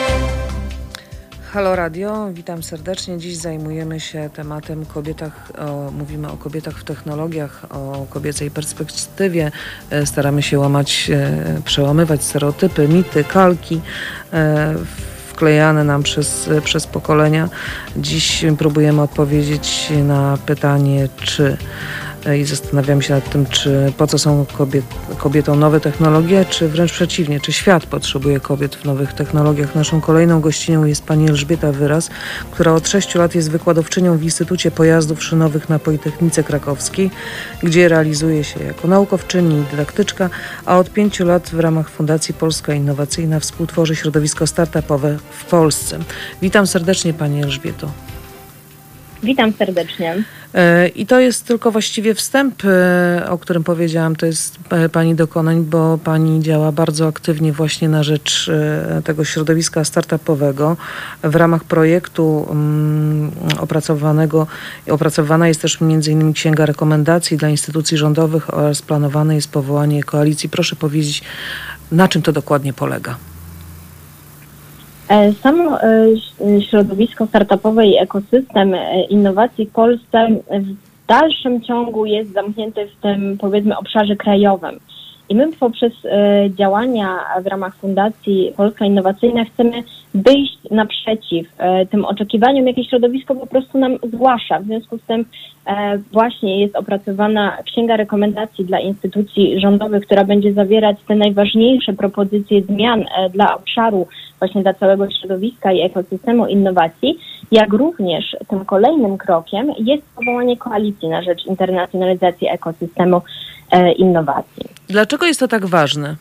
Halo Radio, witam serdecznie. Dziś zajmujemy się tematem mówimy o kobietach w technologiach, o kobiecej perspektywie. Staramy się przełamywać stereotypy, mity, kalki wklejane nam przez pokolenia. Dziś próbujemy odpowiedzieć na pytanie, czy i zastanawiamy się nad tym, czy po co są kobietom nowe technologie, czy wręcz przeciwnie, czy świat potrzebuje kobiet w nowych technologiach. Naszą kolejną gościnią jest pani Elżbieta Wyraz, która od 6 lat jest wykładowczynią w Instytucie Pojazdów Szynowych na Politechnice Krakowskiej, gdzie realizuje się jako naukowczyni i dydaktyczka, a od 5 lat w ramach Fundacji Polska Innowacyjna współtworzy środowisko startupowe w Polsce. Witam serdecznie pani Elżbieto. Witam serdecznie. I to jest tylko właściwie wstęp, o którym powiedziałam, to jest pani dokonań, bo pani działa bardzo aktywnie właśnie na rzecz tego środowiska startupowego. W ramach projektu opracowana jest też m.in. księga rekomendacji dla instytucji rządowych oraz planowane jest powołanie koalicji. Proszę powiedzieć, na czym to dokładnie polega? Samo środowisko startupowe i ekosystem innowacji w Polsce w dalszym ciągu jest zamknięty w tym, powiedzmy, obszarze krajowym. I my poprzez działania w ramach Fundacji Polska Innowacyjna chcemy wyjść naprzeciw tym oczekiwaniom, jakie środowisko po prostu nam zgłasza. W związku z tym właśnie jest opracowana księga rekomendacji dla instytucji rządowych, która będzie zawierać te najważniejsze propozycje zmian dla obszaru, właśnie dla całego środowiska i ekosystemu innowacji, jak również tym kolejnym krokiem jest powołanie koalicji na rzecz internacjonalizacji ekosystemu innowacji. Dlaczego jest to tak ważne?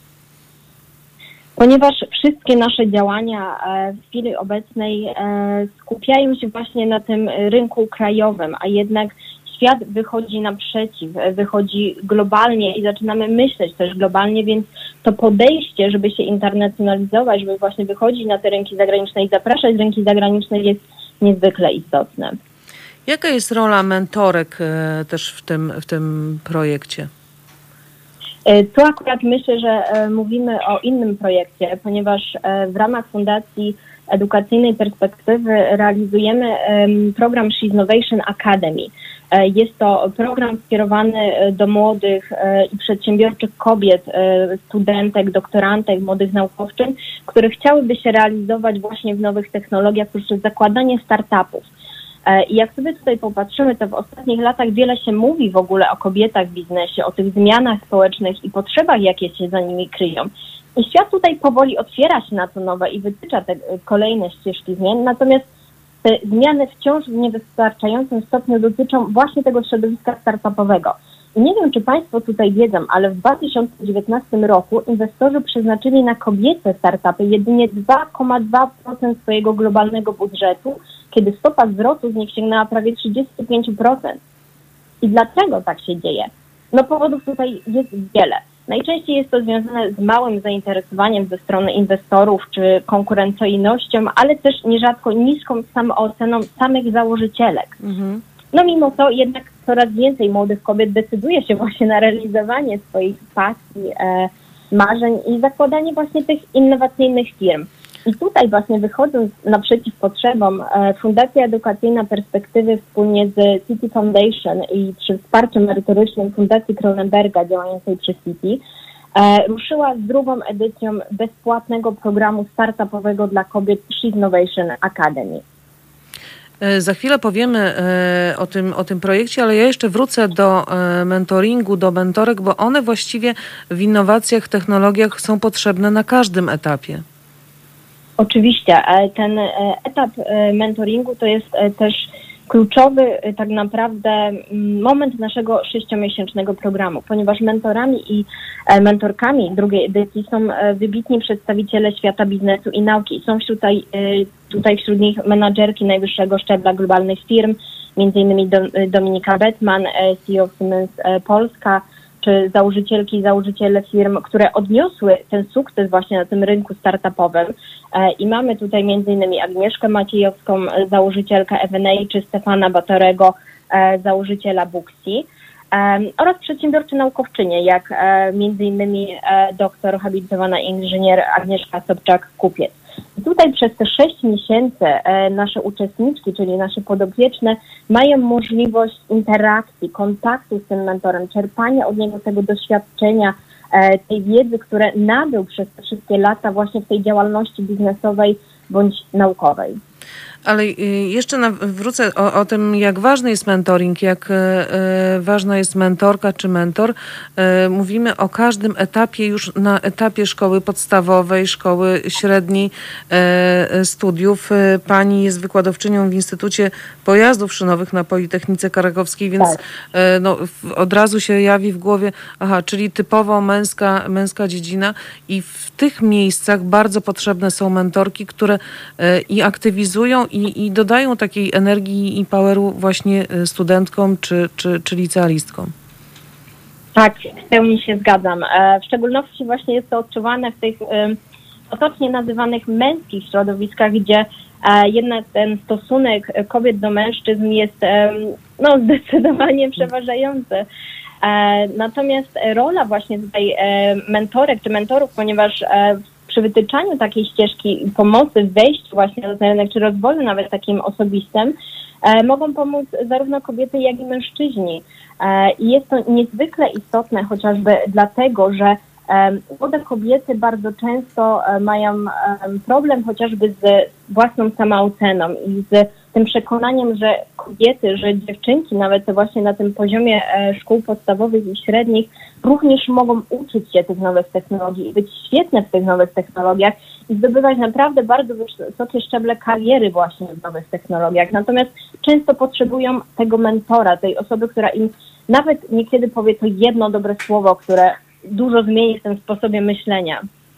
Ponieważ wszystkie nasze działania w chwili obecnej skupiają się właśnie na tym rynku krajowym, a jednak świat wychodzi naprzeciw, wychodzi globalnie i zaczynamy myśleć też globalnie, więc to podejście, żeby się internacjonalizować, żeby właśnie wychodzić na te rynki zagraniczne i zapraszać rynki zagraniczne jest niezwykle istotne. Jaka jest rola mentorek też w tym projekcie? Tu akurat myślę, że mówimy o innym projekcie, ponieważ w ramach Fundacji Edukacyjnej Perspektywy realizujemy program She's Innovation Academy. Jest to program skierowany do młodych i przedsiębiorczych kobiet, studentek, doktorantek, młodych naukowczyń, które chciałyby się realizować właśnie w nowych technologiach poprzez zakładanie startupów. I jak sobie tutaj popatrzymy, to w ostatnich latach wiele się mówi w ogóle o kobietach w biznesie, o tych zmianach społecznych i potrzebach, jakie się za nimi kryją. I świat tutaj powoli otwiera się na to nowe i wytycza te kolejne ścieżki zmian, natomiast te zmiany wciąż w niewystarczającym stopniu dotyczą właśnie tego środowiska startupowego. I nie wiem, czy Państwo tutaj wiedzą, ale w 2019 roku inwestorzy przeznaczyli na kobiece startupy jedynie 2,2% swojego globalnego budżetu, kiedy stopa wzrostu z nich sięgnęła prawie 35%. I dlaczego tak się dzieje? No powodów tutaj jest wiele. Najczęściej jest to związane z małym zainteresowaniem ze strony inwestorów czy konkurencyjnością, ale też nierzadko niską samooceną samych założycielek. No mimo to jednak coraz więcej młodych kobiet decyduje się właśnie na realizowanie swoich pasji, marzeń i zakładanie właśnie tych innowacyjnych firm. I tutaj właśnie wychodząc naprzeciw potrzebom, Fundacja Edukacyjna Perspektywy wspólnie z City Foundation i przy wsparciu merytorycznym Fundacji Kronenberga działającej przy City ruszyła z drugą edycją bezpłatnego programu startupowego dla kobiet She's Innovation Academy. Za chwilę powiemy o tym projekcie, ale ja jeszcze wrócę do mentoringu, do mentorek, bo one właściwie w innowacjach, technologiach są potrzebne na każdym etapie. Oczywiście. Ten etap mentoringu to jest też kluczowy tak naprawdę moment naszego 6-miesięcznego programu, ponieważ mentorami i mentorkami drugiej edycji są wybitni przedstawiciele świata biznesu i nauki. Są tutaj wśród nich menadżerki najwyższego szczebla globalnych firm, m.in. Dominika Bettman, CEO Siemens Polska, czy założycielki i założyciele firm, które odniosły ten sukces właśnie na tym rynku startupowym. I mamy tutaj m.in. Agnieszkę Maciejowską, założycielkę Evenej, czy Stefana Batorego, założyciela Booksy, oraz przedsiębiorcze naukowczynie, jak m.in. doktor habilitowana inżynier Agnieszka Sobczak-Kupiec. I tutaj przez te 6 miesięcy nasze uczestniczki, czyli nasze podopieczne, mają możliwość interakcji, kontaktu z tym mentorem, czerpania od niego tego doświadczenia, tej wiedzy, które nabył przez te wszystkie lata właśnie w tej działalności biznesowej bądź naukowej. Ale jeszcze wrócę o tym, jak ważny jest mentoring, jak ważna jest mentorka czy mentor. Mówimy o każdym etapie, już na etapie szkoły podstawowej, szkoły średniej, studiów. Pani jest wykładowczynią w Instytucie Pojazdów Szynowych na Politechnice Krakowskiej, więc od razu się jawi w głowie, czyli typowo męska dziedzina i w tych miejscach bardzo potrzebne są mentorki, które i aktywizują i dodają takiej energii i poweru właśnie studentkom czy licealistkom. Tak, w pełni się zgadzam. W szczególności właśnie jest to odczuwane w tych potocznie nazywanych męskich środowiskach, gdzie jednak ten stosunek kobiet do mężczyzn jest zdecydowanie przeważający. Natomiast rola właśnie tutaj mentorek czy mentorów, ponieważ przy wytyczaniu takiej ścieżki pomocy w wejściu właśnie na ten rynek, czy rozwoju nawet takim osobistym, mogą pomóc zarówno kobiety, jak i mężczyźni. I jest to niezwykle istotne chociażby dlatego, że młode kobiety bardzo często mają problem chociażby z własną samooceną i z tym przekonaniem, że kobiety, że dziewczynki nawet właśnie na tym poziomie szkół podstawowych i średnich również mogą uczyć się tych nowych technologii i być świetne w tych nowych technologiach i zdobywać naprawdę bardzo wysokie szczeble kariery właśnie w nowych technologiach. Natomiast często potrzebują tego mentora, tej osoby, która im nawet niekiedy powie to jedno dobre słowo, które dużo zmieni w tym sposobie myślenia.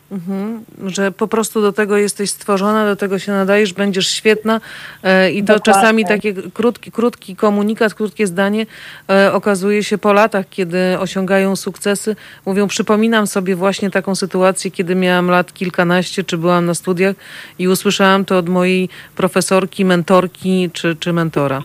Że po prostu do tego jesteś stworzona, do tego się nadajesz, będziesz świetna i to Dokładnie. Czasami taki krótki komunikat, krótkie zdanie okazuje się po latach, kiedy osiągają sukcesy. Mówią, przypominam sobie właśnie taką sytuację, kiedy miałam lat kilkanaście, czy byłam na studiach i usłyszałam to od mojej profesorki, mentorki czy mentora.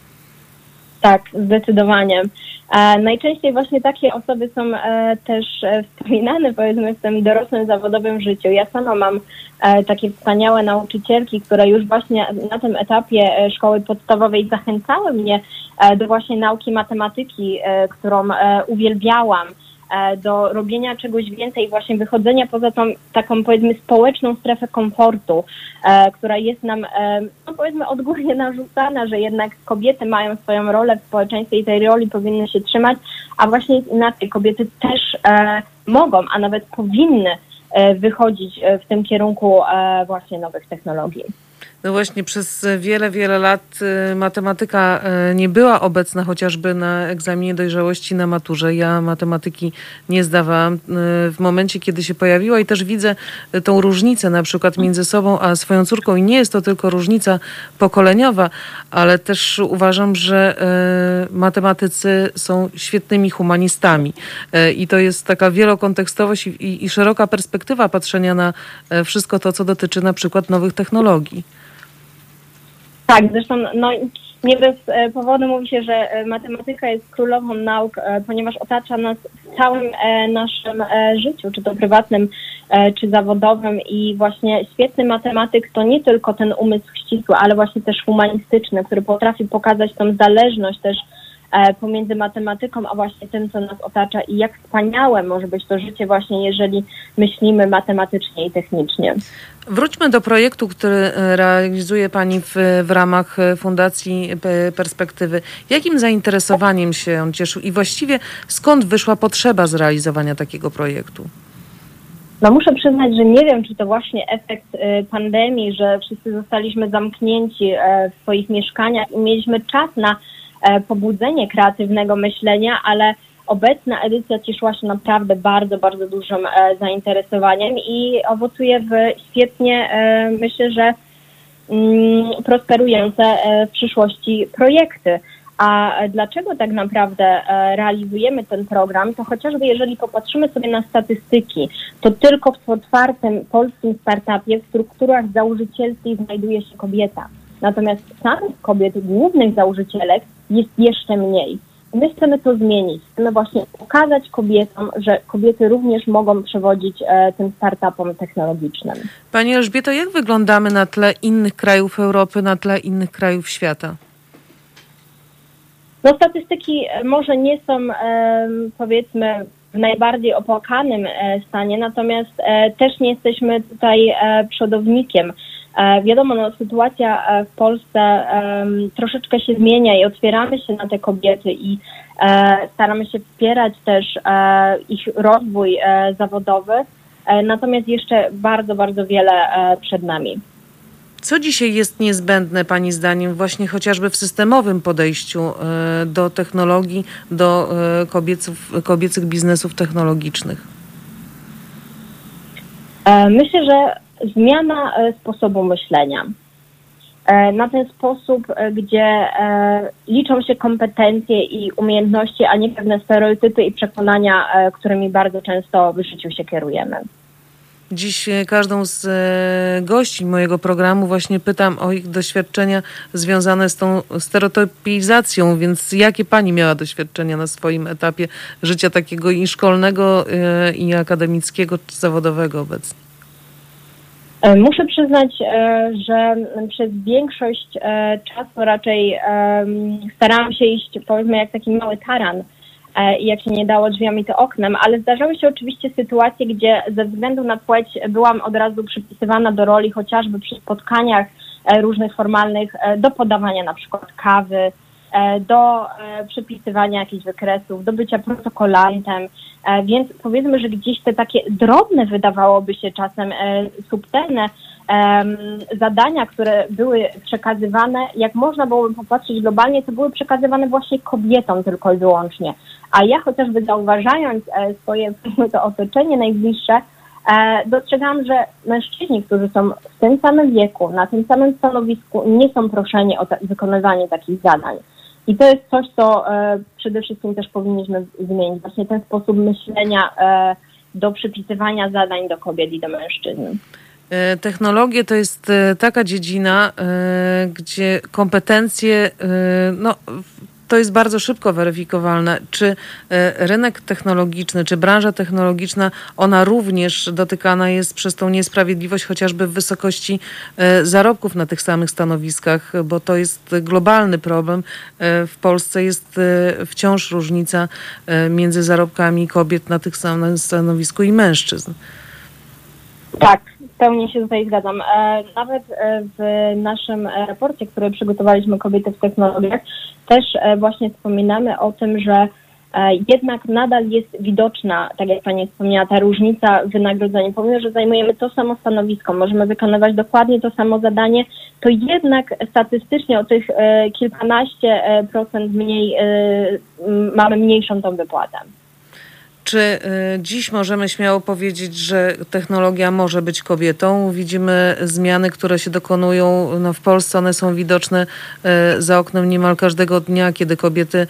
Tak, zdecydowanie. Najczęściej właśnie takie osoby są też wspominane, powiedzmy, w tym dorosłym zawodowym życiu. Ja sama mam takie wspaniałe nauczycielki, które już właśnie na tym etapie szkoły podstawowej zachęcały mnie do właśnie nauki matematyki, którą uwielbiałam, do robienia czegoś więcej, właśnie wychodzenia poza tą taką, powiedzmy, społeczną strefę komfortu, która jest nam, powiedzmy, odgórnie narzucana, że jednak kobiety mają swoją rolę w społeczeństwie i tej roli powinny się trzymać, a właśnie jest inaczej. Kobiety też mogą, a nawet powinny wychodzić w tym kierunku właśnie nowych technologii. No właśnie, przez wiele lat matematyka nie była obecna chociażby na egzaminie dojrzałości na maturze. Ja matematyki nie zdawałam. W momencie, kiedy się pojawiła i też widzę tą różnicę na przykład między sobą a swoją córką i nie jest to tylko różnica pokoleniowa, ale też uważam, że matematycy są świetnymi humanistami i to jest taka wielokontekstowość i szeroka perspektywa patrzenia na wszystko to, co dotyczy na przykład nowych technologii. Tak, zresztą nie bez powodu mówi się, że matematyka jest królową nauk, ponieważ otacza nas w całym naszym życiu, czy to prywatnym, czy zawodowym i właśnie świetny matematyk to nie tylko ten umysł ścisły, ale właśnie też humanistyczny, który potrafi pokazać tą zależność też pomiędzy matematyką, a właśnie tym, co nas otacza i jak wspaniałe może być to życie właśnie, jeżeli myślimy matematycznie i technicznie. Wróćmy do projektu, który realizuje Pani w ramach Fundacji Perspektywy. Jakim zainteresowaniem się on cieszył i właściwie skąd wyszła potrzeba zrealizowania takiego projektu? No muszę przyznać, że nie wiem, czy to właśnie efekt pandemii, że wszyscy zostaliśmy zamknięci w swoich mieszkaniach i mieliśmy czas na pobudzenie kreatywnego myślenia, ale obecna edycja cieszyła się naprawdę bardzo, bardzo dużym zainteresowaniem i owocuje w świetnie, myślę, że prosperujące w przyszłości projekty. A dlaczego tak naprawdę realizujemy ten program? To chociażby jeżeli popatrzymy sobie na statystyki, to tylko w otwartym polskim startupie w strukturach założycielskich znajduje się kobieta. Natomiast samych kobiet, głównych założycielek, jest jeszcze mniej. My chcemy to zmienić. Chcemy właśnie pokazać kobietom, że kobiety również mogą przewodzić tym startupom technologicznym. Pani Elżbieto, jak wyglądamy na tle innych krajów Europy, na tle innych krajów świata? No statystyki może nie są, powiedzmy, w najbardziej opłakanym stanie, natomiast też nie jesteśmy tutaj przodownikiem. Wiadomo, no, sytuacja w Polsce troszeczkę się zmienia i otwieramy się na te kobiety i staramy się wspierać też ich rozwój zawodowy, natomiast jeszcze bardzo, bardzo wiele przed nami. Co dzisiaj jest niezbędne Pani zdaniem właśnie chociażby w systemowym podejściu do technologii, do kobiecych biznesów technologicznych? Myślę, że zmiana sposobu myślenia. Na ten sposób, gdzie liczą się kompetencje i umiejętności, a nie pewne stereotypy i przekonania, którymi bardzo często w życiu się kierujemy. Dziś każdą z gości mojego programu właśnie pytam o ich doświadczenia związane z tą stereotypizacją, więc jakie Pani miała doświadczenia na swoim etapie życia takiego i szkolnego, i akademickiego, czy zawodowego obecnie? Muszę przyznać, że przez większość czasu raczej starałam się iść, powiedzmy, jak taki mały taran i jak się nie dało drzwiami, to oknem, ale zdarzały się oczywiście sytuacje, gdzie ze względu na płeć byłam od razu przypisywana do roli, chociażby przy spotkaniach różnych formalnych, do podawania na przykład kawy, do przepisywania jakichś wykresów, do bycia protokolantem, więc powiedzmy, że gdzieś te takie drobne, wydawałoby się czasem subtelne zadania, które były przekazywane, jak można byłoby popatrzeć globalnie, to były przekazywane właśnie kobietom tylko i wyłącznie. A ja chociażby zauważając swoje to otoczenie najbliższe, dostrzegam, że mężczyźni, którzy są w tym samym wieku, na tym samym stanowisku, nie są proszeni o wykonywanie takich zadań. I to jest coś, co przede wszystkim też powinniśmy zmienić. Właśnie ten sposób myślenia do przypisywania zadań do kobiet i do mężczyzn. Technologie to jest taka dziedzina, gdzie kompetencje, to jest bardzo szybko weryfikowalne. Czy rynek technologiczny, czy branża technologiczna, ona również dotykana jest przez tą niesprawiedliwość chociażby w wysokości zarobków na tych samych stanowiskach, bo to jest globalny problem. W Polsce jest wciąż różnica między zarobkami kobiet na tych samym stanowisku i mężczyzn. Tak, w pełni się tutaj zgadzam. Nawet w naszym raporcie, który przygotowaliśmy, Kobiety w technologiach, też właśnie wspominamy o tym, że jednak nadal jest widoczna, tak jak Pani wspomniała, ta różnica w wynagrodzeniu. Pomimo, że zajmujemy to samo stanowisko, możemy wykonywać dokładnie to samo zadanie, to jednak statystycznie o tych kilkanaście procent mniej mamy mniejszą tą wypłatę. Czy dziś możemy śmiało powiedzieć, że technologia może być kobietą? Widzimy zmiany, które się dokonują w Polsce. One są widoczne za oknem niemal każdego dnia, kiedy kobiety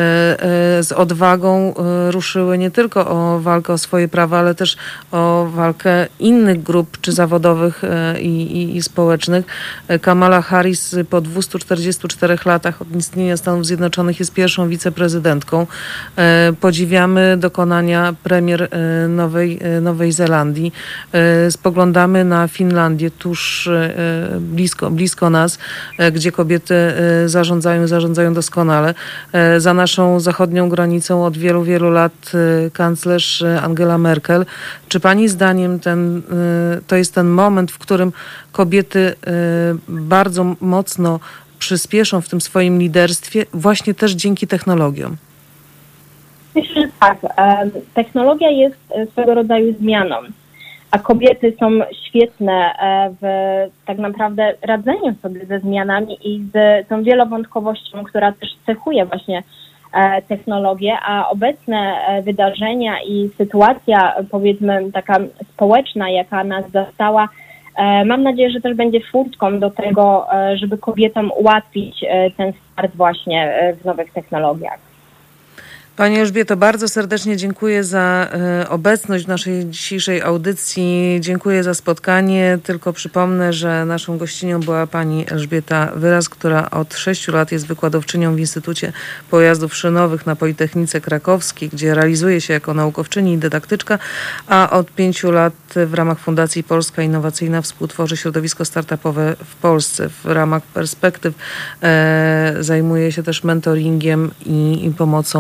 z odwagą ruszyły nie tylko o walkę o swoje prawa, ale też o walkę innych grup, czy zawodowych i społecznych. Kamala Harris po 244 latach od istnienia Stanów Zjednoczonych jest pierwszą wiceprezydentką. Podziwiamy dokonania premier Nowej Zelandii. Spoglądamy na Finlandię tuż blisko nas, gdzie kobiety zarządzają doskonale. Za naszą zachodnią granicą od wielu, wielu lat kanclerz Angela Merkel. Czy Pani zdaniem to jest ten moment, w którym kobiety bardzo mocno przyspieszą w tym swoim liderstwie właśnie też dzięki technologiom? Myślę, że tak. Technologia jest swego rodzaju zmianą, a kobiety są świetne w tak naprawdę radzeniu sobie ze zmianami i z tą wielowątkowością, która też cechuje właśnie technologię, a obecne wydarzenia i sytuacja, powiedzmy, taka społeczna, jaka nas zastała, mam nadzieję, że też będzie furtką do tego, żeby kobietom ułatwić ten start właśnie w nowych technologiach. Pani Elżbieto, bardzo serdecznie dziękuję za obecność w naszej dzisiejszej audycji. Dziękuję za spotkanie. Tylko przypomnę, że naszą gościnią była pani Elżbieta Wyraz, która od 6 lat jest wykładowczynią w Instytucie Pojazdów Szynowych na Politechnice Krakowskiej, gdzie realizuje się jako naukowczyni i dydaktyczka, a od 5 lat w ramach Fundacji Polska Innowacyjna współtworzy środowisko startupowe w Polsce. W ramach perspektyw zajmuje się też mentoringiem i pomocą dla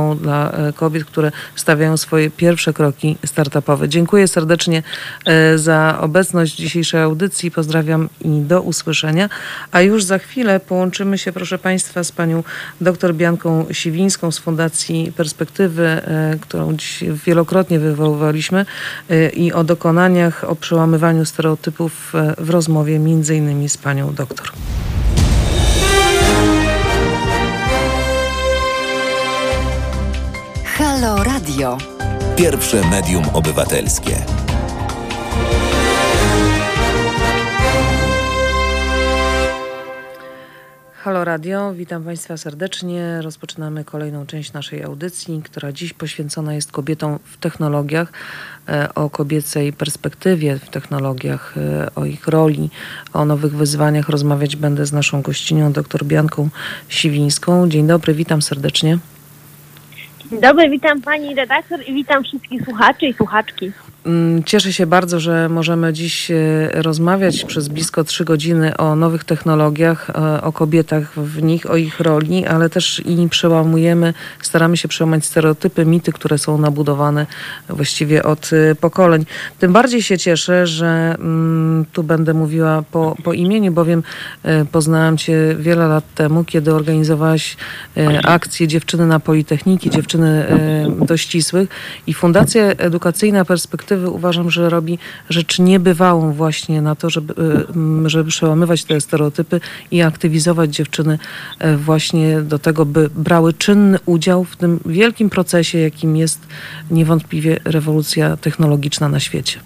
dla kobiet, które stawiają swoje pierwsze kroki startupowe. Dziękuję serdecznie za obecność w dzisiejszej audycji. Pozdrawiam i do usłyszenia. A już za chwilę połączymy się, proszę Państwa, z panią dr Bianką Siwińską z Fundacji Perspektywy, którą dziś wielokrotnie wywoływaliśmy, i o dokonaniach, o przełamywaniu stereotypów w rozmowie między innymi z panią doktor. Halo Radio. Pierwsze medium obywatelskie. Halo Radio, witam Państwa serdecznie. Rozpoczynamy kolejną część naszej audycji, która dziś poświęcona jest kobietom w technologiach, o kobiecej perspektywie w technologiach, o ich roli, o nowych wyzwaniach. Rozmawiać będę z naszą gościnią, dr Bianką Siwińską. Dzień dobry, witam serdecznie. Dzień dobry, witam pani redaktor i witam wszystkich słuchaczy i słuchaczki. Cieszę się bardzo, że możemy dziś rozmawiać przez blisko 3 godziny o nowych technologiach, o kobietach w nich, o ich roli, ale też i staramy się przełamać stereotypy, mity, które są nabudowane właściwie od pokoleń. Tym bardziej się cieszę, że tu będę mówiła po imieniu, bowiem poznałam cię wiele lat temu, kiedy organizowałaś akcję Dziewczyny na Politechniki, Dziewczyny do Ścisłych, i Fundacja Edukacyjna Perspektywy uważam, że robi rzecz niebywałą właśnie na to, żeby przełamywać te stereotypy i aktywizować dziewczyny właśnie do tego, by brały czynny udział w tym wielkim procesie, jakim jest niewątpliwie rewolucja technologiczna na świecie.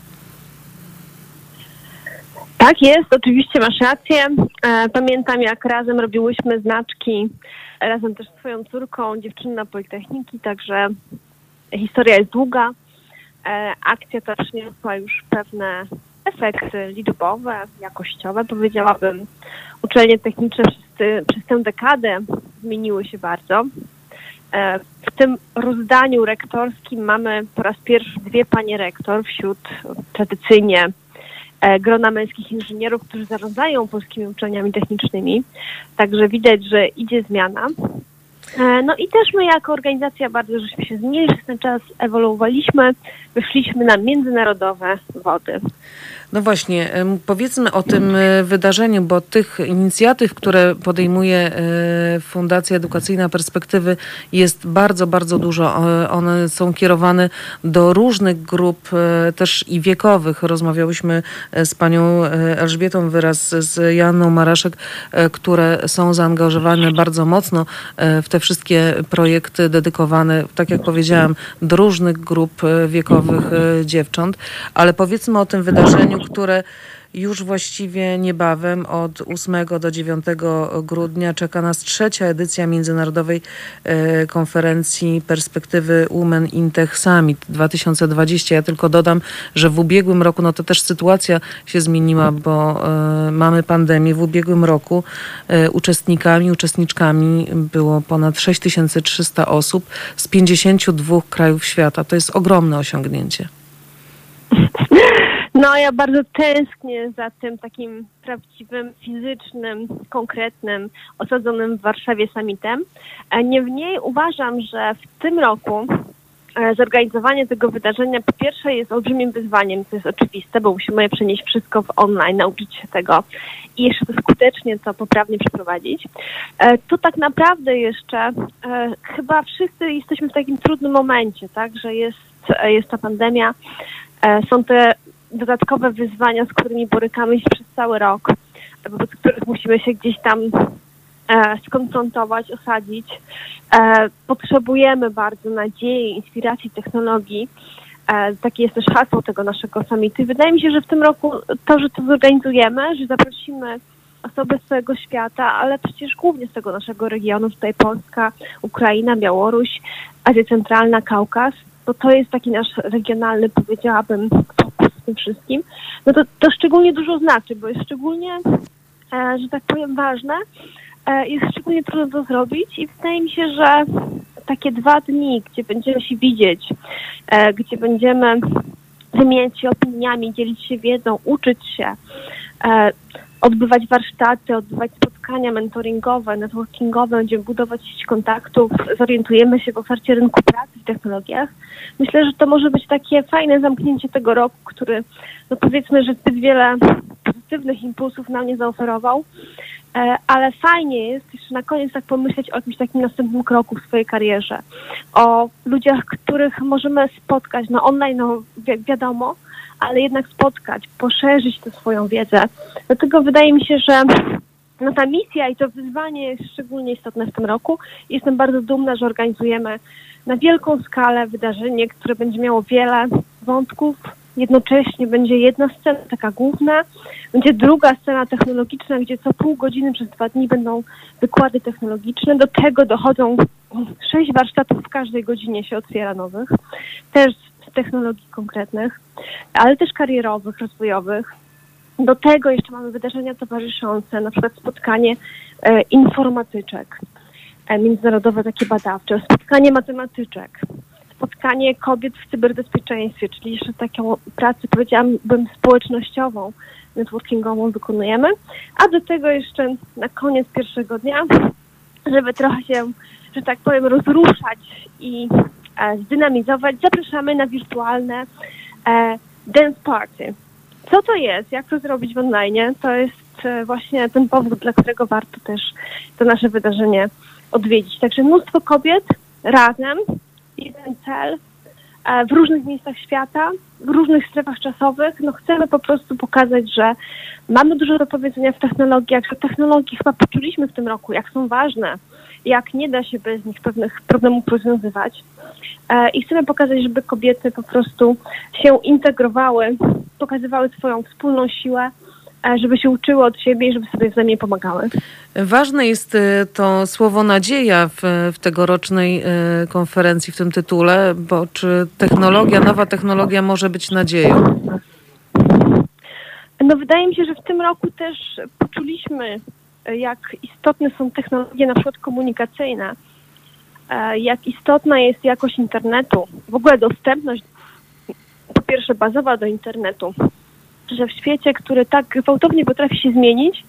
Tak jest, oczywiście masz rację. Pamiętam, jak razem robiłyśmy znaczki, razem też z twoją córką, Dziewczyny na Politechniki, także historia jest długa. Akcja ta przyniosła już pewne efekty liczbowe, jakościowe, powiedziałabym. Uczelnie techniczne przez tę dekadę zmieniły się bardzo. W tym rozdaniu rektorskim mamy po raz pierwszy 2 panie rektor wśród tradycyjnie grona męskich inżynierów, którzy zarządzają polskimi uczelniami technicznymi. Także widać, że idzie zmiana. No i też my jako organizacja bardzo żeśmy się zmienili, przez ten czas ewoluowaliśmy, wyszliśmy na międzynarodowe wody. No właśnie, powiedzmy o tym wydarzeniu, bo tych inicjatyw, które podejmuje Fundacja Edukacyjna Perspektywy, jest bardzo, bardzo dużo. One są kierowane do różnych grup też i wiekowych. Rozmawiałyśmy z panią Elżbietą Wyraz, z Joanną Maraszek, które są zaangażowane bardzo mocno w te wszystkie projekty dedykowane, tak jak powiedziałam, do różnych grup wiekowych dziewcząt. Ale powiedzmy o tym wydarzeniu, które już właściwie niebawem od 8 do 9 grudnia czeka nas 3. edycja Międzynarodowej Konferencji Perspektywy Women in Tech Summit 2020. Ja tylko dodam, że w ubiegłym roku, no to też sytuacja się zmieniła, bo mamy pandemię. W ubiegłym roku uczestniczkami było ponad 6300 osób z 52 krajów świata. To jest ogromne osiągnięcie. No, ja bardzo tęsknię za tym takim prawdziwym, fizycznym, konkretnym, osadzonym w Warszawie summitem. Niemniej uważam, że w tym roku zorganizowanie tego wydarzenia po pierwsze jest olbrzymim wyzwaniem, to jest oczywiste, bo musimy przenieść wszystko w online, nauczyć się tego i jeszcze to skutecznie, to poprawnie przeprowadzić. Tu tak naprawdę jeszcze chyba wszyscy jesteśmy w takim trudnym momencie, tak, że jest ta pandemia, są te dodatkowe wyzwania, z którymi borykamy się przez cały rok, wobec których musimy się gdzieś tam skonfrontować, osadzić. Potrzebujemy bardzo nadziei, inspiracji, technologii. Takie jest też hasło tego naszego summitu. I wydaje mi się, że w tym roku to, że to zorganizujemy, że zaprosimy osoby z całego świata, ale przecież głównie z tego naszego regionu, tutaj Polska, Ukraina, Białoruś, Azja Centralna, Kaukaz, to jest taki nasz regionalny, powiedziałabym, fokus w tym wszystkim, no to szczególnie dużo znaczy, bo jest szczególnie, że tak powiem, ważne, jest szczególnie trudno to zrobić i wydaje mi się, że takie 2 dni, gdzie będziemy się widzieć, gdzie będziemy wymieniać się opiniami, dzielić się wiedzą, uczyć się, odbywać warsztaty, odbywać spotkania, spotkania mentoringowe, networkingowe, będziemy budować sieć kontaktów, zorientujemy się w ofercie rynku pracy w technologiach. Myślę, że to może być takie fajne zamknięcie tego roku, który, no powiedzmy, że zbyt wiele pozytywnych impulsów nam nie zaoferował, ale fajnie jest jeszcze na koniec tak pomyśleć o jakimś takim następnym kroku w swojej karierze, o ludziach, których możemy spotkać, no online, no wiadomo, ale jednak spotkać, poszerzyć tę swoją wiedzę. Dlatego wydaje mi się, że no ta misja i to wyzwanie jest szczególnie istotne w tym roku. Jestem bardzo dumna, że organizujemy na wielką skalę wydarzenie, które będzie miało wiele wątków. Jednocześnie będzie jedna scena taka główna, będzie druga scena technologiczna, gdzie co pół godziny przez 2 dni będą wykłady technologiczne. Do tego dochodzą 6 warsztatów w każdej godzinie się otwiera nowych, też z technologii konkretnych, ale też karierowych, rozwojowych. Do tego jeszcze mamy wydarzenia towarzyszące, na przykład spotkanie informatyczek, międzynarodowe takie badawcze, spotkanie matematyczek, spotkanie kobiet w cyberbezpieczeństwie, czyli jeszcze taką pracę, powiedziałabym, społecznościową, networkingową wykonujemy, a do tego jeszcze na koniec pierwszego dnia, żeby trochę się, że tak powiem, rozruszać i zdynamizować, zapraszamy na wirtualne dance party. Co to jest? Jak to zrobić w online? To jest właśnie ten powód, dla którego warto też to nasze wydarzenie odwiedzić. Także mnóstwo kobiet razem, jeden cel, w różnych miejscach świata, w różnych strefach czasowych. No chcemy po prostu pokazać, że mamy dużo do powiedzenia w technologiach, że technologie chyba poczuliśmy w tym roku, jak są ważne, jak nie da się bez nich pewnych problemów rozwiązywać. I chcemy pokazać, żeby kobiety po prostu się integrowały, pokazywały swoją wspólną siłę, żeby się uczyły od siebie i żeby sobie wzajemnie pomagały. Ważne jest to słowo nadzieja w tegorocznej konferencji, w tym tytule, bo czy nowa technologia może być nadzieją? No wydaje mi się, że w tym roku też poczuliśmy, jak istotne są technologie na przykład komunikacyjne, jak istotna jest jakość internetu, w ogóle dostępność, po pierwsze bazowa do internetu, że w świecie, który tak gwałtownie potrafi się zmienić,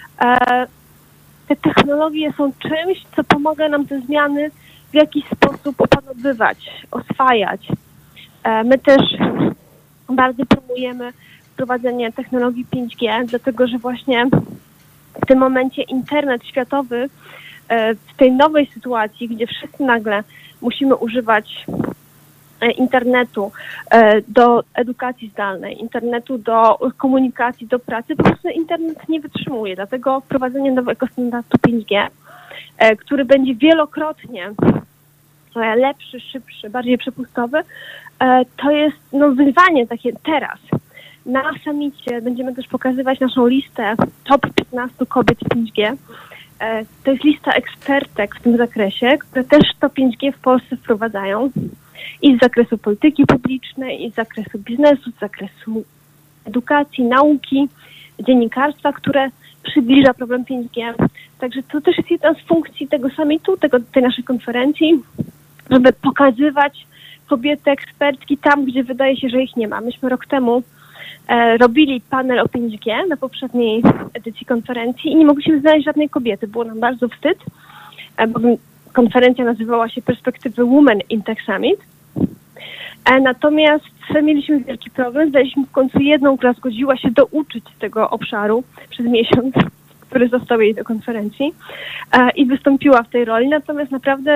te technologie są czymś, co pomaga nam te zmiany w jakiś sposób opanowywać, oswajać. My też bardzo promujemy wprowadzenie technologii 5G, dlatego że właśnie w tym momencie internet światowy w tej nowej sytuacji, gdzie wszyscy nagle musimy używać internetu do edukacji zdalnej, internetu do komunikacji, do pracy, po prostu internet nie wytrzymuje. Dlatego wprowadzenie nowego standardu 5G, który będzie wielokrotnie lepszy, szybszy, bardziej przepustowy, to jest wyzwanie takie teraz. Na summicie będziemy też pokazywać naszą listę top 15 kobiet w 5G. To jest lista ekspertek w tym zakresie, które też to 5G w Polsce wprowadzają. I z zakresu polityki publicznej, i z zakresu biznesu, z zakresu edukacji, nauki, dziennikarstwa, które przybliża problem 5G. Także to też jest jedna z funkcji tego summitu, tej naszej konferencji, żeby pokazywać kobiety, ekspertki tam, gdzie wydaje się, że ich nie ma. Myśmy rok temu robili panel o 5G na poprzedniej edycji konferencji i nie mogliśmy znaleźć żadnej kobiety. Było nam bardzo wstyd, bo konferencja nazywała się Perspektywy Women in Tech Summit. Natomiast mieliśmy wielki problem. Znaleźliśmy w końcu jedną, która zgodziła się douczyć tego obszaru przez miesiąc, który został jej do konferencji i wystąpiła w tej roli. Natomiast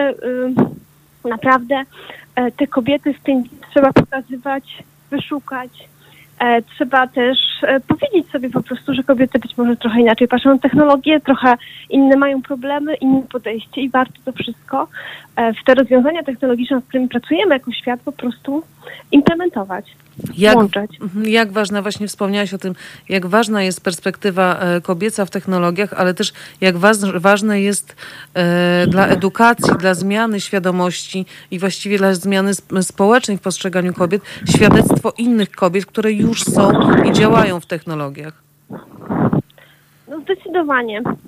naprawdę te kobiety w 5G trzeba pokazywać, wyszukać. Trzeba też powiedzieć sobie po prostu, że kobiety być może trochę inaczej patrzą na technologię, trochę inne mają problemy, inne podejście i warto to wszystko w te rozwiązania technologiczne, nad którymi pracujemy jako świat, po prostu implementować, włączać. Jak ważna, właśnie wspomniałaś o tym, jak ważna jest perspektywa kobieca w technologiach, ale też jak ważne jest dla edukacji, dla zmiany świadomości i właściwie dla zmiany społecznej w postrzeganiu kobiet, świadectwo innych kobiet, które już są i działają w technologiach. No zdecydowanie.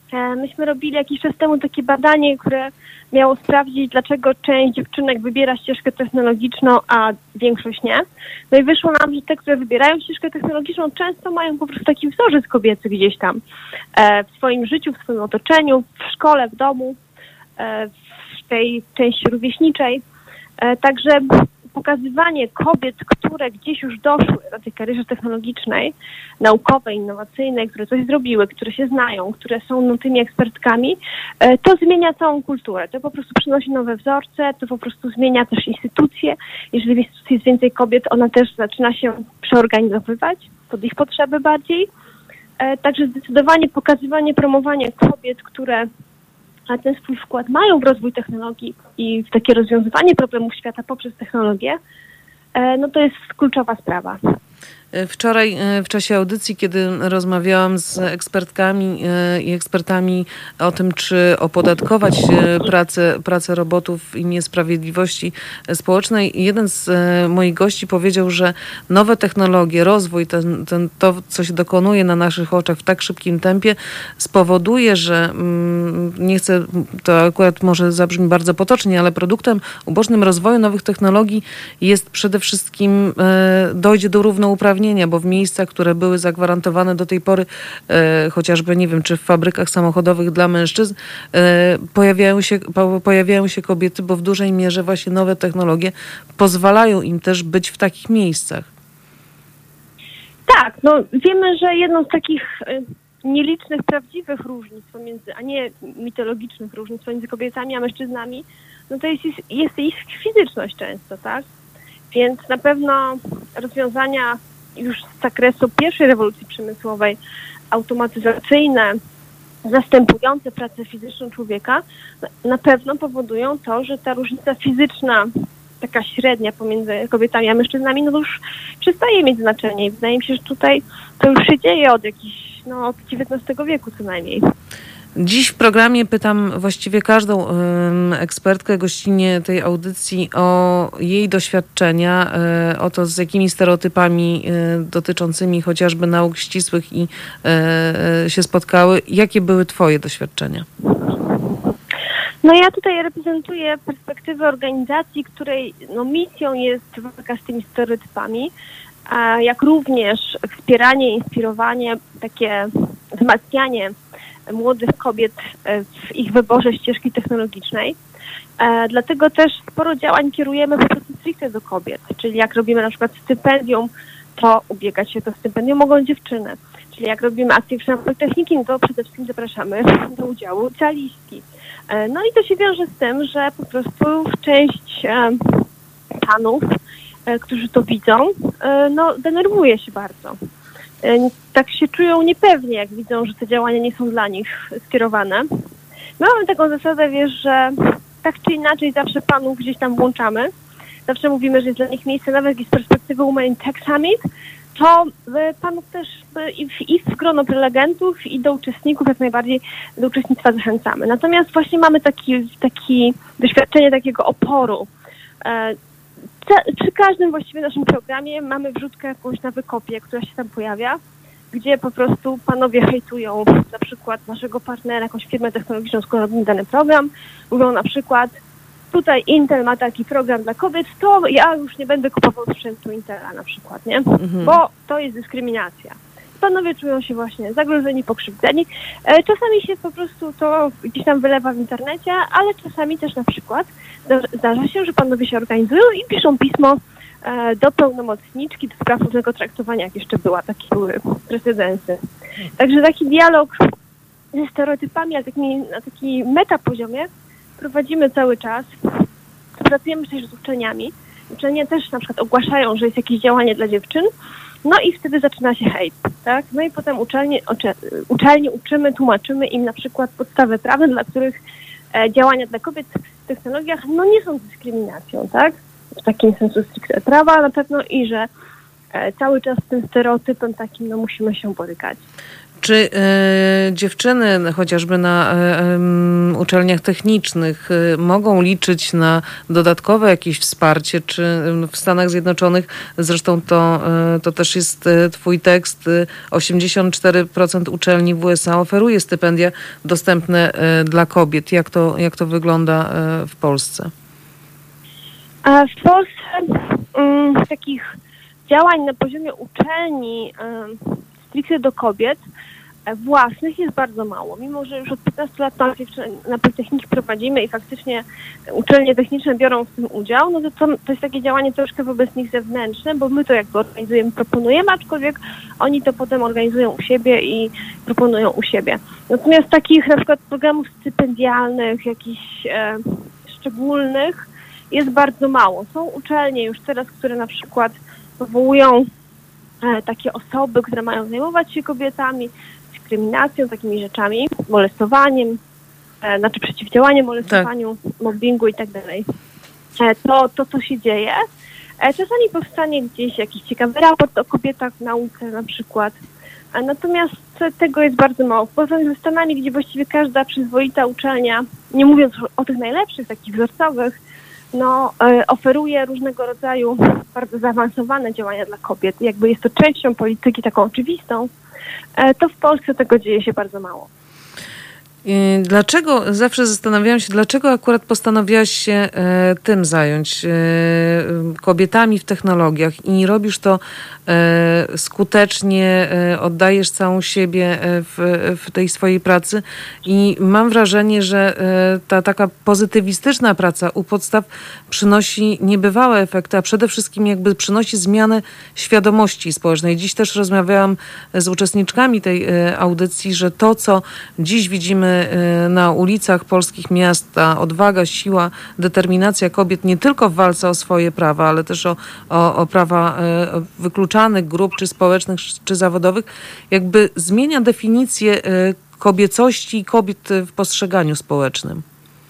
Myśmy robili jakiś czas temu takie badanie, które miało sprawdzić, dlaczego część dziewczynek wybiera ścieżkę technologiczną, a większość nie. No i wyszło nam, że te, które wybierają ścieżkę technologiczną, często mają po prostu taki wzorzec kobiecy gdzieś tam w swoim życiu, w swoim otoczeniu, w szkole, w domu, w tej części rówieśniczej. Także pokazywanie kobiet, które gdzieś już doszły do tej karierze technologicznej, naukowej, innowacyjnej, które coś zrobiły, które się znają, które są tymi ekspertkami, to zmienia całą kulturę. To po prostu przynosi nowe wzorce, to po prostu zmienia też instytucje. Jeżeli w instytucji jest więcej kobiet, ona też zaczyna się przeorganizowywać pod ich potrzeby bardziej. Także zdecydowanie pokazywanie, promowanie kobiet, które ten swój wkład mają w rozwój technologii i w takie rozwiązywanie problemów świata poprzez technologię, no to jest kluczowa sprawa. Wczoraj w czasie audycji, kiedy rozmawiałam z ekspertkami i ekspertami o tym, czy opodatkować pracę robotów i niesprawiedliwości społecznej, jeden z moich gości powiedział, że nowe technologie, rozwój, to, co się dokonuje na naszych oczach w tak szybkim tempie, spowoduje, że nie chcę, to akurat może zabrzmi bardzo potocznie, ale produktem ubocznym rozwoju nowych technologii jest przede wszystkim dojdzie do równouprawnienia, bo w miejscach, które były zagwarantowane do tej pory, chociażby, nie wiem, czy w fabrykach samochodowych dla mężczyzn, pojawiają się kobiety, bo w dużej mierze właśnie nowe technologie pozwalają im też być w takich miejscach. Tak, no wiemy, że jedną z takich nielicznych, prawdziwych różnic pomiędzy, a nie mitologicznych różnic pomiędzy kobietami a mężczyznami, no to jest ich fizyczność często, tak? Więc na pewno rozwiązania już z zakresu pierwszej rewolucji przemysłowej, automatyzacyjne, zastępujące pracę fizyczną człowieka, na pewno powodują to, że ta różnica fizyczna, taka średnia pomiędzy kobietami a mężczyznami, no to już przestaje mieć znaczenie. I wydaje mi się, że tutaj to już się dzieje od od XIX wieku co najmniej. Dziś w programie pytam właściwie każdą ekspertkę, gościnię tej audycji o jej doświadczenia, o to, z jakimi stereotypami dotyczącymi chociażby nauk ścisłych się spotkały. Jakie były twoje doświadczenia? No ja tutaj reprezentuję perspektywę organizacji, której misją jest walka z tymi stereotypami, jak również wspieranie, inspirowanie, takie wzmacnianie młodych kobiet w ich wyborze ścieżki technologicznej. Dlatego też sporo działań kierujemy po prostu stricte do kobiet. Czyli jak robimy na przykład stypendium, to ubiegać się o to stypendium mogą dziewczyny. Czyli jak robimy akcje w Politechniki, no to przede wszystkim zapraszamy do udziału licealistki. No i to się wiąże z tym, że po prostu część panów, którzy to widzą, denerwuje się bardzo. Tak się czują niepewnie, jak widzą, że te działania nie są dla nich skierowane. My mamy taką zasadę, wiesz, że tak czy inaczej zawsze panów gdzieś tam włączamy. Zawsze mówimy, że jest dla nich miejsce, nawet z perspektywy Women in Tech Summit, to panów też i w grono prelegentów, i do uczestników jak najbardziej do uczestnictwa zachęcamy. Natomiast właśnie mamy takie doświadczenie takiego oporu. Przy każdym właściwie naszym programie mamy wrzutkę jakąś na wykopie, która się tam pojawia, gdzie po prostu panowie hejtują na przykład naszego partnera, jakąś firmę technologiczną, skoro robimy dany program. Mówią na przykład, tutaj Intel ma taki program dla kobiet, to ja już nie będę kupował sprzętu Intela na przykład, nie? Bo to jest dyskryminacja. Panowie czują się właśnie zagrożeni, pokrzywdzeni. Czasami się po prostu to gdzieś tam wylewa w internecie, ale czasami też na przykład zdarza się, że panowie się organizują i piszą pismo do pełnomocniczki do spraw równego traktowania, jak jeszcze takie były precedensy. Także taki dialog ze stereotypami, ale na takim metapoziomie prowadzimy cały czas. Pracujemy też z uczelniami. Uczelnie też na przykład ogłaszają, że jest jakieś działanie dla dziewczyn, no i wtedy zaczyna się hejt, tak? No i potem uczelnie uczymy, tłumaczymy im na przykład podstawy prawne, dla których działania dla kobiet w technologiach nie są dyskryminacją, tak? W takim sensu stricte prawa na pewno i że cały czas z tym stereotypem takim musimy się borykać. Czy dziewczyny chociażby na uczelniach technicznych mogą liczyć na dodatkowe jakieś wsparcie? Czy w Stanach Zjednoczonych, zresztą to też jest twój tekst, 84% uczelni w USA oferuje stypendia dostępne dla kobiet. Jak to wygląda w Polsce? W Polsce takich działań na poziomie uczelni stricte do kobiet własnych jest bardzo mało. Mimo że już od 15 lat na Politechniki prowadzimy i faktycznie uczelnie techniczne biorą w tym udział, no to jest takie działanie troszkę wobec nich zewnętrzne, bo my to jakby organizujemy, proponujemy, aczkolwiek oni to potem organizują u siebie i proponują u siebie. Natomiast takich na przykład programów stypendialnych, jakichś szczególnych jest bardzo mało. Są uczelnie już teraz, które na przykład powołują takie osoby, które mają zajmować się kobietami, dyskryminacją, takimi rzeczami, molestowaniem, znaczy przeciwdziałaniem molestowaniu, mobbingu i tak dalej. To się dzieje. Czasami powstanie gdzieś jakiś ciekawy raport o kobietach w nauce na przykład. Natomiast tego jest bardzo mało. Poza tym ze Stanami, gdzie właściwie każda przyzwoita uczelnia, nie mówiąc o tych najlepszych, takich wzorcowych, oferuje różnego rodzaju bardzo zaawansowane działania dla kobiet. Jakby jest to częścią polityki taką oczywistą, to w Polsce tego dzieje się bardzo mało. Dlaczego, zawsze zastanawiałam się, dlaczego akurat postanowiłaś się tym zająć, kobietami w technologiach i robisz to skutecznie, oddajesz całą siebie w tej swojej pracy i mam wrażenie, że ta taka pozytywistyczna praca u podstaw przynosi niebywałe efekty, a przede wszystkim jakby przynosi zmianę świadomości społecznej. Dziś też rozmawiałam z uczestniczkami tej audycji, że to, co dziś widzimy na ulicach polskich miast, ta odwaga, siła, determinacja kobiet nie tylko w walce o swoje prawa, ale też o prawa wykluczanych grup, czy społecznych, czy zawodowych, jakby zmienia definicję kobiecości i kobiet w postrzeganiu społecznym.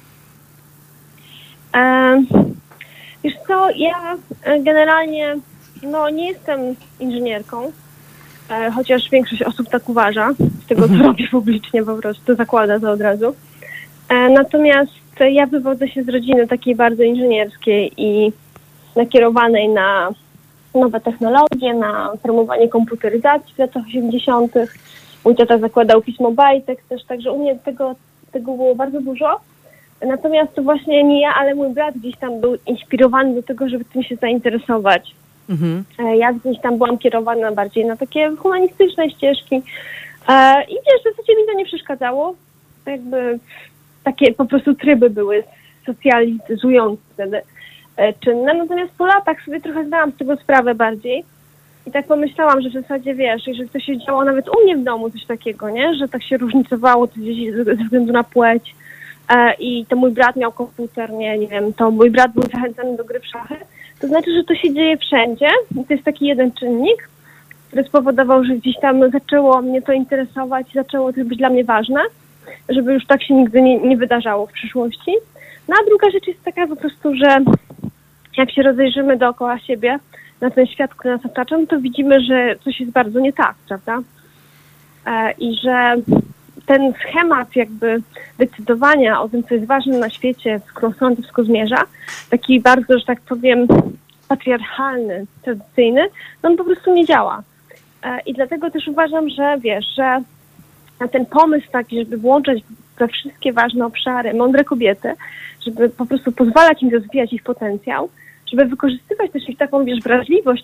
Wiesz co, ja generalnie nie jestem inżynierką, chociaż większość osób tak uważa, z tego co robię publicznie po prostu, zakłada to od razu. Natomiast ja wywodzę się z rodziny takiej bardzo inżynierskiej i nakierowanej na nowe technologie, na promowanie komputeryzacji w latach 80. Mój tata zakładał pismo Bajtek też, także u mnie tego było bardzo dużo. Natomiast to właśnie nie ja, ale mój brat gdzieś tam był inspirowany do tego, żeby tym się zainteresować. Ja gdzieś tam byłam kierowana bardziej na takie humanistyczne ścieżki i wiesz, w zasadzie mi to nie przeszkadzało. Jakby takie po prostu tryby były socjalizujące wtedy czynne. Natomiast po latach sobie trochę zdałam z tego sprawę bardziej i tak pomyślałam, że w zasadzie wiesz, jeżeli to się działo nawet u mnie w domu coś takiego, nie, że tak się różnicowało to gdzieś ze względu na płeć i to mój brat miał komputer, nie wiem, to mój brat był zachęcany do gry w szachy, to znaczy, że to się dzieje wszędzie i to jest taki jeden czynnik, który spowodował, że gdzieś tam zaczęło mnie to interesować, zaczęło to być dla mnie ważne, żeby już tak się nigdy nie wydarzało w przyszłości. No a druga rzecz jest taka po prostu, że jak się rozejrzymy dookoła siebie na ten świat, który nas otacza, no to widzimy, że coś jest bardzo nie tak, prawda? I że ten schemat jakby decydowania o tym, co jest ważne na świecie, w którą stronę to wszystko zmierza, taki bardzo, że tak powiem, patriarchalny, tradycyjny, no on po prostu nie działa. I dlatego też uważam, że wiesz, że ten pomysł taki, żeby włączać we wszystkie ważne obszary mądre kobiety, żeby po prostu pozwalać im rozwijać ich potencjał, żeby wykorzystywać też ich taką, wiesz, wrażliwość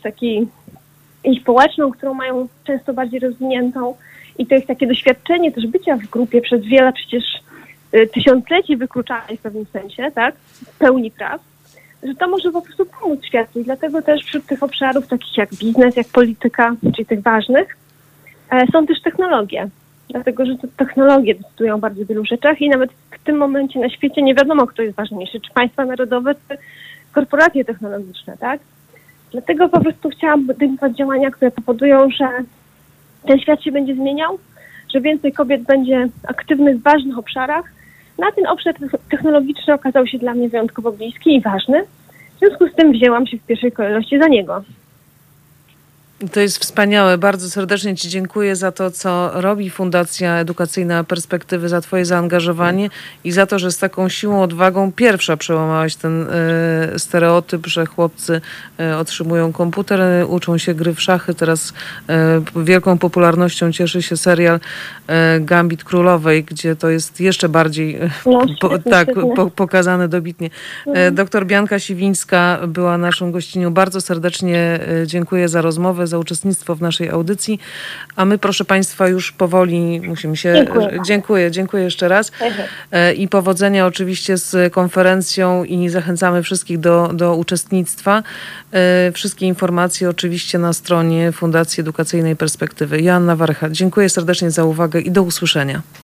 i społeczną, którą mają często bardziej rozwiniętą i to jest takie doświadczenie też bycia w grupie przez wiele przecież tysiącleci wykluczanej w pewnym sensie, tak, w pełni praw, że to może po prostu pomóc światu i dlatego też wśród tych obszarów takich jak biznes, jak polityka, czyli tych ważnych, są też technologie. Dlatego, że to technologie decydują o bardzo wielu rzeczach i nawet w tym momencie na świecie nie wiadomo, kto jest ważniejszy, czy państwa narodowe, czy korporacje technologiczne, tak? Dlatego po prostu chciałam podejmować działania, które powodują, że ten świat się będzie zmieniał, że więcej kobiet będzie aktywnych w ważnych obszarach. No a ten obszar technologiczny okazał się dla mnie wyjątkowo bliski i ważny. W związku z tym wzięłam się w pierwszej kolejności za niego. To jest wspaniałe. Bardzo serdecznie Ci dziękuję za to, co robi Fundacja Edukacyjna Perspektywy, za Twoje zaangażowanie i za to, że z taką siłą, odwagą pierwsza przełamałaś ten stereotyp, że chłopcy otrzymują komputer, uczą się gry w szachy. Teraz wielką popularnością cieszy się serial Gambit Królowej, gdzie to jest jeszcze bardziej pokazane dobitnie. Doktor Bianka Siwińska była naszą gościnią. Bardzo serdecznie dziękuję za rozmowę, za uczestnictwo w naszej audycji, a my, proszę Państwa, już powoli musimy się... Dziękuję jeszcze raz i powodzenia oczywiście z konferencją i zachęcamy wszystkich do uczestnictwa. Wszystkie informacje oczywiście na stronie Fundacji Edukacyjnej Perspektywy. Joanna Warecha, dziękuję serdecznie za uwagę i do usłyszenia.